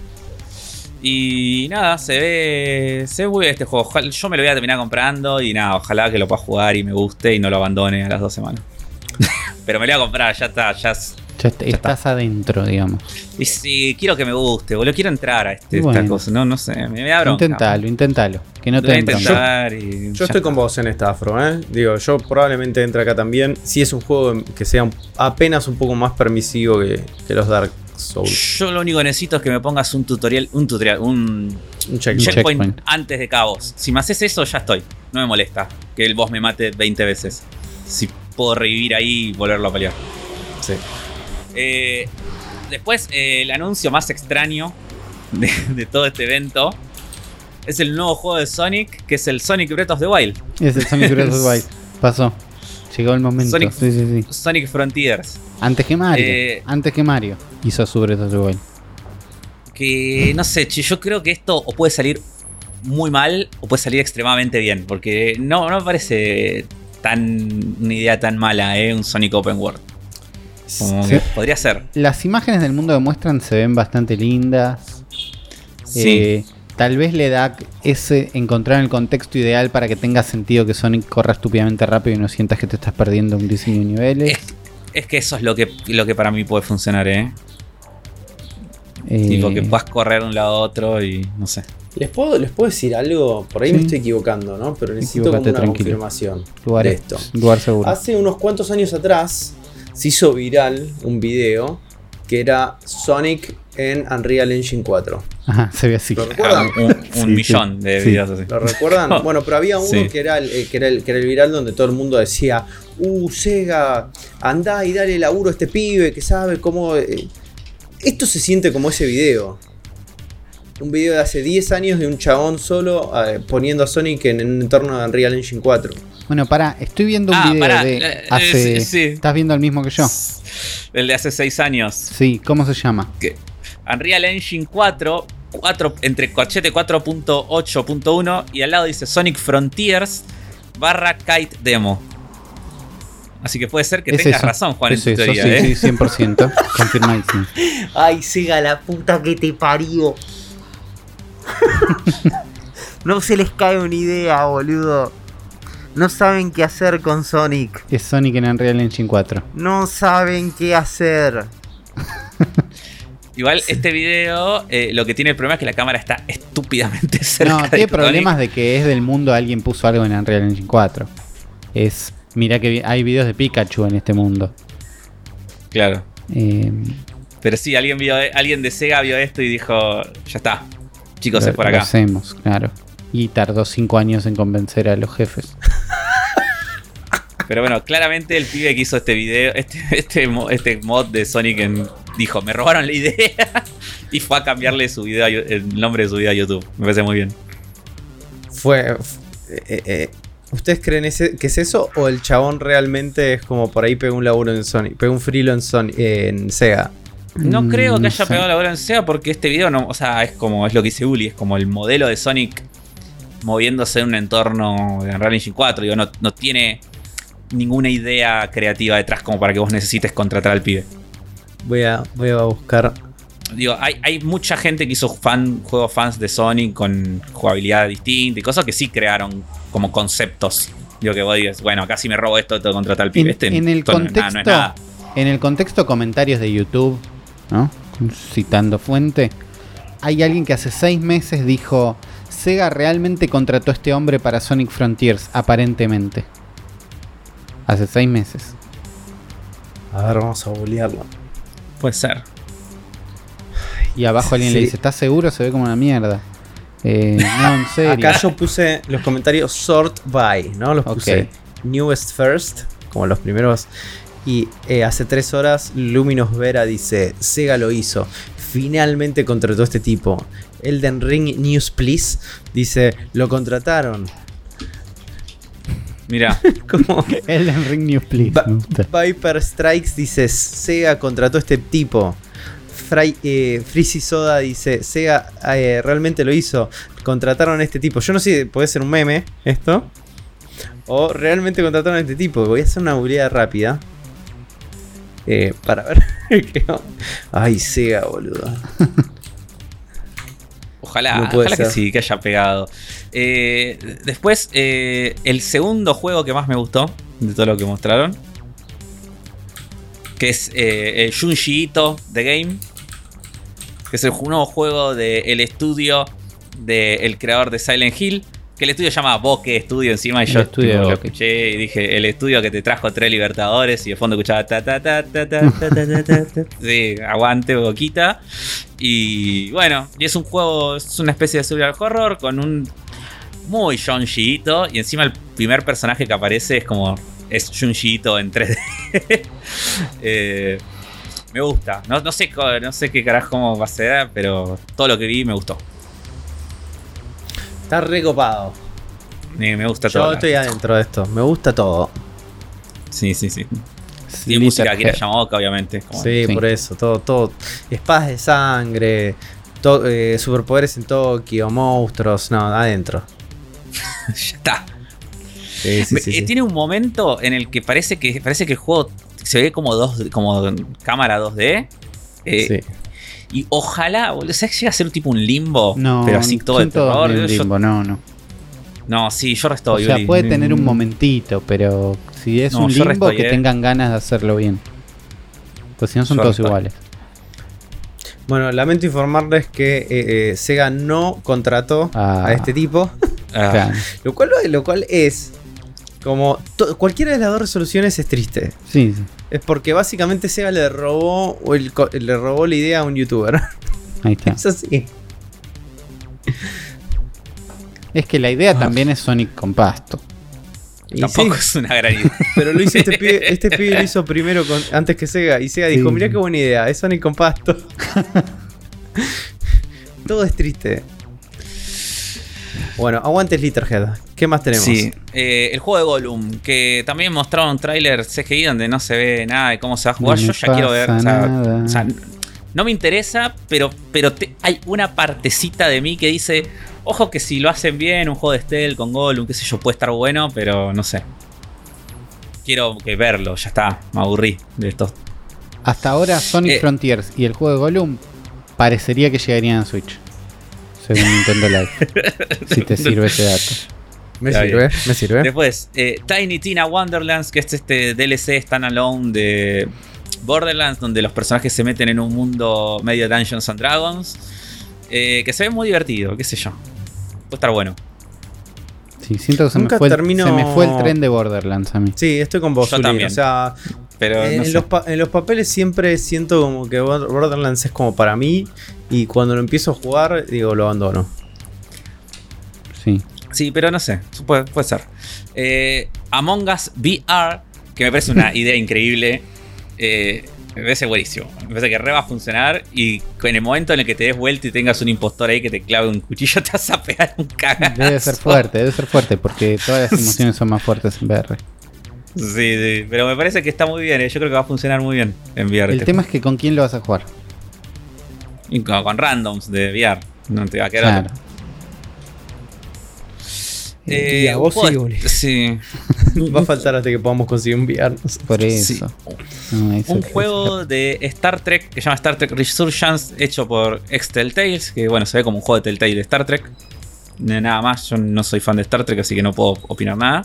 Y nada, se ve, se ve muy bien este juego. Ojalá- yo me lo voy a terminar comprando y nada, ojalá que lo pueda jugar y me guste y no lo abandone a las dos semanas. Pero me lo voy a comprar, ya está, ya es- Ya est- estás adentro, digamos. Y sí, quiero que me guste, boludo, quiero entrar a este, Bueno. esta cosa. No, no sé, me, me da bronca. Intentalo, intentalo. Que no Lo te voy a den bronca. intentar y Yo ya estoy con vos en esta, Afro, ¿eh? Digo, yo probablemente entre acá también. Si es un juego que sea un- apenas un poco más permisivo que, que los Dark Souls. Yo lo único que necesito es que me pongas un tutorial, un tutorial, un Un check. Un checkpoint, checkpoint. antes de cada boss. Si me haces eso, ya estoy. No me molesta que el boss me mate veinte veces. Si puedo revivir ahí y volverlo a pelear. Sí. Eh, después, eh, el anuncio más extraño de, de todo este evento es el nuevo juego de Sonic, que es el Sonic Breath of the Wild. Es el Sonic Breath of the Wild. Pasó. Llegó el momento. Sonic- Sí, sí, sí. Sonic Frontiers. Antes que Mario. Eh, Antes que Mario. Hizo su Breath of the Wild. Que no sé, che, yo creo que esto o puede salir muy mal o puede salir extremadamente bien. Porque no, no me parece tan una idea tan mala, ¿eh? Un Sonic Open World. Como Sí. que podría ser. Las imágenes del mundo que muestran se ven bastante lindas. Sí. Eh, tal vez le da ese encontrar el contexto ideal para que tenga sentido que Sonic corra estúpidamente rápido y no sientas que te estás perdiendo un diseño de niveles. Es, es que eso es lo que, lo que para mí puede funcionar, ¿eh? Eh, Tipo que puedas correr de un lado a otro y no sé. ¿Les puedo, ¿Les puedo decir algo? Por ahí Sí. me estoy equivocando, ¿no? Pero necesito como Equivócate, una tranquilo. confirmación lugar, de esto. lugar seguro. Hace unos cuantos años atrás se hizo viral un video que era Sonic en Unreal Engine cuatro. Ajá, se ve así. ¿Lo recuerdan? Un, un Sí, millón sí, de sí. videos así. ¿Lo recuerdan? Bueno, pero había uno Sí. que, era el, eh, que, era el, que era el viral donde todo el mundo decía, uh, Sega, andá y dale laburo a este pibe que sabe cómo... eh". Esto se siente como ese video. Un video de hace diez años de un chabón solo eh, poniendo a Sonic en, en un entorno de Unreal Engine cuatro. Bueno, pará, estoy viendo un Ah, video pará, de eh, hace... sí, sí. ¿Estás viendo el mismo que yo? El de hace seis años. Sí, ¿cómo se llama? Que Unreal Engine cuatro, cuatro entre corchete cuatro punto ocho punto uno y al lado dice Sonic Frontiers barra Kite Demo. Así que puede ser que Es tengas eso. razón, Juan, Es en tu eso, teoría, sí, ¿eh? sí, cien por ciento. Confirmadísimo. Ay, Sega, la puta que te parió. No se les cae una idea, boludo. No saben qué hacer con Sonic. Es Sonic en Unreal Engine cuatro. No saben qué hacer. Igual este video, eh, lo que tiene el problema es que la cámara está estúpidamente cerca. No, de tiene Sonic. problemas de que es del mundo, alguien puso algo en Unreal Engine cuatro. Es, mira que vi- hay videos de Pikachu en este mundo. Claro. Eh, Pero sí, alguien vio, alguien de Sega vio esto y dijo, ya está, chicos, lo- es por lo acá. hacemos, claro. Y tardó cinco años en convencer a los jefes. Pero bueno, claramente el pibe que hizo este video, este, este, mo- este mod de Sonic en- dijo, me robaron la idea y fue a cambiarle su video a Yu- el nombre de su video a YouTube. Me parece muy bien. Fue. f- eh, eh, ¿Ustedes creen ese, que es eso? ¿O el chabón realmente es como por ahí pegó un laburo en Sony? Pegó un frilo en Sony, eh, en Sega. No Mm, creo que no haya sé. pegado la bola en Sega porque este video no, o sea, es como es lo que dice Uli, es como el modelo de Sonic moviéndose en un entorno de Unreal Engine cuatro, digo, no, no tiene ninguna idea creativa detrás como para que vos necesites contratar al pibe. Voy a, voy a buscar. Digo, hay, hay mucha gente que hizo fan, juegos fans de Sonic con jugabilidad distinta y cosas que sí crearon como conceptos. Digo que vos digas, bueno, acá si me robo esto, tengo que contratar al pibe. En, Este, en el esto no es nada, contexto, no es nada. en el contexto comentarios de YouTube, ¿no? Citando fuente, hay alguien que hace seis meses dijo: Sega realmente contrató a este hombre para Sonic Frontiers, aparentemente. Hace seis meses. A ver, vamos a googlearlo. Puede ser. Y abajo alguien Sí. le dice: ¿estás seguro? Se ve como una mierda. Eh, no, en serio. Acá yo puse los comentarios sort by, ¿no? Los puse Ok. newest first, como los primeros. Y eh, hace tres horas Luminous Vera dice: Sega lo hizo. Finalmente contrató a este tipo. Elden Ring News Please dice: lo contrataron. Mira, Como Elden Ring News, please. Va- Me gusta. Viper Strikes dice: Sega contrató a este tipo. Fry, eh, Freezy Soda dice: Sega eh, realmente lo hizo. Contrataron a este tipo. Yo no sé, puede ser un meme esto. O realmente contrataron a este tipo. Voy a hacer una googleada rápida. Eh, para ver. qué onda. Ay, Sega, boludo. ojalá, No puede ojalá que ser. sí, que haya pegado. Eh, después, eh, el segundo juego que más me gustó de todo lo que mostraron, que es eh, el Junji Ito The Game, que es el ju- nuevo juego del estudio del creador de Silent Hill, que el estudio se llama Bokeh Studio encima, y El yo estudio tipo, de lo Bokeh. escuché y dije, el estudio que te trajo tres Libertadores, y de fondo escuchaba ta ta ta ta ta ta ta ta ta ta. Sí, aguante, boquita. Y bueno, y es un juego, es una especie de survival horror con un muy Junji Ito, y encima el primer personaje que aparece es como es Junji Ito en tres D. Eh, me gusta. No, no sé, co- no sé qué carajo cómo va a ser, pero todo lo que vi me gustó. Está recopado. Me, me gusta Yo todo. estoy adentro de esto. Me gusta todo. Sí, sí, sí. Slither Tiene música Akira Head. Yamaoka, obviamente. como- Sí, Sí. por eso. Todo, todo. Espadas de sangre. to- eh, superpoderes en Tokio. Monstruos. No, adentro. ya está. Sí, sí, Me- sí, eh, sí. Tiene un momento en el que parece que parece que el juego se ve como dos, como cámara dos D. Eh, Sí. Y ojalá, boludo, ¿sabes? Llega a ser tipo un limbo, No, pero así todo de son todos terror. medio Yo- limbo, no, no. no, sí, yo resto. O sea, puede tener un momentito, pero si es No, un yo limbo, resto que ahí, eh. tengan ganas de hacerlo bien. Pues si no son Yo todos resto ahí. iguales. Bueno, lamento informarles que eh, eh, Sega no contrató Ah. a este tipo. Claro. Lo cual, lo cual es como to- cualquiera de las dos resoluciones es triste. Sí, sí. Es porque básicamente Sega le robó o el co- le robó la idea a un youtuber. Ahí está. Es así. Es que la idea también es Sonic con pasto. Y Tampoco sí, es una gran idea. pero lo hizo este pibe, este pibe lo hizo primero con- antes que Sega. Y Sega dijo: Sí. mirá qué buena idea, es Sonic con pasto. Todo es triste. Bueno, aguante Slitherhead. ¿Qué más tenemos? Sí, eh, el juego de Gollum, que también mostraron un tráiler C G I donde no se ve nada de cómo se va a jugar. No me Yo ya quiero ver. pasa O sea, nada. o sea, no me interesa, pero, pero te- hay una partecita de mí que dice: ojo, que si lo hacen bien, un juego de stealth con Gollum, qué sé yo, puede estar bueno, pero no sé. quiero que verlo, ya está, me aburrí de estos. Hasta ahora Sonic Eh. Frontiers y el juego de Gollum parecería que llegarían a Switch, según Nintendo Live. Si te sirve ese dato. Me Está sirve, bien. me sirve. Después, eh, Tiny Tina Wonderlands, que es este D L C standalone de Borderlands, donde los personajes se meten en un mundo medio Dungeons and Dragons, eh, que se ve muy divertido, qué sé yo. Puede estar bueno. Sí, siento que se me, Nunca fue el, termino- se me fue el tren de Borderlands a mí. Sí, estoy con vos, Yo Zuli. también. O sea, Pero eh, no en, sé. los pa- en los papeles siempre siento como que Borderlands es como para mí. Y cuando lo empiezo a jugar, digo, lo abandono. Sí. Sí, pero no sé, puede, puede ser. Eh, Among Us V R, que me parece una idea increíble. Eh, me parece buenísimo. Me parece que re va a funcionar. Y en el momento en el que te des vuelta y tengas un impostor ahí que te clave un cuchillo, te vas a pegar un cagazo. Debe ser fuerte, debe ser fuerte, porque todas las emociones son más fuertes en V R. Sí, sí, pero me parece que está muy bien. eh. Yo creo que va a funcionar muy bien en V R. El este tema es que con quién lo vas a jugar. juego. Y con, con randoms de V R. No te va a quedar Claro. otro. Y a un vos juego sí, de- Uli. sí. Va a faltar hasta que podamos conseguir un V R. Por Sí. eso. No, eso Un que- juego de Star Trek que se llama Star Trek Resurgence, hecho por ex Telltales, que bueno, se ve como un juego de Telltale de Star Trek. De nada más, yo no soy fan de Star Trek, así que no puedo opinar nada.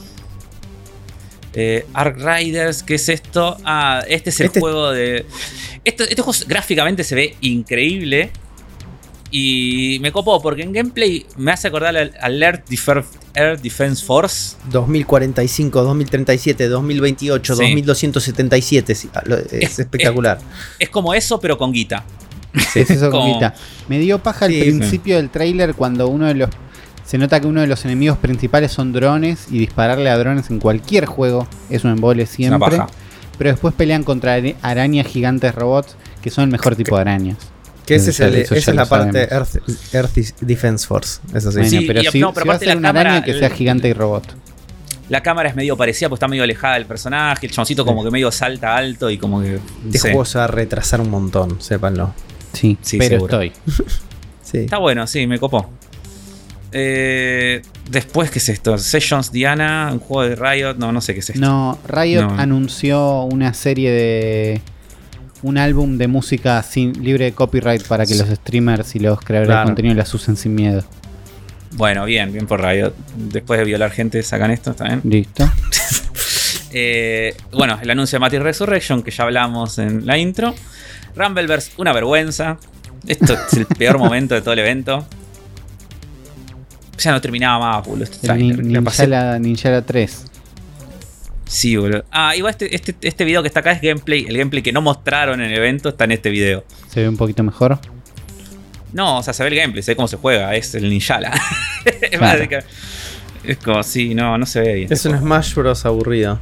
Eh, Ark Riders, ¿qué es esto? Ah, este es el Este- juego de... Esto, este juego gráficamente se ve increíble. Y me copó porque en gameplay me hace acordar al, al Air, Defer- Air Defense Force. dos mil cuarenta y cinco, dos mil treinta y siete, dos mil veintiocho, Sí. dos mil doscientos setenta y siete. Sí, lo- es, Es- espectacular. Es como eso, pero con guita. Sí, es eso, Como- Coquita. Me dio paja al Sí, principio del tráiler cuando uno de los... Se nota que uno de los enemigos principales son drones y dispararle a drones en cualquier juego es un embole Es una siempre. paja. Pero después pelean contra are- arañas gigantes robots que son el mejor tipo de arañas. Que ese es Eso el- ya- esa eso ya es la lo parte sabemos. Earth, Earth Defense Force. Eso sí. Bueno, Sí, pero y- si, no, pero si va a aparte ser la una cámara- araña que sea el- gigante y robot. La cámara es medio parecida porque está medio alejada del personaje. El chaboncito como que medio salta alto y como que... Este sí. juego se va a retrasar un montón, sépanlo. Sí, Sí, pero seguro. estoy. Sí. Está bueno, sí, me copó. Eh, después, ¿qué es esto? Sessions Diana, un juego de Riot. No, no sé qué es esto. No, Riot No. anunció una serie de... Un álbum de música sin, libre de copyright para que los streamers y los creadores Claro. de contenido las usen sin miedo. Bueno, bien, bien por Riot. Después de violar gente, sacan esto, ¿está bien? ¿Listo? Eh, bueno, el anuncio de Matrix Resurrection, que ya hablamos en la intro. Rumbleverse, una vergüenza. Esto es el peor momento de todo el evento. Ya no terminaba más, boludo. Este El trailer. Nin- Me pasé- Ninjala, Ninjala tres. Sí, boludo. Ah, igual este, este, este video que está acá es gameplay. El gameplay que no mostraron en el evento está en este video. ¿Se ve un poquito mejor? No, o sea, se ve el gameplay, se ve cómo se juega. Es el Ninjala. Es Claro. básica- es como, sí, no, no se ve bien. Es un Smash Bros. Aburrido.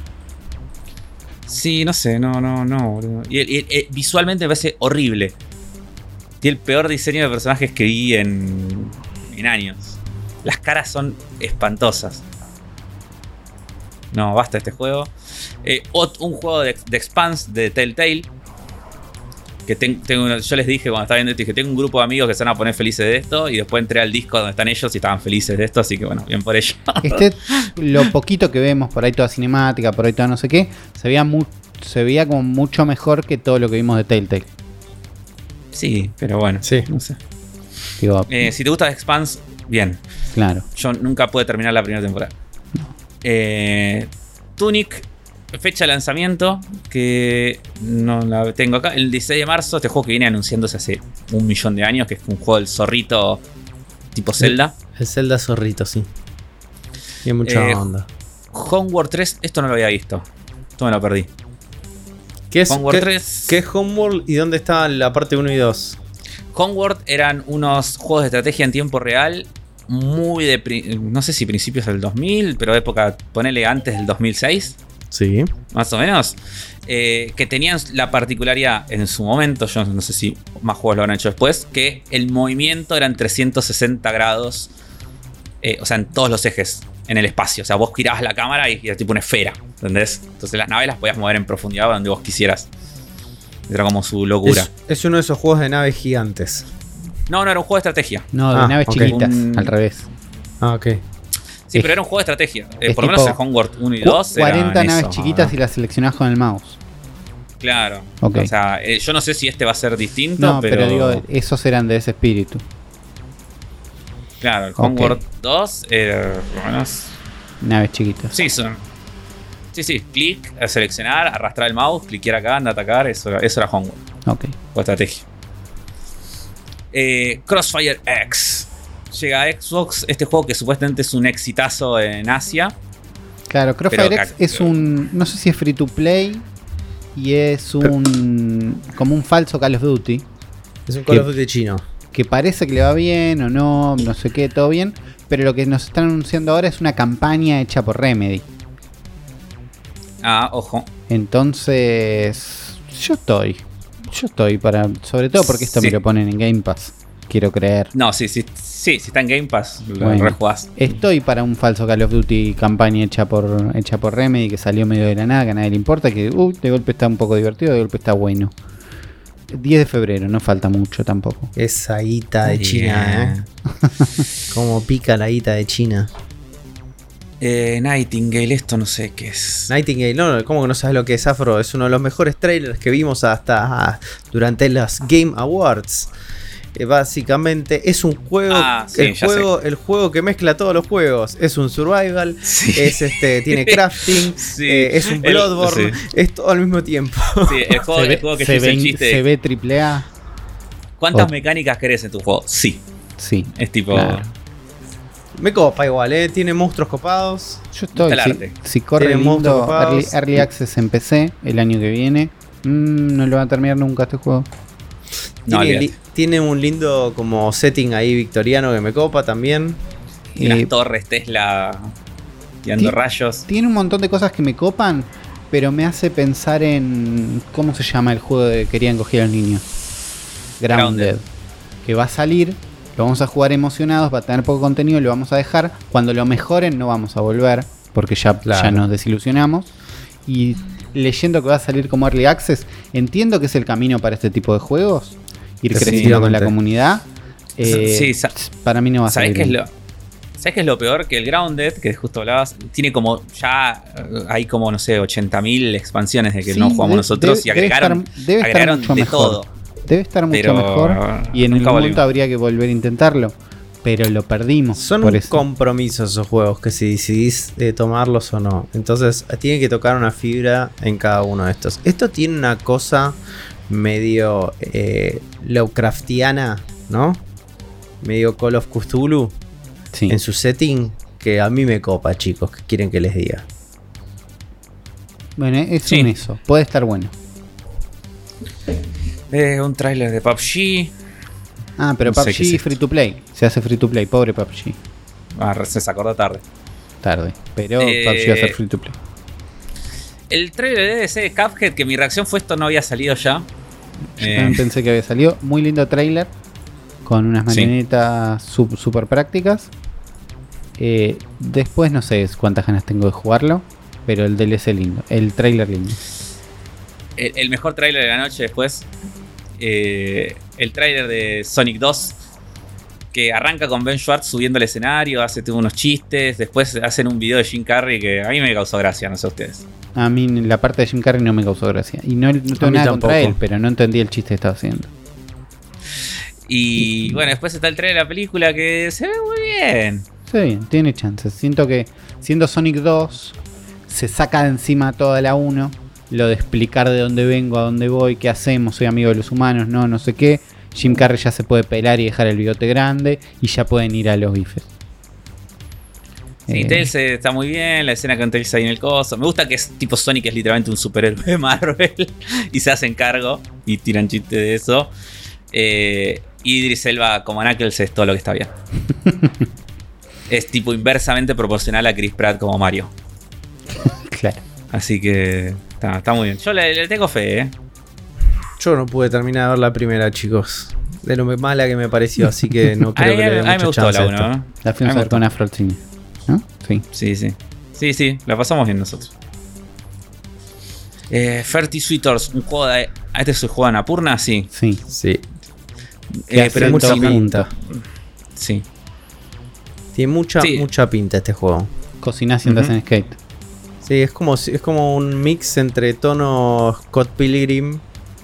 Sí, no sé, no, no, no, boludo. Y, el- y el- eh, visualmente me parece horrible. Tiene el peor diseño de personajes que vi en, en años. Las caras son espantosas. No, basta este juego. Eh, ot- un juego de, de Expanse de Telltale. Que ten- tengo una- yo les dije cuando estaba viendo esto, dije, tengo un grupo de amigos que se van a poner felices de esto. Y después entré al disco donde están ellos y estaban felices de esto. Así que bueno, bien por ello. Este, lo poquito que vemos, por ahí toda cinemática, por ahí toda no sé qué, se veía, mu- se veía como mucho mejor que todo lo que vimos de Telltale. Sí, pero bueno. Sí. No sé. Digo, Eh, si te gusta Expanse, bien. claro. Yo nunca pude terminar la primera temporada. Eh, Tunic, fecha de lanzamiento, que no la tengo acá, el dieciséis de marzo, este juego que viene anunciándose hace un millón de años, que es un juego del zorrito tipo Zelda. El Zelda zorrito, sí. Tiene mucha Eh, onda. Homeworld tres, esto no lo había visto. Esto me lo perdí. ¿Qué es, Homeworld qué- tres. qué es Homeworld y dónde está la parte uno y dos? Homeworld eran unos juegos de estrategia en tiempo real. Muy de. pri- No sé si principios del dos mil, pero época, ponele antes del dos mil seis. Sí. Más o menos, eh, que tenían la particularidad en su momento, yo no sé si más juegos lo han hecho después, que el movimiento era en trescientos sesenta grados, eh, o sea, en todos los ejes, en el espacio. O sea, vos girabas la cámara y era tipo una esfera, ¿entendés? Entonces las naves las podías mover en profundidad donde vos quisieras. Era como su locura. Es, es uno de esos juegos de naves gigantes. No, no, era un juego de estrategia. No, de Ah, naves ok. chiquitas, Un- al revés. Ah, ok. Sí, es, pero era un juego de estrategia. Eh, por lo tipo menos el Homeworld uno y dos. cuarenta naves eso, chiquitas ¿no? y las seleccionás con el mouse. Claro. Okay. O sea, eh, yo no sé si este va a ser distinto, No, pero... pero digo, esos eran de ese espíritu. Claro, el Okay. Homeworld dos, eh, por lo menos... Naves chiquitas. Sí, son... Sí, sí, clic, a seleccionar, arrastrar el mouse, cliquear acá, anda a atacar, eso era, eso era Homeworld. Ok. O estrategia. Eh, Crossfire X. Llega a Xbox, este juego que supuestamente es un exitazo en Asia. Claro, Crossfire Pero X ca- es un... No sé si es free to play y es un... como un falso Call of Duty. Es un Call of Duty chino. Que parece que le va bien o no, no sé qué, todo bien. Pero lo que nos están anunciando ahora es una campaña hecha por Remedy. Ah, ojo. Entonces, yo estoy. Yo estoy para... Sobre todo porque esto Sí. me lo ponen en Game Pass. Quiero creer. No, sí, sí, sí, si está en Game Pass, lo Bueno. rejugás. Estoy para un falso Call of Duty campaña hecha por hecha por Remedy que salió medio de la nada, que a nadie le importa, que uh, de golpe está un poco divertido, de golpe está bueno. diez de febrero, no falta mucho tampoco. Esa guita de Bien. China, ¿eh? Como pica la guita de China. Eh, Nightingale, esto no sé qué es. Nightingale, no, ¿cómo que no sabes lo que es, Afro? Es uno de los mejores trailers que vimos hasta ah, durante las Game Awards. Eh, básicamente es un juego, Ah, sí, el ya juego, el juego que mezcla todos los juegos. Es un survival, Sí. es este, tiene crafting, Sí. eh, es un El- Bloodborne, sí. es todo al mismo tiempo. Sí, el juego, se el ve, juego que se yo hice ve, el chiste. se ve triple A. ¿Cuántas Oh. mecánicas querés en tu juego? Sí. Sí. Es tipo. Claro. Me copa igual, eh, tiene monstruos copados. Yo estoy. Está el Si, arte. si corre Tiene lindo monstruos early, copados. early Access en P C el año que viene. Mm, no lo va a terminar nunca este juego. No, Tiene, olvídate. li- tiene un lindo como setting ahí victoriano que me copa también. Y Eh, las torres Tesla tirando ti- rayos. Tiene un montón de cosas que me copan, pero me hace pensar en... ¿Cómo se llama el juego de que querían coger a los niños? Grounded. Grounded. Que va a salir, lo vamos a jugar emocionados, va a tener poco contenido, lo vamos a dejar. Cuando lo mejoren no vamos a volver, porque ya, Claro. ya nos desilusionamos. Y leyendo que va a salir como Early Access, entiendo que es el camino para este tipo de juegos. Ir creciendo con la Definitivamente. comunidad. Eh, Sí, sa- para mí no va a ¿Sabés salir. qué es bien. lo? ¿Sabes qué es lo peor? Que el Grounded, que justo hablabas, tiene como ya eh, hay como, no sé, ochenta mil expansiones de que Sí, no jugamos de- nosotros debe- y agregaron, debe estar- debe estar agregaron mucho de mejor. todo. Debe estar mucho Pero mejor. Y en nunca algún volvimos. momento habría que volver a intentarlo. Pero lo perdimos. Son por un eso. compromiso esos juegos que si decidís eh, tomarlos o no. Entonces tiene que tocar una fibra en cada uno de estos. Esto tiene una cosa medio eh, Lovecraftiana, ¿no? Medio Call of Cthulhu Sí. en su setting que a mí me copa, chicos. ¿Qué quieren que les diga? Bueno, es Sí. un eso. Puede estar bueno. Eh, un tráiler de P U B G. Ah, pero No sé P U B qué es G esto. free to play. Se hace free to play. Pobre P U B G. Ah, recién se acordó tarde. Tarde. Pero Eh, P U B G va a ser free to play. El trailer de D D C de Cuphead, que mi reacción fue esto no había salido ya. Yo Eh, también pensé que había salido. Muy lindo trailer. Con unas Sí. marionetas sup- super prácticas. Eh, después no sé cuántas ganas tengo de jugarlo. Pero el D L C lindo. El trailer lindo. el, el mejor trailer de la noche después. eh, el trailer de Sonic dos. Que arranca con Ben Schwartz subiendo al escenario, hace tuvo unos chistes. Después hacen un video de Jim Carrey que a mí me causó gracia, no sé ustedes. A mí la parte de Jim Carrey no me causó gracia. Y no, no tengo A mí nada contra tampoco. él, pero no entendí el chiste que estaba haciendo. Y bueno, después está el trailer de la película que se ve muy bien. Sí, tiene chances. Siento que siendo Sonic dos, se saca de encima toda la uno. Lo de explicar de dónde vengo, a dónde voy, qué hacemos, soy amigo de los humanos, no, no sé qué. Jim Carrey ya se puede pelar y dejar el bigote grande y ya pueden ir a los bifes. Sí, Eh, Tails eh, está muy bien, la escena con Tails ahí en el coso. Me gusta que es tipo Sonic es literalmente un superhéroe de Marvel y se hacen cargo y tiran chistes de eso. Eh, Idris Elba como Knuckles es todo lo que está bien. Es tipo inversamente proporcional a Chris Pratt como Mario. Claro. Así que está, está muy bien. Yo le, le tengo fe, ¿eh? Yo no pude terminar de ver la primera, chicos. De lo mala que me pareció, así que no A creo mí, que le dé a mí me mucha gustó chance la a esto. uno, ¿no? La fuimos A mí a me ver con Afro al cine. ¿No? Sí. Sí, sí. Sí, sí, la pasamos bien nosotros. Eh, Ferty Sweeters, un juego de. ¿Este es el juego de Annapurna? Sí. Sí. Sí. Eh, hace pero mucha mucho pinta. Sí. Tiene mucha, Sí. mucha pinta este juego. Cocinás y andás Ujú. en skate. Sí, es como, es como un mix entre tono Scott Pilgrim.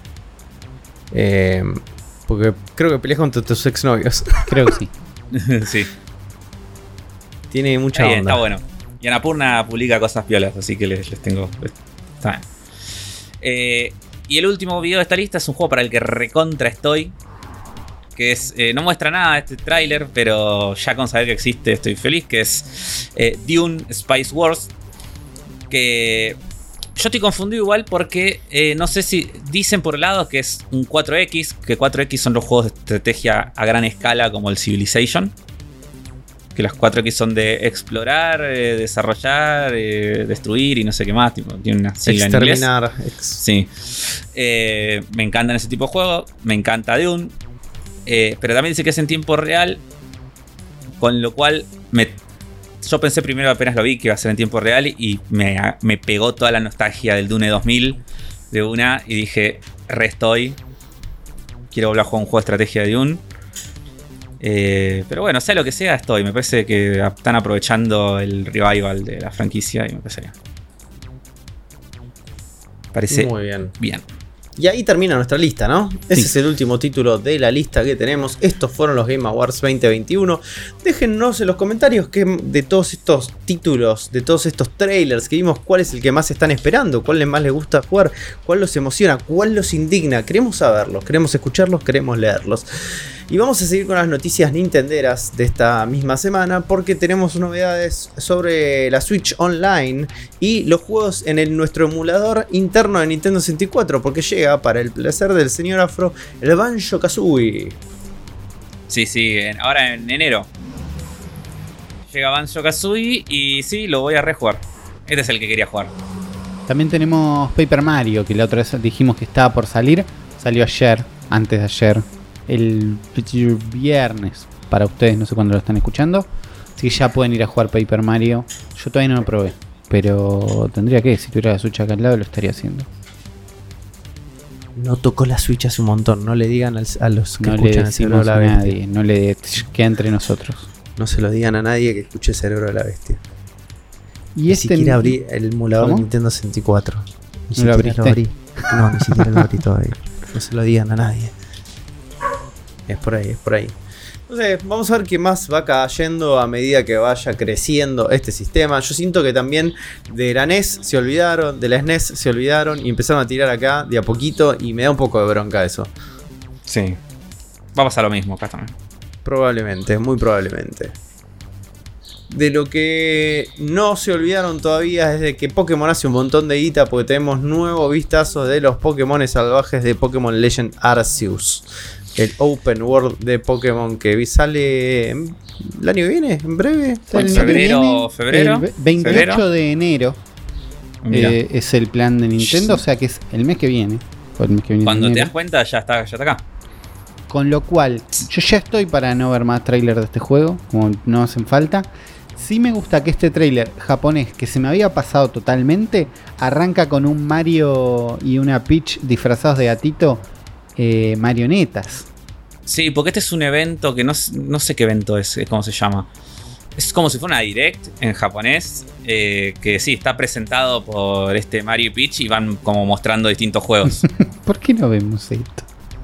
Eh, porque creo que peleas contra tus exnovios. Creo que sí. Sí. Tiene mucha Está bien, onda. está bueno. Y Annapurna publica cosas piolas, así que les, les tengo. Está bien. Eh, y el último video de esta lista es un juego para el que recontra estoy. Que es. Eh, no muestra nada este tráiler, pero ya con saber que existe estoy feliz. Que es eh, Dune Spice Wars. Que. Yo estoy confundido igual porque eh, no sé si dicen por el lado que es un cuatro equis. Que cuatro equis son los juegos de estrategia a gran escala como el Civilization. Que las cuatro equis son de explorar, eh, desarrollar, eh, destruir y no sé qué más. Tipo, tiene una sigla en inglés. Exterminar. Ex- Sí. Eh, me encantan ese tipo de juegos. Me encanta Dune. Eh, pero también dice que es en tiempo real. Con lo cual me, yo pensé primero apenas lo vi que iba a ser en tiempo real. Y me, me pegó toda la nostalgia del Dune dos mil de una. Y dije, re estoy. Quiero volver a jugar un juego de estrategia de Dune. Eh, pero bueno, sea lo que sea, estoy. Me parece que están aprovechando el revival de la franquicia y me parece bien. Parece Muy bien. bien. Y ahí termina nuestra lista, ¿no? Ese Sí. es el último título de la lista que tenemos. Estos fueron los Game Awards veinte veintiuno. Déjennos en los comentarios que de todos estos títulos, de todos estos trailers que vimos, cuál es el que más están esperando, cuál más les gusta jugar, cuál los emociona, cuál los indigna. Queremos saberlos, queremos escucharlos, queremos leerlos. Y vamos a seguir con las noticias nintenderas de esta misma semana porque tenemos novedades sobre la Switch Online y los juegos en el, nuestro emulador interno de Nintendo sesenta y cuatro, porque llega para el placer del señor Afro el Banjo-Kazooie. Sí, sí, en- ahora en enero llega Banjo-Kazooie y sí, lo voy a rejugar. Este es el que quería jugar. También tenemos Paper Mario, que la otra vez dijimos que estaba por salir. Salió ayer, antes de ayer, el viernes. Para ustedes, no sé cuándo lo están escuchando. Así que ya pueden ir a jugar Paper Mario. Yo todavía no lo probé, pero tendría que, si tuviera la Switch acá al lado, lo estaría haciendo. No tocó la Switch hace un montón, no le digan al- a los que No le escuchan el Cerebro de decimos la a Bestia. nadie, no le queda entre nosotros. No se lo digan a nadie que escuche Cerebro de la Bestia. Y Ni este siquiera abrí el emulador ¿Cómo? de Nintendo sesenta y cuatro. Ni ¿No lo siquiera lo abrí. abriste? No, ni siquiera lo abrí todavía. No se lo digan a nadie. Es por ahí, es por ahí. Entonces, vamos a ver qué más va cayendo a medida que vaya creciendo este sistema. Yo siento que también de la N E S se olvidaron, de la S N E S se olvidaron y empezaron a tirar acá de a poquito y me da un poco de bronca eso. Sí. Va a pasar lo mismo acá también. Probablemente, muy probablemente. De lo que no se olvidaron todavía es de que Pokémon hace un montón de guita porque tenemos nuevos vistazos de los Pokémon salvajes de Pokémon Legend Arceus. El Open World de Pokémon que vi- sale el año que viene, en breve. el año que febrero, viene, febrero, el ve- veintiocho febrero. de enero Mirá. eh, es el plan de Nintendo, o sea que es el mes que viene. o el mes que viene de Cuando te enero. das cuenta, ya está, ya está acá. Con lo cual, yo ya estoy para no ver más tráiler de este juego, como no hacen falta. Sí me gusta que este tráiler japonés, que se me había pasado totalmente, arranca con un Mario y una Peach disfrazados de gatito, eh, marionetas. Sí, porque este es un evento que no, s- no sé qué evento es, eh, cómo se llama. Es como si fuera una direct en japonés, eh, que sí, está presentado por este Mario y Peach y van como mostrando distintos juegos. ¿Por qué no vemos esto?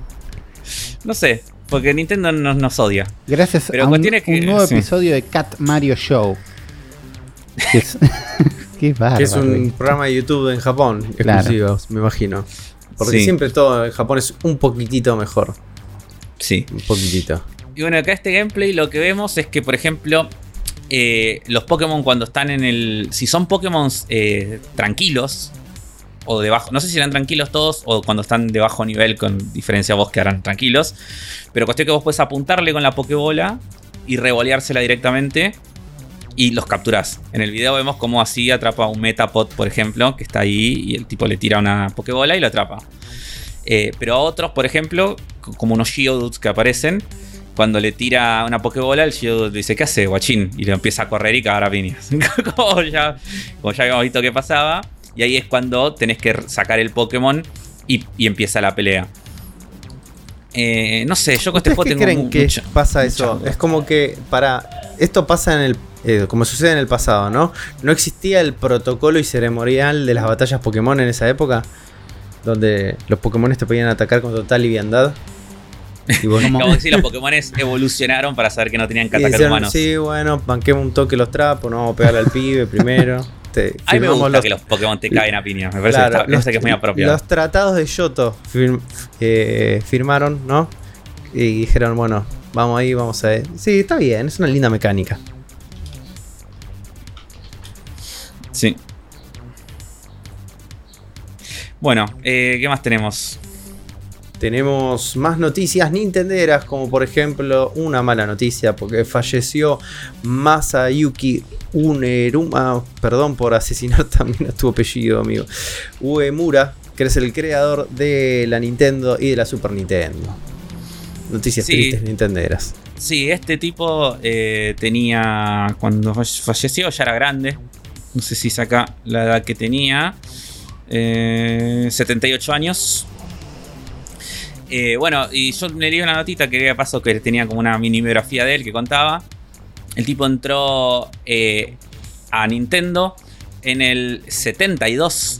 No sé, porque Nintendo nos, nos odia. Gracias Pero a un, cuestión es que- un nuevo sí. episodio de Cat Mario Show. Que es, qué bárbaro. Que es un esto. programa de YouTube en Japón, Claro. exclusivo, me imagino. Porque Sí. siempre todo en Japón es un poquitito mejor. Sí. Un poquitito. Y bueno, acá este gameplay lo que vemos es que, por ejemplo, eh, los Pokémon cuando están en el... Si son Pokémon eh, tranquilos o de bajo... No sé si serán tranquilos todos o cuando están de bajo nivel, con diferencia a vos que harán tranquilos. Pero cuestión que vos puedes apuntarle con la Pokébola y revoleársela directamente y los capturás. En el video vemos cómo así atrapa un Metapod, por ejemplo, que está ahí y el tipo le tira una Pokébola y lo atrapa. Eh, pero a otros, por ejemplo, c- como unos Geodudes que aparecen, cuando le tira una Pokébola, el Geodude dice, ¿qué hace, guachín? Y le empieza a correr y cagar a piñas. como, ya, como ya habíamos visto que pasaba. Y ahí es cuando tenés que r- sacar el Pokémon y, y empieza la pelea. Eh, no sé, yo con este ¿Ustedes juego qué tengo creen mu- que mucha- pasa eso? mucha- Es como que para esto pasa en el eh, como sucede en el pasado, ¿no? No existía el protocolo y ceremonial de las batallas Pokémon en esa época, donde los Pokémon te podían atacar con total liviandad. Y vos Como que sí, los Pokémon evolucionaron para saber que no tenían que y atacar decían, humanos. sí, bueno, banquemos un toque los trapos, no vamos a pegarle al pibe primero. Te, A mí me firmamos gusta los- que los Pokémon te caen a piña. Me parece Claro, que, está, me los, parece que es muy apropiado. los tratados de Yoto firm- eh, firmaron, ¿no? Y dijeron, bueno, vamos ahí, vamos a ver. Sí, está bien, es una linda mecánica. Sí. Bueno, eh, ¿qué más tenemos? Tenemos más noticias nintenderas, como por ejemplo una mala noticia, porque falleció Masayuki Uneruma, perdón por asesinar también a tu apellido, amigo. Uemura, que es el creador de la Nintendo y de la Super Nintendo. Noticias Sí. tristes nintenderas. Sí, este tipo eh, tenía. Cuando falle- falleció ya era grande. No sé si saca la edad que tenía. Eh, setenta y ocho años. Eh, bueno, y yo le leí una notita que había pasado que tenía como una mini biografía de él que contaba. El tipo entró eh, a Nintendo en el setenta y dos.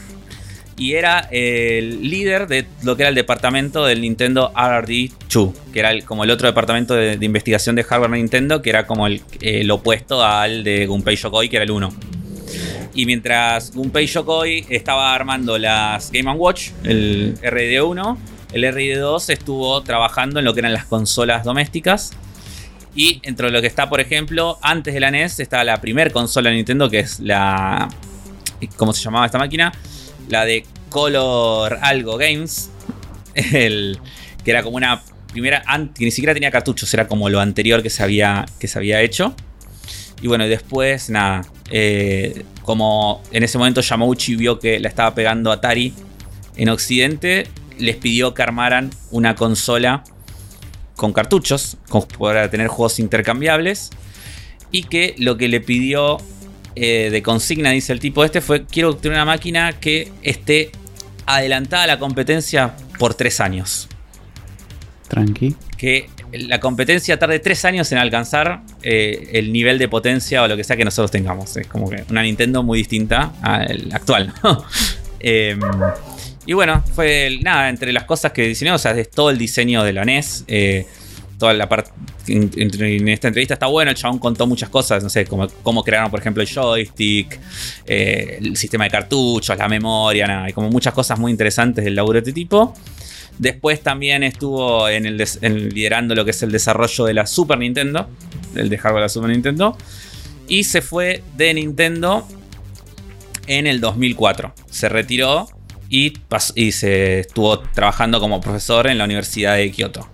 Y era el líder de lo que era el departamento del Nintendo R and D dos, que era el- como el otro departamento de, de investigación de hardware de Nintendo, que era como el, el opuesto al de Gunpei Yokoi, que era el uno. Y mientras Gunpei Yokoi estaba armando las Game and Watch, el R D uno, el R D dos estuvo trabajando en lo que eran las consolas domésticas. Y entre lo que está, por ejemplo, antes de la N E S está la primer consola de Nintendo, que es la... ¿Cómo se llamaba esta máquina? La de Color Algo Games. El, que era como una primera... Que ni siquiera tenía cartuchos, era como lo anterior que se había, que se había hecho. Y bueno, y después, nada... Eh, como en ese momento Yamauchi vio que la estaba pegando Atari en Occidente, les pidió que armaran una consola con cartuchos, con, para tener juegos intercambiables. Y que lo que le pidió eh, de consigna, dice el tipo este, fue: quiero tener una máquina que esté adelantada a la competencia por tres años. Tranqui. Que la competencia tarde tres años en alcanzar eh, el nivel de potencia o lo que sea que nosotros tengamos. Es como que una Nintendo muy distinta al actual, ¿no? eh, y bueno, fue el, nada, entre las cosas que diseñó, o sea, es todo el diseño de la N E S. Eh, toda la parte en, en esta entrevista está bueno. El chabón contó muchas cosas, no sé, como cómo crearon, por ejemplo, el joystick, eh, el sistema de cartuchos, la memoria, nada, hay como muchas cosas muy interesantes del laburo de este tipo. Después también estuvo en el des- en liderando lo que es el desarrollo de la Super Nintendo, el de hardware de la Super Nintendo, y se fue de Nintendo en el dos mil cuatro. Se retiró y, pas- y se estuvo trabajando como profesor en la Universidad de Kioto.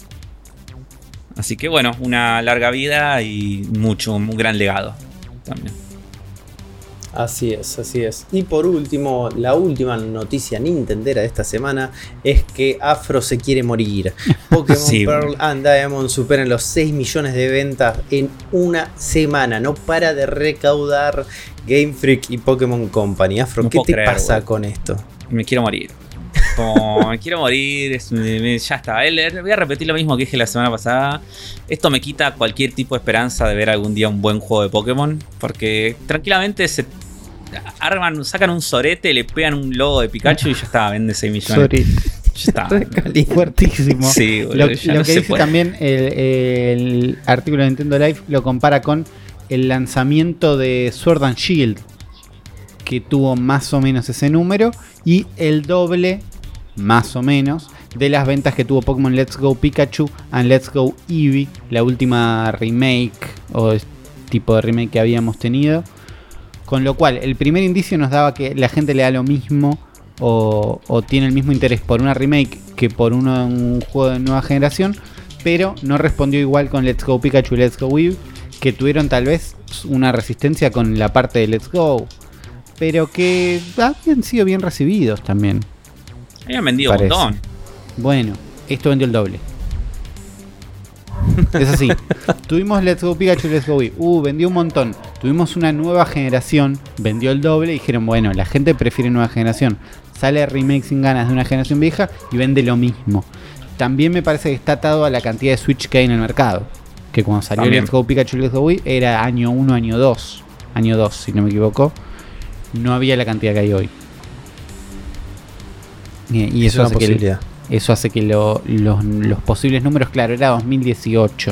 Así que bueno, una larga vida y mucho, un gran legado también. Así es, así es. Y por último, la última noticia nintendera de esta semana es que Afro se quiere morir. Pokémon Sí. Pearl and Diamond superan los seis millones de ventas en una semana. No para de recaudar Game Freak y Pokémon Company. Afro, No ¿qué puedo te creer, pasa boludo. con esto? Me quiero morir. Como, me quiero morir, es- me- me- ya está. El- Voy a repetir lo mismo que dije la semana pasada. Esto me quita cualquier tipo de esperanza de ver algún día un buen juego de Pokémon. Porque tranquilamente se arman, sacan un sorete, le pegan un logo de Pikachu y ya está, vende seis millones. Sorry. Ya está. Fuertísimo. Sí, boludo, Lo, ya lo no que se dice puede. también el, el artículo de Nintendo Live lo compara con el lanzamiento de Sword and Shield, que tuvo más o menos ese número, y el doble, más o menos, de las ventas que tuvo Pokémon Let's Go Pikachu and Let's Go Eevee, la última remake o es- tipo de remake que habíamos tenido. Con lo cual, el primer indicio nos daba que la gente le da lo mismo o, o tiene el mismo interés por una remake que por uno, un juego de nueva generación, pero no respondió igual con Let's Go Pikachu y Let's Go Eevee, que tuvieron tal vez una resistencia con la parte de Let's Go, pero que habían sido bien recibidos también. Habían vendido Parece. un montón. Bueno, esto vendió el doble. Es así. Tuvimos Let's Go Pikachu y Let's Go Eevee. Uh, vendió un montón. Tuvimos una nueva generación, vendió el doble y dijeron, bueno, la gente prefiere nueva generación. Sale remake sin ganas de una generación vieja y vende lo mismo. también me parece que está atado a la cantidad de Switch que hay en el mercado. Que cuando salió También. Let's Go Pikachu, Let's Go Wii, era año uno, año dos. Año dos, si no me equivoco. No había la cantidad que hay hoy. Y, y eso, Es hace una que, posibilidad. eso hace que lo- los, los posibles números, claro, era dos mil dieciocho.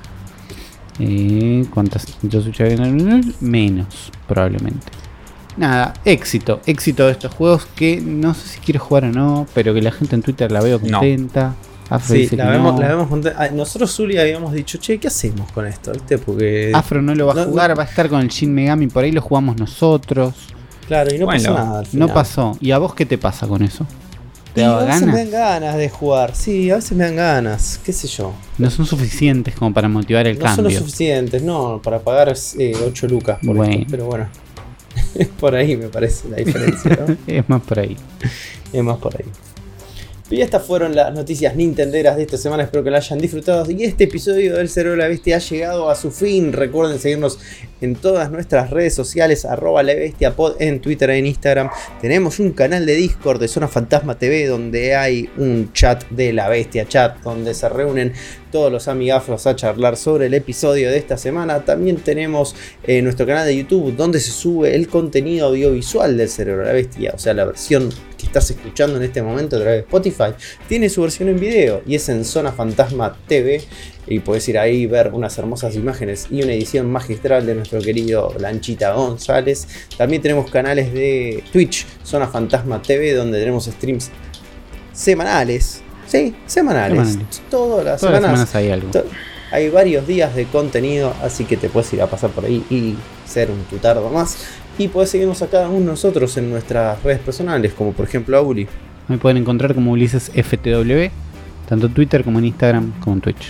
Eh, ¿Cuántas? Yo Switch había? Menos, probablemente. Nada, éxito. Éxito de estos juegos que no sé si quiero jugar o no, pero que la gente en Twitter la veo No. contenta. Afro Sí, dice la que vemos, no. la vemos conte- ah, nosotros, Zuli, habíamos dicho, che, ¿qué hacemos con esto? ¿Viste? Porque. Afro no lo va a No, jugar, no. va a estar con el Shin Megami, por ahí lo jugamos nosotros. Claro, y no Bueno, pasó nada. al No final. pasó. ¿Y a vos qué te pasa con eso? ¿Te Y a daba veces me ganas? dan ganas de jugar. Sí, a veces me dan ganas. ¿Qué sé yo? No son suficientes como para motivar el No son lo cambio. suficientes, no, para pagar ocho lucas por Bueno. esto, pero bueno. Por ahí me parece la diferencia, ¿no? Es más por ahí. Es más por ahí. Y estas fueron las noticias nintenderas de esta semana, espero que la hayan disfrutado. Y este episodio del Cerebro de la Bestia ha llegado a su fin. Recuerden seguirnos en todas nuestras redes sociales, arroba la bestia pod en Twitter e en Instagram. Tenemos un canal de Discord de Zona Fantasma T V donde hay un chat de la Bestia Chat, donde se reúnen todos los amigafros a charlar sobre el episodio de esta semana. También tenemos eh, nuestro canal de YouTube donde se sube el contenido audiovisual del Cerebro de la Bestia, o sea, la versión que estás escuchando en este momento a través de Spotify tiene su versión en video y es en Zona Fantasma T V, y puedes ir ahí y ver unas hermosas imágenes y una edición magistral de nuestro querido Lanchita González. También tenemos canales de Twitch, Zona Fantasma T V, donde tenemos streams semanales. Sí, semanales. Semanales. Todas las Todas las semanas. semanas hay algo. To- Hay varios días de contenido, así que te puedes ir a pasar por ahí y ser un tutardo más. Y puedes seguirnos a cada uno de nosotros en nuestras redes personales, como por ejemplo a Uli. Me pueden encontrar como Ulises F T W, tanto en Twitter como en Instagram como en Twitch.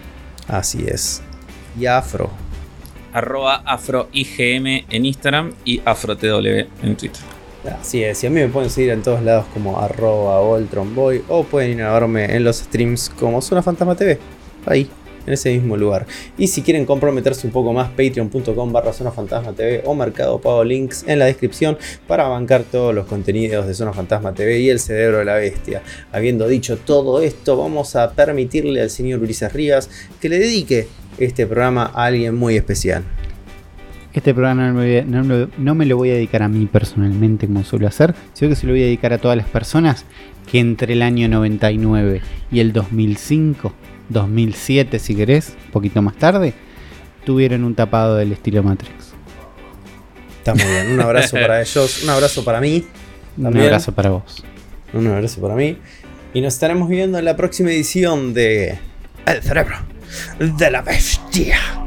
Así es. Y a Afro. Arroba AfroIGM en Instagram y AfroTW en Twitter. Así es. Y a mí me pueden seguir en todos lados como arroba Voltronboy. O pueden ir a verme en los streams como Zona Fantasma T V. Ahí. En ese mismo lugar. Y si quieren comprometerse un poco más, patreon.com barra Zona Fantasma T V o Mercado Pago, links en la descripción para bancar todos los contenidos de Zona Fantasma T V y el Cerebro de la Bestia. Habiendo dicho todo esto, vamos a permitirle al señor Ulises Rivas que le dedique este programa a alguien muy especial. Este programa no me, voy a- no me- no me lo voy a dedicar a mí personalmente como suelo hacer, sino que se lo voy a dedicar a todas las personas que entre el año noventa y nueve y el dos mil cinco, dos mil siete si querés, un poquito más tarde, tuvieron un tapado del estilo Matrix. Está muy bien. Un abrazo para ellos. Un abrazo para mí. Un También. abrazo para vos. Un abrazo para mí. Y nos estaremos viendo en la próxima edición de El Cerebro de la Bestia.